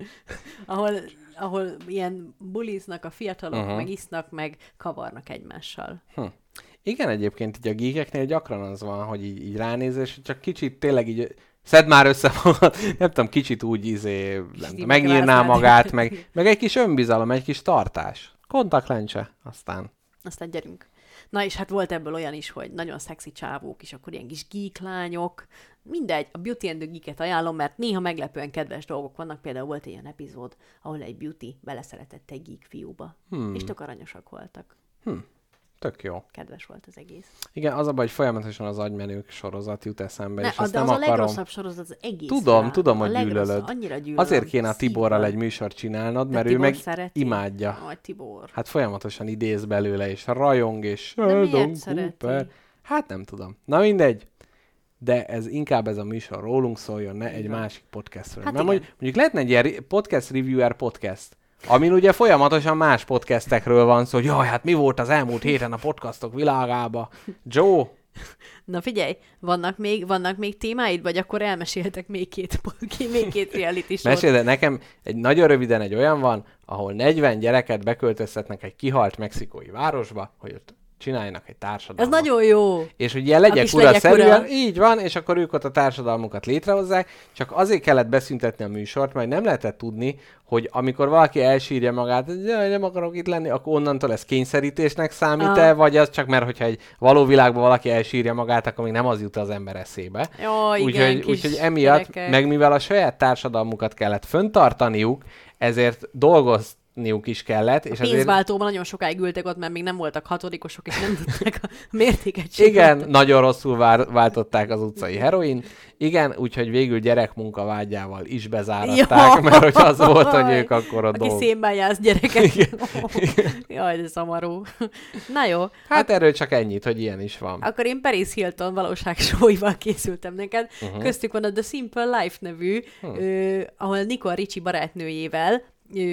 ahol ilyen buliznak a fiatalok, meg isznak, meg kavarnak egymással. Igen, egyébként így a geekeknél gyakran az van, hogy így ránézés, csak kicsit tényleg így szedd már össze magad, nem tudom, kicsit úgy megnyírná magát, meg egy kis önbizalom, egy kis tartás. Kontaktlencse, aztán gyerünk. Na és hát volt ebből olyan is, hogy nagyon szexi csávók, és akkor ilyen kis geek lányok. Mindegy, a Beauty and the Geeket ajánlom, mert néha meglepően kedves dolgok vannak. Például volt egy ilyen epizód, ahol egy beauty beleszeretett egy geek fiúba. És tök aranyosak voltak. Tök jó. Kedves volt az egész. Igen, az a baj, hogy folyamatosan az agymenők sorozat jut eszembe, és azt de nem az akarom. A legrosszabb sorozat az egész. Tudom, hogy gyűlölöd. Annyira gyűlölöm. Azért kéne a Tiborral egy műsort csinálnod, mert ő meg imádja. Tibor. Hát folyamatosan idéz belőle, és rajong, és... De miért szereti? Hát nem tudom. Na mindegy. De inkább ez a műsor rólunk szóljon, ne egy másik podcastről. Hát mert mondjuk lehetne egy ilyen podcast reviewer podcast, amin ugye folyamatosan más podcastekről van szó, hogy jaj, hát mi volt az elmúlt héten a podcastok világába. Joe? Na figyelj, vannak még témáid, vagy akkor elmeséltek még két reality show-t? Mesélj, nekem nagyon röviden egy olyan van, ahol 40 gyereket beköltöztetnek egy kihalt mexikói városba, hogy ott csináljanak egy társadalmat. Ez nagyon jó. És hogy ilyen legyek ura-szerűen, így van, és akkor ők ott a társadalmukat létrehozzák, csak azért kellett beszüntetni a műsort, mert nem lehetett tudni, hogy amikor valaki elsírja magát, hogy nem akarok itt lenni, akkor onnantól ez kényszerítésnek számít-e, vagy az csak mert, hogyha egy való világban valaki elsírja magát, akkor még nem az jut az ember eszébe. Úgyhogy emiatt, meg mivel a saját társadalmukat kellett föntartaniuk, ezért változtatniuk is kellett. És Pénzváltóban nagyon sokáig ültek ott, mert még nem voltak hatodikosok, és nem tudták a mértéket Igen, nagyon rosszul váltották az utcai heroin. Igen, úgyhogy végül gyerekmunkavágyával is bezáratták, mert hogy az volt, hogy ők akkor a Aki szénbányász gyerekek. Jaj, de szomorú. Na jó. Hát erről csak ennyit, hogy ilyen is van. Akkor én Paris Hilton valóságshowival készültem neked. Köztük van a The Simple Life nevű, ahol Nicole Richie barátnőjével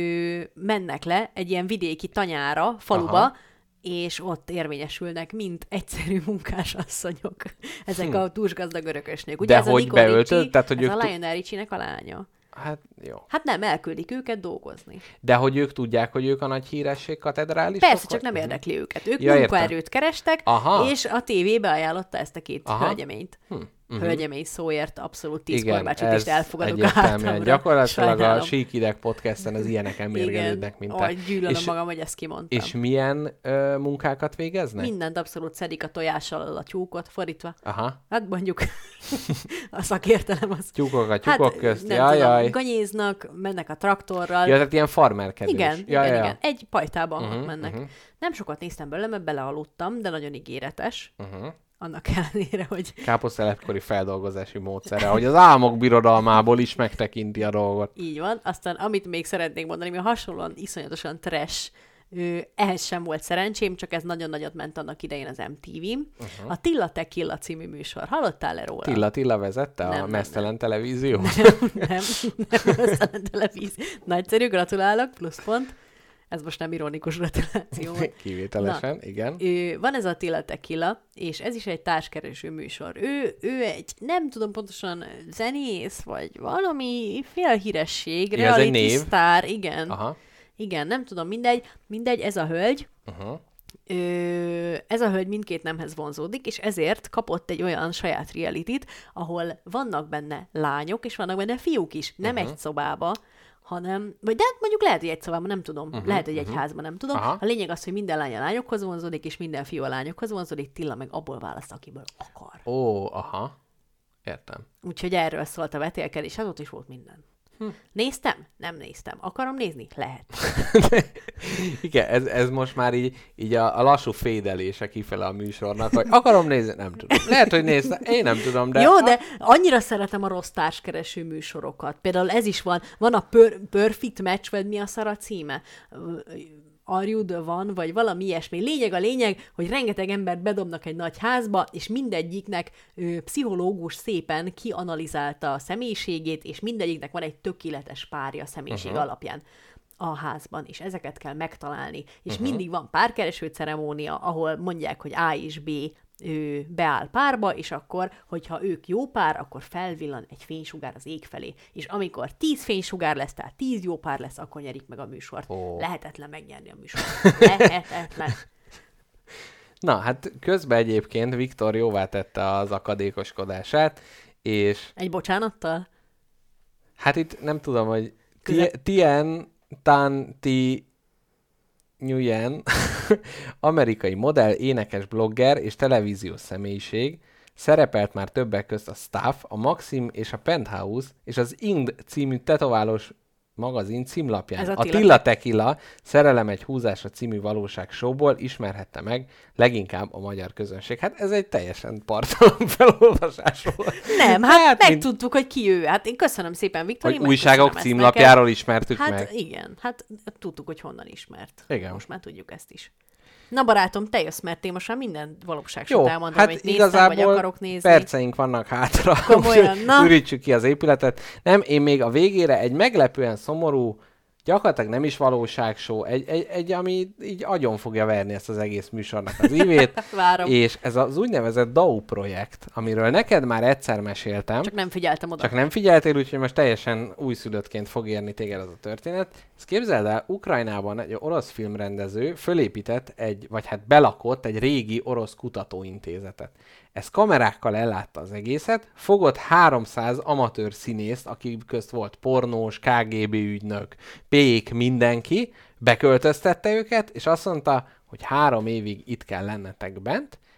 mennek le egy ilyen vidéki tanyára, faluba, és ott érvényesülnek, mint egyszerű munkásasszonyok. Ezek a túlsgazdag örökösnők. Ugye de ez hogy a Nicole beöltöd? Richie, Tehát, hogy ez ők a Lionel Richie-nek a lánya. Hát jó. Hát nem, elküldik őket dolgozni. De hogy ők tudják, hogy ők a nagy híresség katedrális? Persze, csak nem érdekli őket. Ők Ja, munkaerőt kerestek, és a tévé beajánlotta ezt a két hölgyeményt. Hölgyemény szóért abszolút 10 korbácsütést elfogadok a hátamra. Gyakorlatilag a Síkideg podcasten az ilyeneken mérgelődnek, mint te. Gyűlölöm magam, hogy ezt kimondtam. És milyen munkákat végeznek? Mindent abszolút szedik a tojással alól a tyúkot, fordítva. Aha. Hát mondjuk a szakértelem az. Tyúkok a tyúkok közt, jaj. Ganyéznak, mennek a traktorral. Ja, tehát ilyen farmerkedés. Igen. Egy pajtában mennek. Nem sokat néztem belőle, mert belealudtam, de nagyon ígéretes. Annak ellenére, hogy... Káposztelepkori feldolgozási módszere, hogy az álmok birodalmából is megtekinti a dolgot. Így van. Aztán, amit még szeretnék mondani, mi hasonlóan iszonyatosan trash, ehhez sem volt szerencsém, csak ez nagyon nagyot ment annak idején az MTV-n. A Tilla Tequila című műsor. Hallottál-e róla? Tilla vezette a Mesztelen televízió? Nem Mesztelen televízió. Nagyszerű, gratulálok, pluszpont. Ez most nem ironikus gratuláció. Kivételesen, igen. Van ez a Tilla Tequila, és ez is egy társkereső műsor. Ő egy, nem tudom pontosan, zenész, vagy valami félhíresség, reality sztár, igen. Aha. Igen, nem tudom, mindegy, ez a hölgy. Ez a hölgy mindkét nemhez vonzódik, és ezért kapott egy olyan saját realityt, ahol vannak benne lányok, és vannak benne fiúk is. Nem egy szobába, hanem, vagy de mondjuk lehet, hogy egy szobában, nem tudom. Lehet, hogy egy házban, nem tudom. A lényeg az, hogy minden lány a lányokhoz vonzódik, és minden fiú a lányokhoz vonzódik, Tilla meg abból választ, akiből akar. Értem. Úgyhogy erről szólt a vetélkedés, hát ott is volt minden. Néztem? Nem néztem. Akarom nézni? Lehet. Igen, ez most már így a lassú fédelése kifele a műsornak, hogy akarom nézni? Nem tudom. Lehet, hogy néztem, én nem tudom, de... Jó, de annyira szeretem a rossz társkereső műsorokat. Például ez is van. Van a Perfect Match, vagy mi a szar a címe? Are you the one, vagy valami ilyesmi. Lényeg, hogy rengeteg embert bedobnak egy nagy házba, és mindegyiknek pszichológus szépen kianalizálta a személyiségét, és mindegyiknek van egy tökéletes párja a személyiség alapján a házban, és ezeket kell megtalálni. És mindig van párkereső ceremónia, ahol mondják, hogy A és B beáll párba, és akkor, hogyha ők jó pár, akkor felvillan egy fénysugár az ég felé. És amikor 10 fénysugár lesz, tehát 10 jó pár lesz, akkor nyerik meg a műsort. Lehetetlen megnyerni a műsort. Lehetetlen. Na, hát közben egyébként Viktor jóvá tette az akadékoskodását, és... Egy bocsánattal? Hát itt nem tudom, hogy Tien Tan Ti Nguyen, amerikai modell, énekes, blogger és televíziós személyiség, szerepelt már többek közt a Staff, a Maxim és a Penthouse és az Ind című tetoválós magazin címlapján. A Tilla Tequila Szerelem egy húzásra című valóság showból ismerhette meg leginkább a magyar közönség. Hát ez egy teljesen partalan felolvasás volt. Nem, hát megtudtuk, hogy ki ő. Hát én köszönöm szépen, Viktor. Hogy újságok címlapjáról ismertük meg. Hát igen, hát tudtuk, hogy honnan ismert. Igen. Most már tudjuk ezt is. Na barátom, te jössz, mert én most már minden valóságsot elmondom, hát amit néztem, vagy akarok nézni. Perceink vannak hátra, komolyan, na. Ürítsük ki az épületet. Nem, én még a végére egy meglepően szomorú, gyakorlatilag nem is valóságshow, egy ami így agyon fogja verni ezt az egész műsornak az ívét. Várom. És ez az úgynevezett DAO projekt, amiről neked már egyszer meséltem. Csak nem figyeltem oda. Csak nem figyeltél, úgyhogy most teljesen újszülöttként fog érni téged ez a történet. Ezt képzeld el, Ukrajnában egy orosz filmrendező fölépített belakott egy régi orosz kutatóintézetet. Ez kamerákkal ellátta az egészet, fogott 300 amatőr színészt, akik közt volt pornós, KGB ügynök, pék, mindenki, beköltöztette őket, és azt mondta, hogy 3 évig itt kell lennetek bent,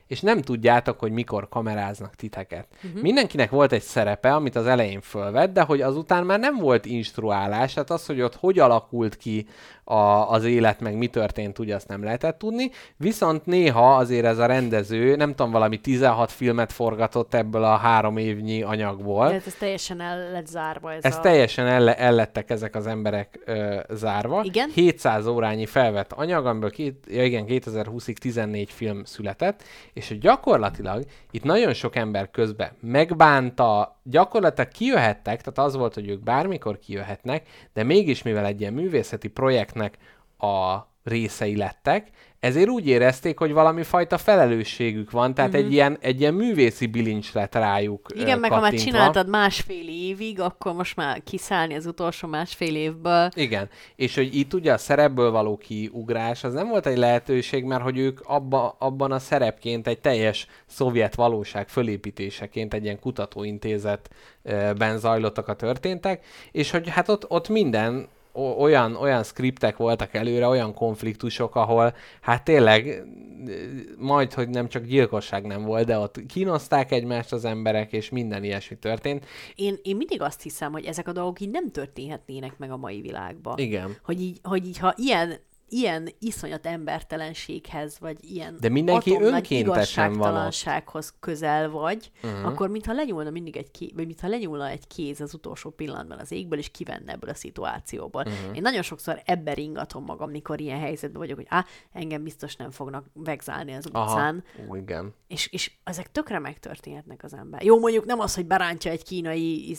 és nem tudjátok, hogy mikor kameráznak titeket. Mindenkinek volt egy szerepe, amit az elején fölvett, de hogy azután már nem volt instruálás, tehát az, hogy ott hogy alakult ki az élet, meg mi történt, ugye azt nem lehetett tudni, viszont néha azért ez a rendező, nem tudom, valami 16 filmet forgatott ebből a 3 évnyi anyagból. De ez teljesen el lett zárva. Teljesen el lettek ezek az emberek zárva. Igen? 700 órányi felvett anyag, amiből 2020-ig 14 film született, és hogy gyakorlatilag itt nagyon sok ember közben megbánta, gyakorlatilag kijöhettek, tehát az volt, hogy ők bármikor kijöhetnek, de mégis mivel egy ilyen művészeti projektnek a részei lettek, ezért úgy érezték, hogy valami fajta felelősségük van, tehát egy ilyen művészi bilincs lett rájuk Igen, meg ha már csináltad másfél évig, akkor most már kiszállni az utolsó másfél évből. Igen, és hogy itt ugye a szerepből való kiugrás, az nem volt egy lehetőség, mert hogy ők abban a szerepként egy teljes szovjet valóság fölépítéseként egy ilyen kutatóintézetben zajlottak a történtek, és hogy hát ott minden olyan skriptek voltak előre, olyan konfliktusok, ahol hát tényleg majd, hogy nem csak gyilkosság nem volt, de ott kínozták egymást az emberek, és minden ilyesmi történt. Én mindig azt hiszem, hogy ezek a dolgok így nem történhetnének meg a mai világban. Igen. Hogy így ha ilyen iszonyat embertelenséghez, vagy ilyen de mindenki önkéntesen igazságtalansághoz közel vagy, akkor mintha lenyúlna vagy mintha lenyúlna egy kéz az utolsó pillanatban az égből, és kivenne ebből a szituációból. Én nagyon sokszor ebben ringatom magam, mikor ilyen helyzetben vagyok, hogy engem biztos nem fognak vegzálni az utcán. Igen. És ezek tökre megtörténhetnek az ember. Jó, mondjuk nem az, hogy berántja egy kínai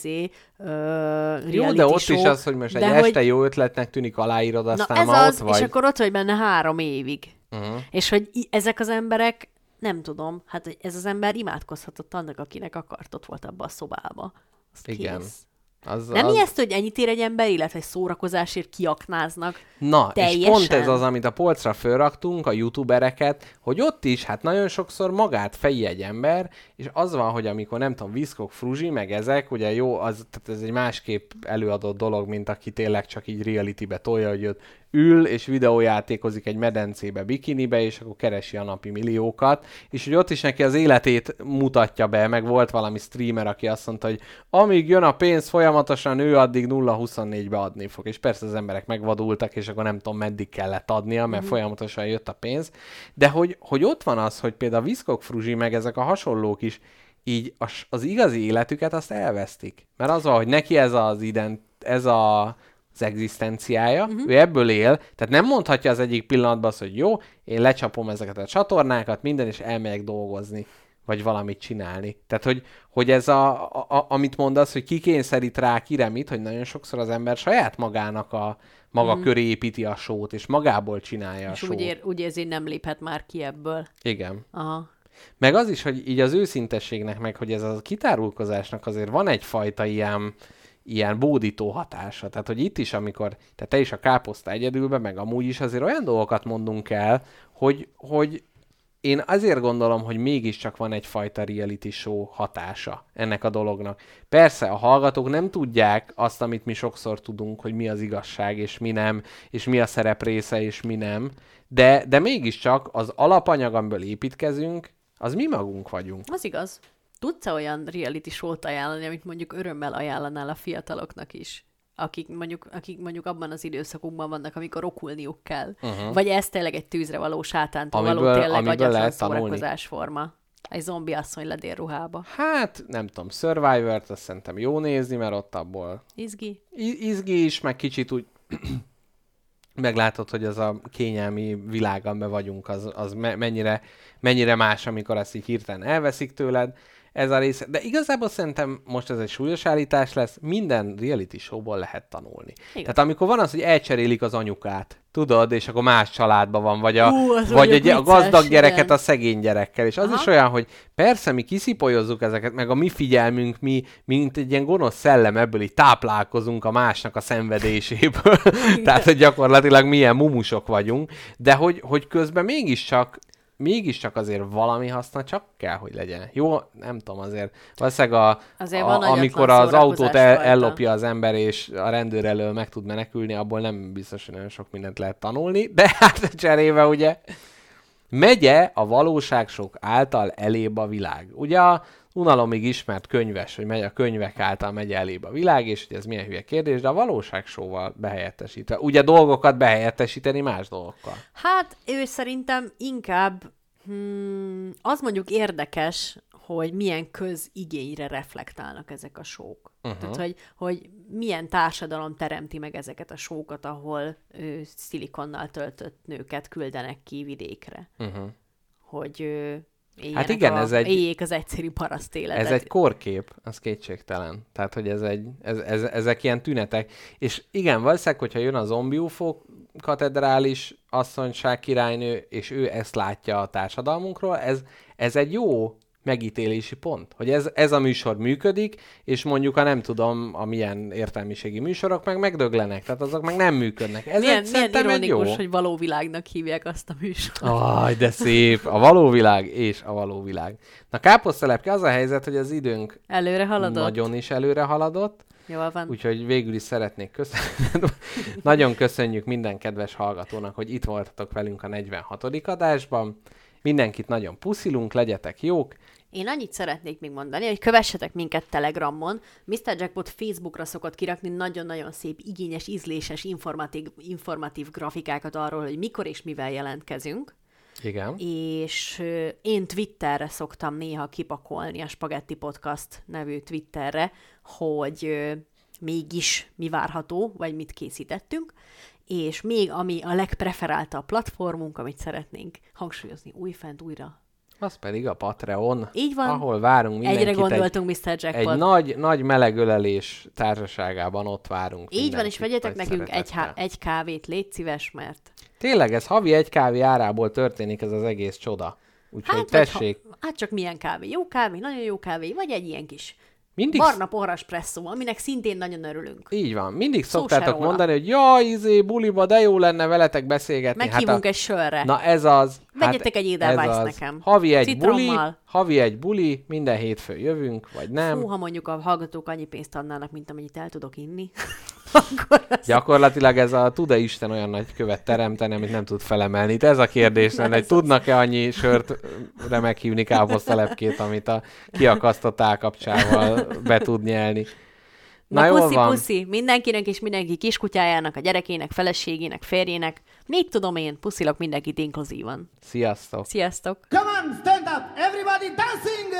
jó, de ott show, is az, hogy most egy este jó ötletnek tűnik, aláírod, aztán ma ott vagy. És akkor ott vagy benne 3 évig. És hogy ezek az emberek, nem tudom, hát ez az ember imádkozhatott annak, akinek akart, ott volt abba a szobába. Azt igen. Kész. Nem ijesztő, hogy ennyit ér egy ember, illetve szórakozásért kiaknáznak. Na, teljesen. És pont ez az, amit a polcra fölraktunk, a youtubereket, hogy ott is, hát nagyon sokszor magát fejj egy ember, és az van, hogy amikor nem tudom, Viszkok, Fruzsi, meg ezek, ugye jó, tehát ez egy másképp előadott dolog, mint aki tényleg csak így realitybe tolja, hogy ott ül, és videójátékozik egy medencébe, bikinibe, és akkor keresi a napi milliókat, és hogy ott is neki az életét mutatja be, meg volt valami streamer, aki azt mondta, hogy amíg jön a pénz folyamatosan, ő addig 0-24-be adni fog, és persze az emberek megvadultak, és akkor nem tudom, meddig kellett adnia, mert folyamatosan jött a pénz, de hogy ott van az, hogy például Viszkok, Fruzsi, meg ezek a hasonlók is így az igazi életüket azt elvesztik. Mert az van, hogy neki ez az egzisztenciája, ő ebből él, tehát nem mondhatja az egyik pillanatban azt, hogy jó, én lecsapom ezeket a csatornákat, minden, és elmegyek dolgozni, vagy valamit csinálni. Tehát, hogy ez amit mondasz, hogy kikényszerít rá kire mit, hogy nagyon sokszor az ember saját magának a maga köré építi a sót, és magából csinálja a sót. És úgy érzi, nem léphet már ki ebből. Igen. Aha. Meg az is, hogy így az őszintességnek, meg hogy ez a kitárulkozásnak azért van egyfajta ilyen bódító hatása. Tehát, hogy itt is, amikor te is a káposzta egyedülben, meg amúgy is azért olyan dolgokat mondunk el, hogy én azért gondolom, hogy mégiscsak van egyfajta reality show hatása ennek a dolognak. Persze a hallgatók nem tudják azt, amit mi sokszor tudunk, hogy mi az igazság, és mi nem, és mi a szerep része, és mi nem, de mégiscsak az alapanyag, amiből építkezünk, az mi magunk vagyunk. Az igaz. Tudsz-e olyan reality show-t ajánlani, amit mondjuk örömmel ajánlanál a fiataloknak is? Akik mondjuk abban az időszakukban vannak, amikor okulniuk kell. Vagy ez tényleg egy tűzre való sátántól való tényleg agyatlan szórakozásforma. Egy zombi asszony ledérruhába. Hát, nem tudom, Survivor-t azt szerintem jó nézni, mert ott abból... Izgi? Izgi is, meg kicsit úgy... meglátod, hogy az a kényelmi világ, amiben vagyunk, az mennyire más, amikor ezt így hirtelen elveszik tőled. Ez a része. De igazából szerintem most ez egy súlyos állítás lesz, minden reality showból lehet tanulni. Igen. Tehát amikor van az, hogy elcserélik az anyukát, tudod, és akkor más családban van, vagy a gazdag gyereket a szegény gyerekkel, és az is olyan, hogy persze mi kiszipolyozzuk ezeket, meg a mi figyelmünk, mi mint egy ilyen gonosz szellem ebből így táplálkozunk a másnak a szenvedéséből. Tehát, hogy gyakorlatilag milyen mumusok vagyunk, de hogy közben mégiscsak azért valami haszna csak kell, hogy legyen. Jó, nem tudom, azért valószínűleg amikor az autót ellopja az ember, és a rendőr elől meg tud menekülni, abból nem biztos, hogy nagyon sok mindent lehet tanulni, de hát cserébe ugye Megye a valóságsók által elébb a világ. Ugye a unalomig ismert könyves, hogy megy a könyvek által megy elébb a világ, és hogy ez milyen hülye kérdés, de a valóságsóval behelyettesítve. Ugye dolgokat behelyettesíteni más dolgokkal. Hát ő szerintem inkább az mondjuk érdekes, hogy milyen közigényre reflektálnak ezek a show-k. Tehát, hogy milyen társadalom teremti meg ezeket a show-kat, ahol szilikonnal töltött nőket küldenek ki vidékre. Hogy hát igen, éljék az egyszerű paraszt életet. Ez egy korkép, az kétségtelen. Tehát, hogy ezek ilyen tünetek. És igen, valószínűleg, hogyha jön a zombi UFO katedrális asszonyság királynő, és ő ezt látja a társadalmunkról, ez egy jó megítélési pont, hogy ez a műsor működik, és mondjuk nem tudom, a milyen értelmiségi műsorok meg megdöglenek, tehát azok meg nem működnek. Ez milyen ironikus, hogy való világnak hívják azt a műsort. Aj, de szép! A való világ és a való világ. Na, káposztelepke, az a helyzet, hogy az időnk előre haladott. Nagyon is előre haladott. Jól van. Úgyhogy végül is szeretnék köszönni. Nagyon köszönjük minden kedves hallgatónak, hogy itt voltatok velünk a 46. adásban. Mindenkit nagyon puszilunk, legyetek jók. Én annyit szeretnék még mondani, hogy kövessetek minket Telegramon. Mr. Jackpot Facebookra szokott kirakni nagyon-nagyon szép, igényes, ízléses, informatív grafikákat arról, hogy mikor és mivel jelentkezünk. Igen. És én Twitterre szoktam néha kipakolni a Spaghetti Podcast nevű Twitterre, hogy mégis mi várható, vagy mit készítettünk. És még ami a legpreferáltabb platformunk, amit szeretnénk hangsúlyozni újfent újra. Az pedig a Patreon, így van. Ahol várunk mindenkit. Egyre gondoltunk, Mr. Jackpot. Egy nagy melegölelés társaságában ott várunk. Így van, és vegyetek nekünk egy kávét, légy szíves, mert... Tényleg, ez havi egy kávé árából történik ez az egész csoda. Úgyhogy tessék. Hát csak milyen kávé? Jó kávé, nagyon jó kávé, vagy egy ilyen kis barna porras presszó, aminek szintén nagyon örülünk. Így van. Mindig szoktátok mondani, hogy jaj, buliba, de jó lenne veletek beszélgetni. Meghívunk egy sörre. Na ez az. Vegyetek egy Edelweiss nekem. Havi egy buli, minden hétfőn jövünk, vagy nem. Fú, ha mondjuk a hallgatók annyi pénzt adnának, mint amennyit el tudok inni. Gyakorlatilag ez a tud-e Isten olyan nagy követ teremteni, amit nem tud felemelni. Itt ez a kérdés lenne, hogy tudnak-e annyi sört meghívni káposztelepkét, amit a kiakasztott állkapcsával be tud nyelni. Na puszi, mindenkinek és mindenki kiskutyájának, a gyerekének, feleségének, férjének. Mit tudom én, puszilok mindenkit inkluzívan. Sziasztok! Sziasztok! Come on, stand up, everybody dancing!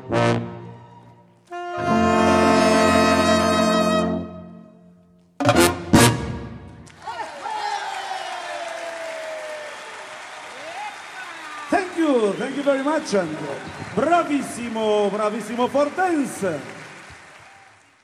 Thank you very much and bravissimo for dance.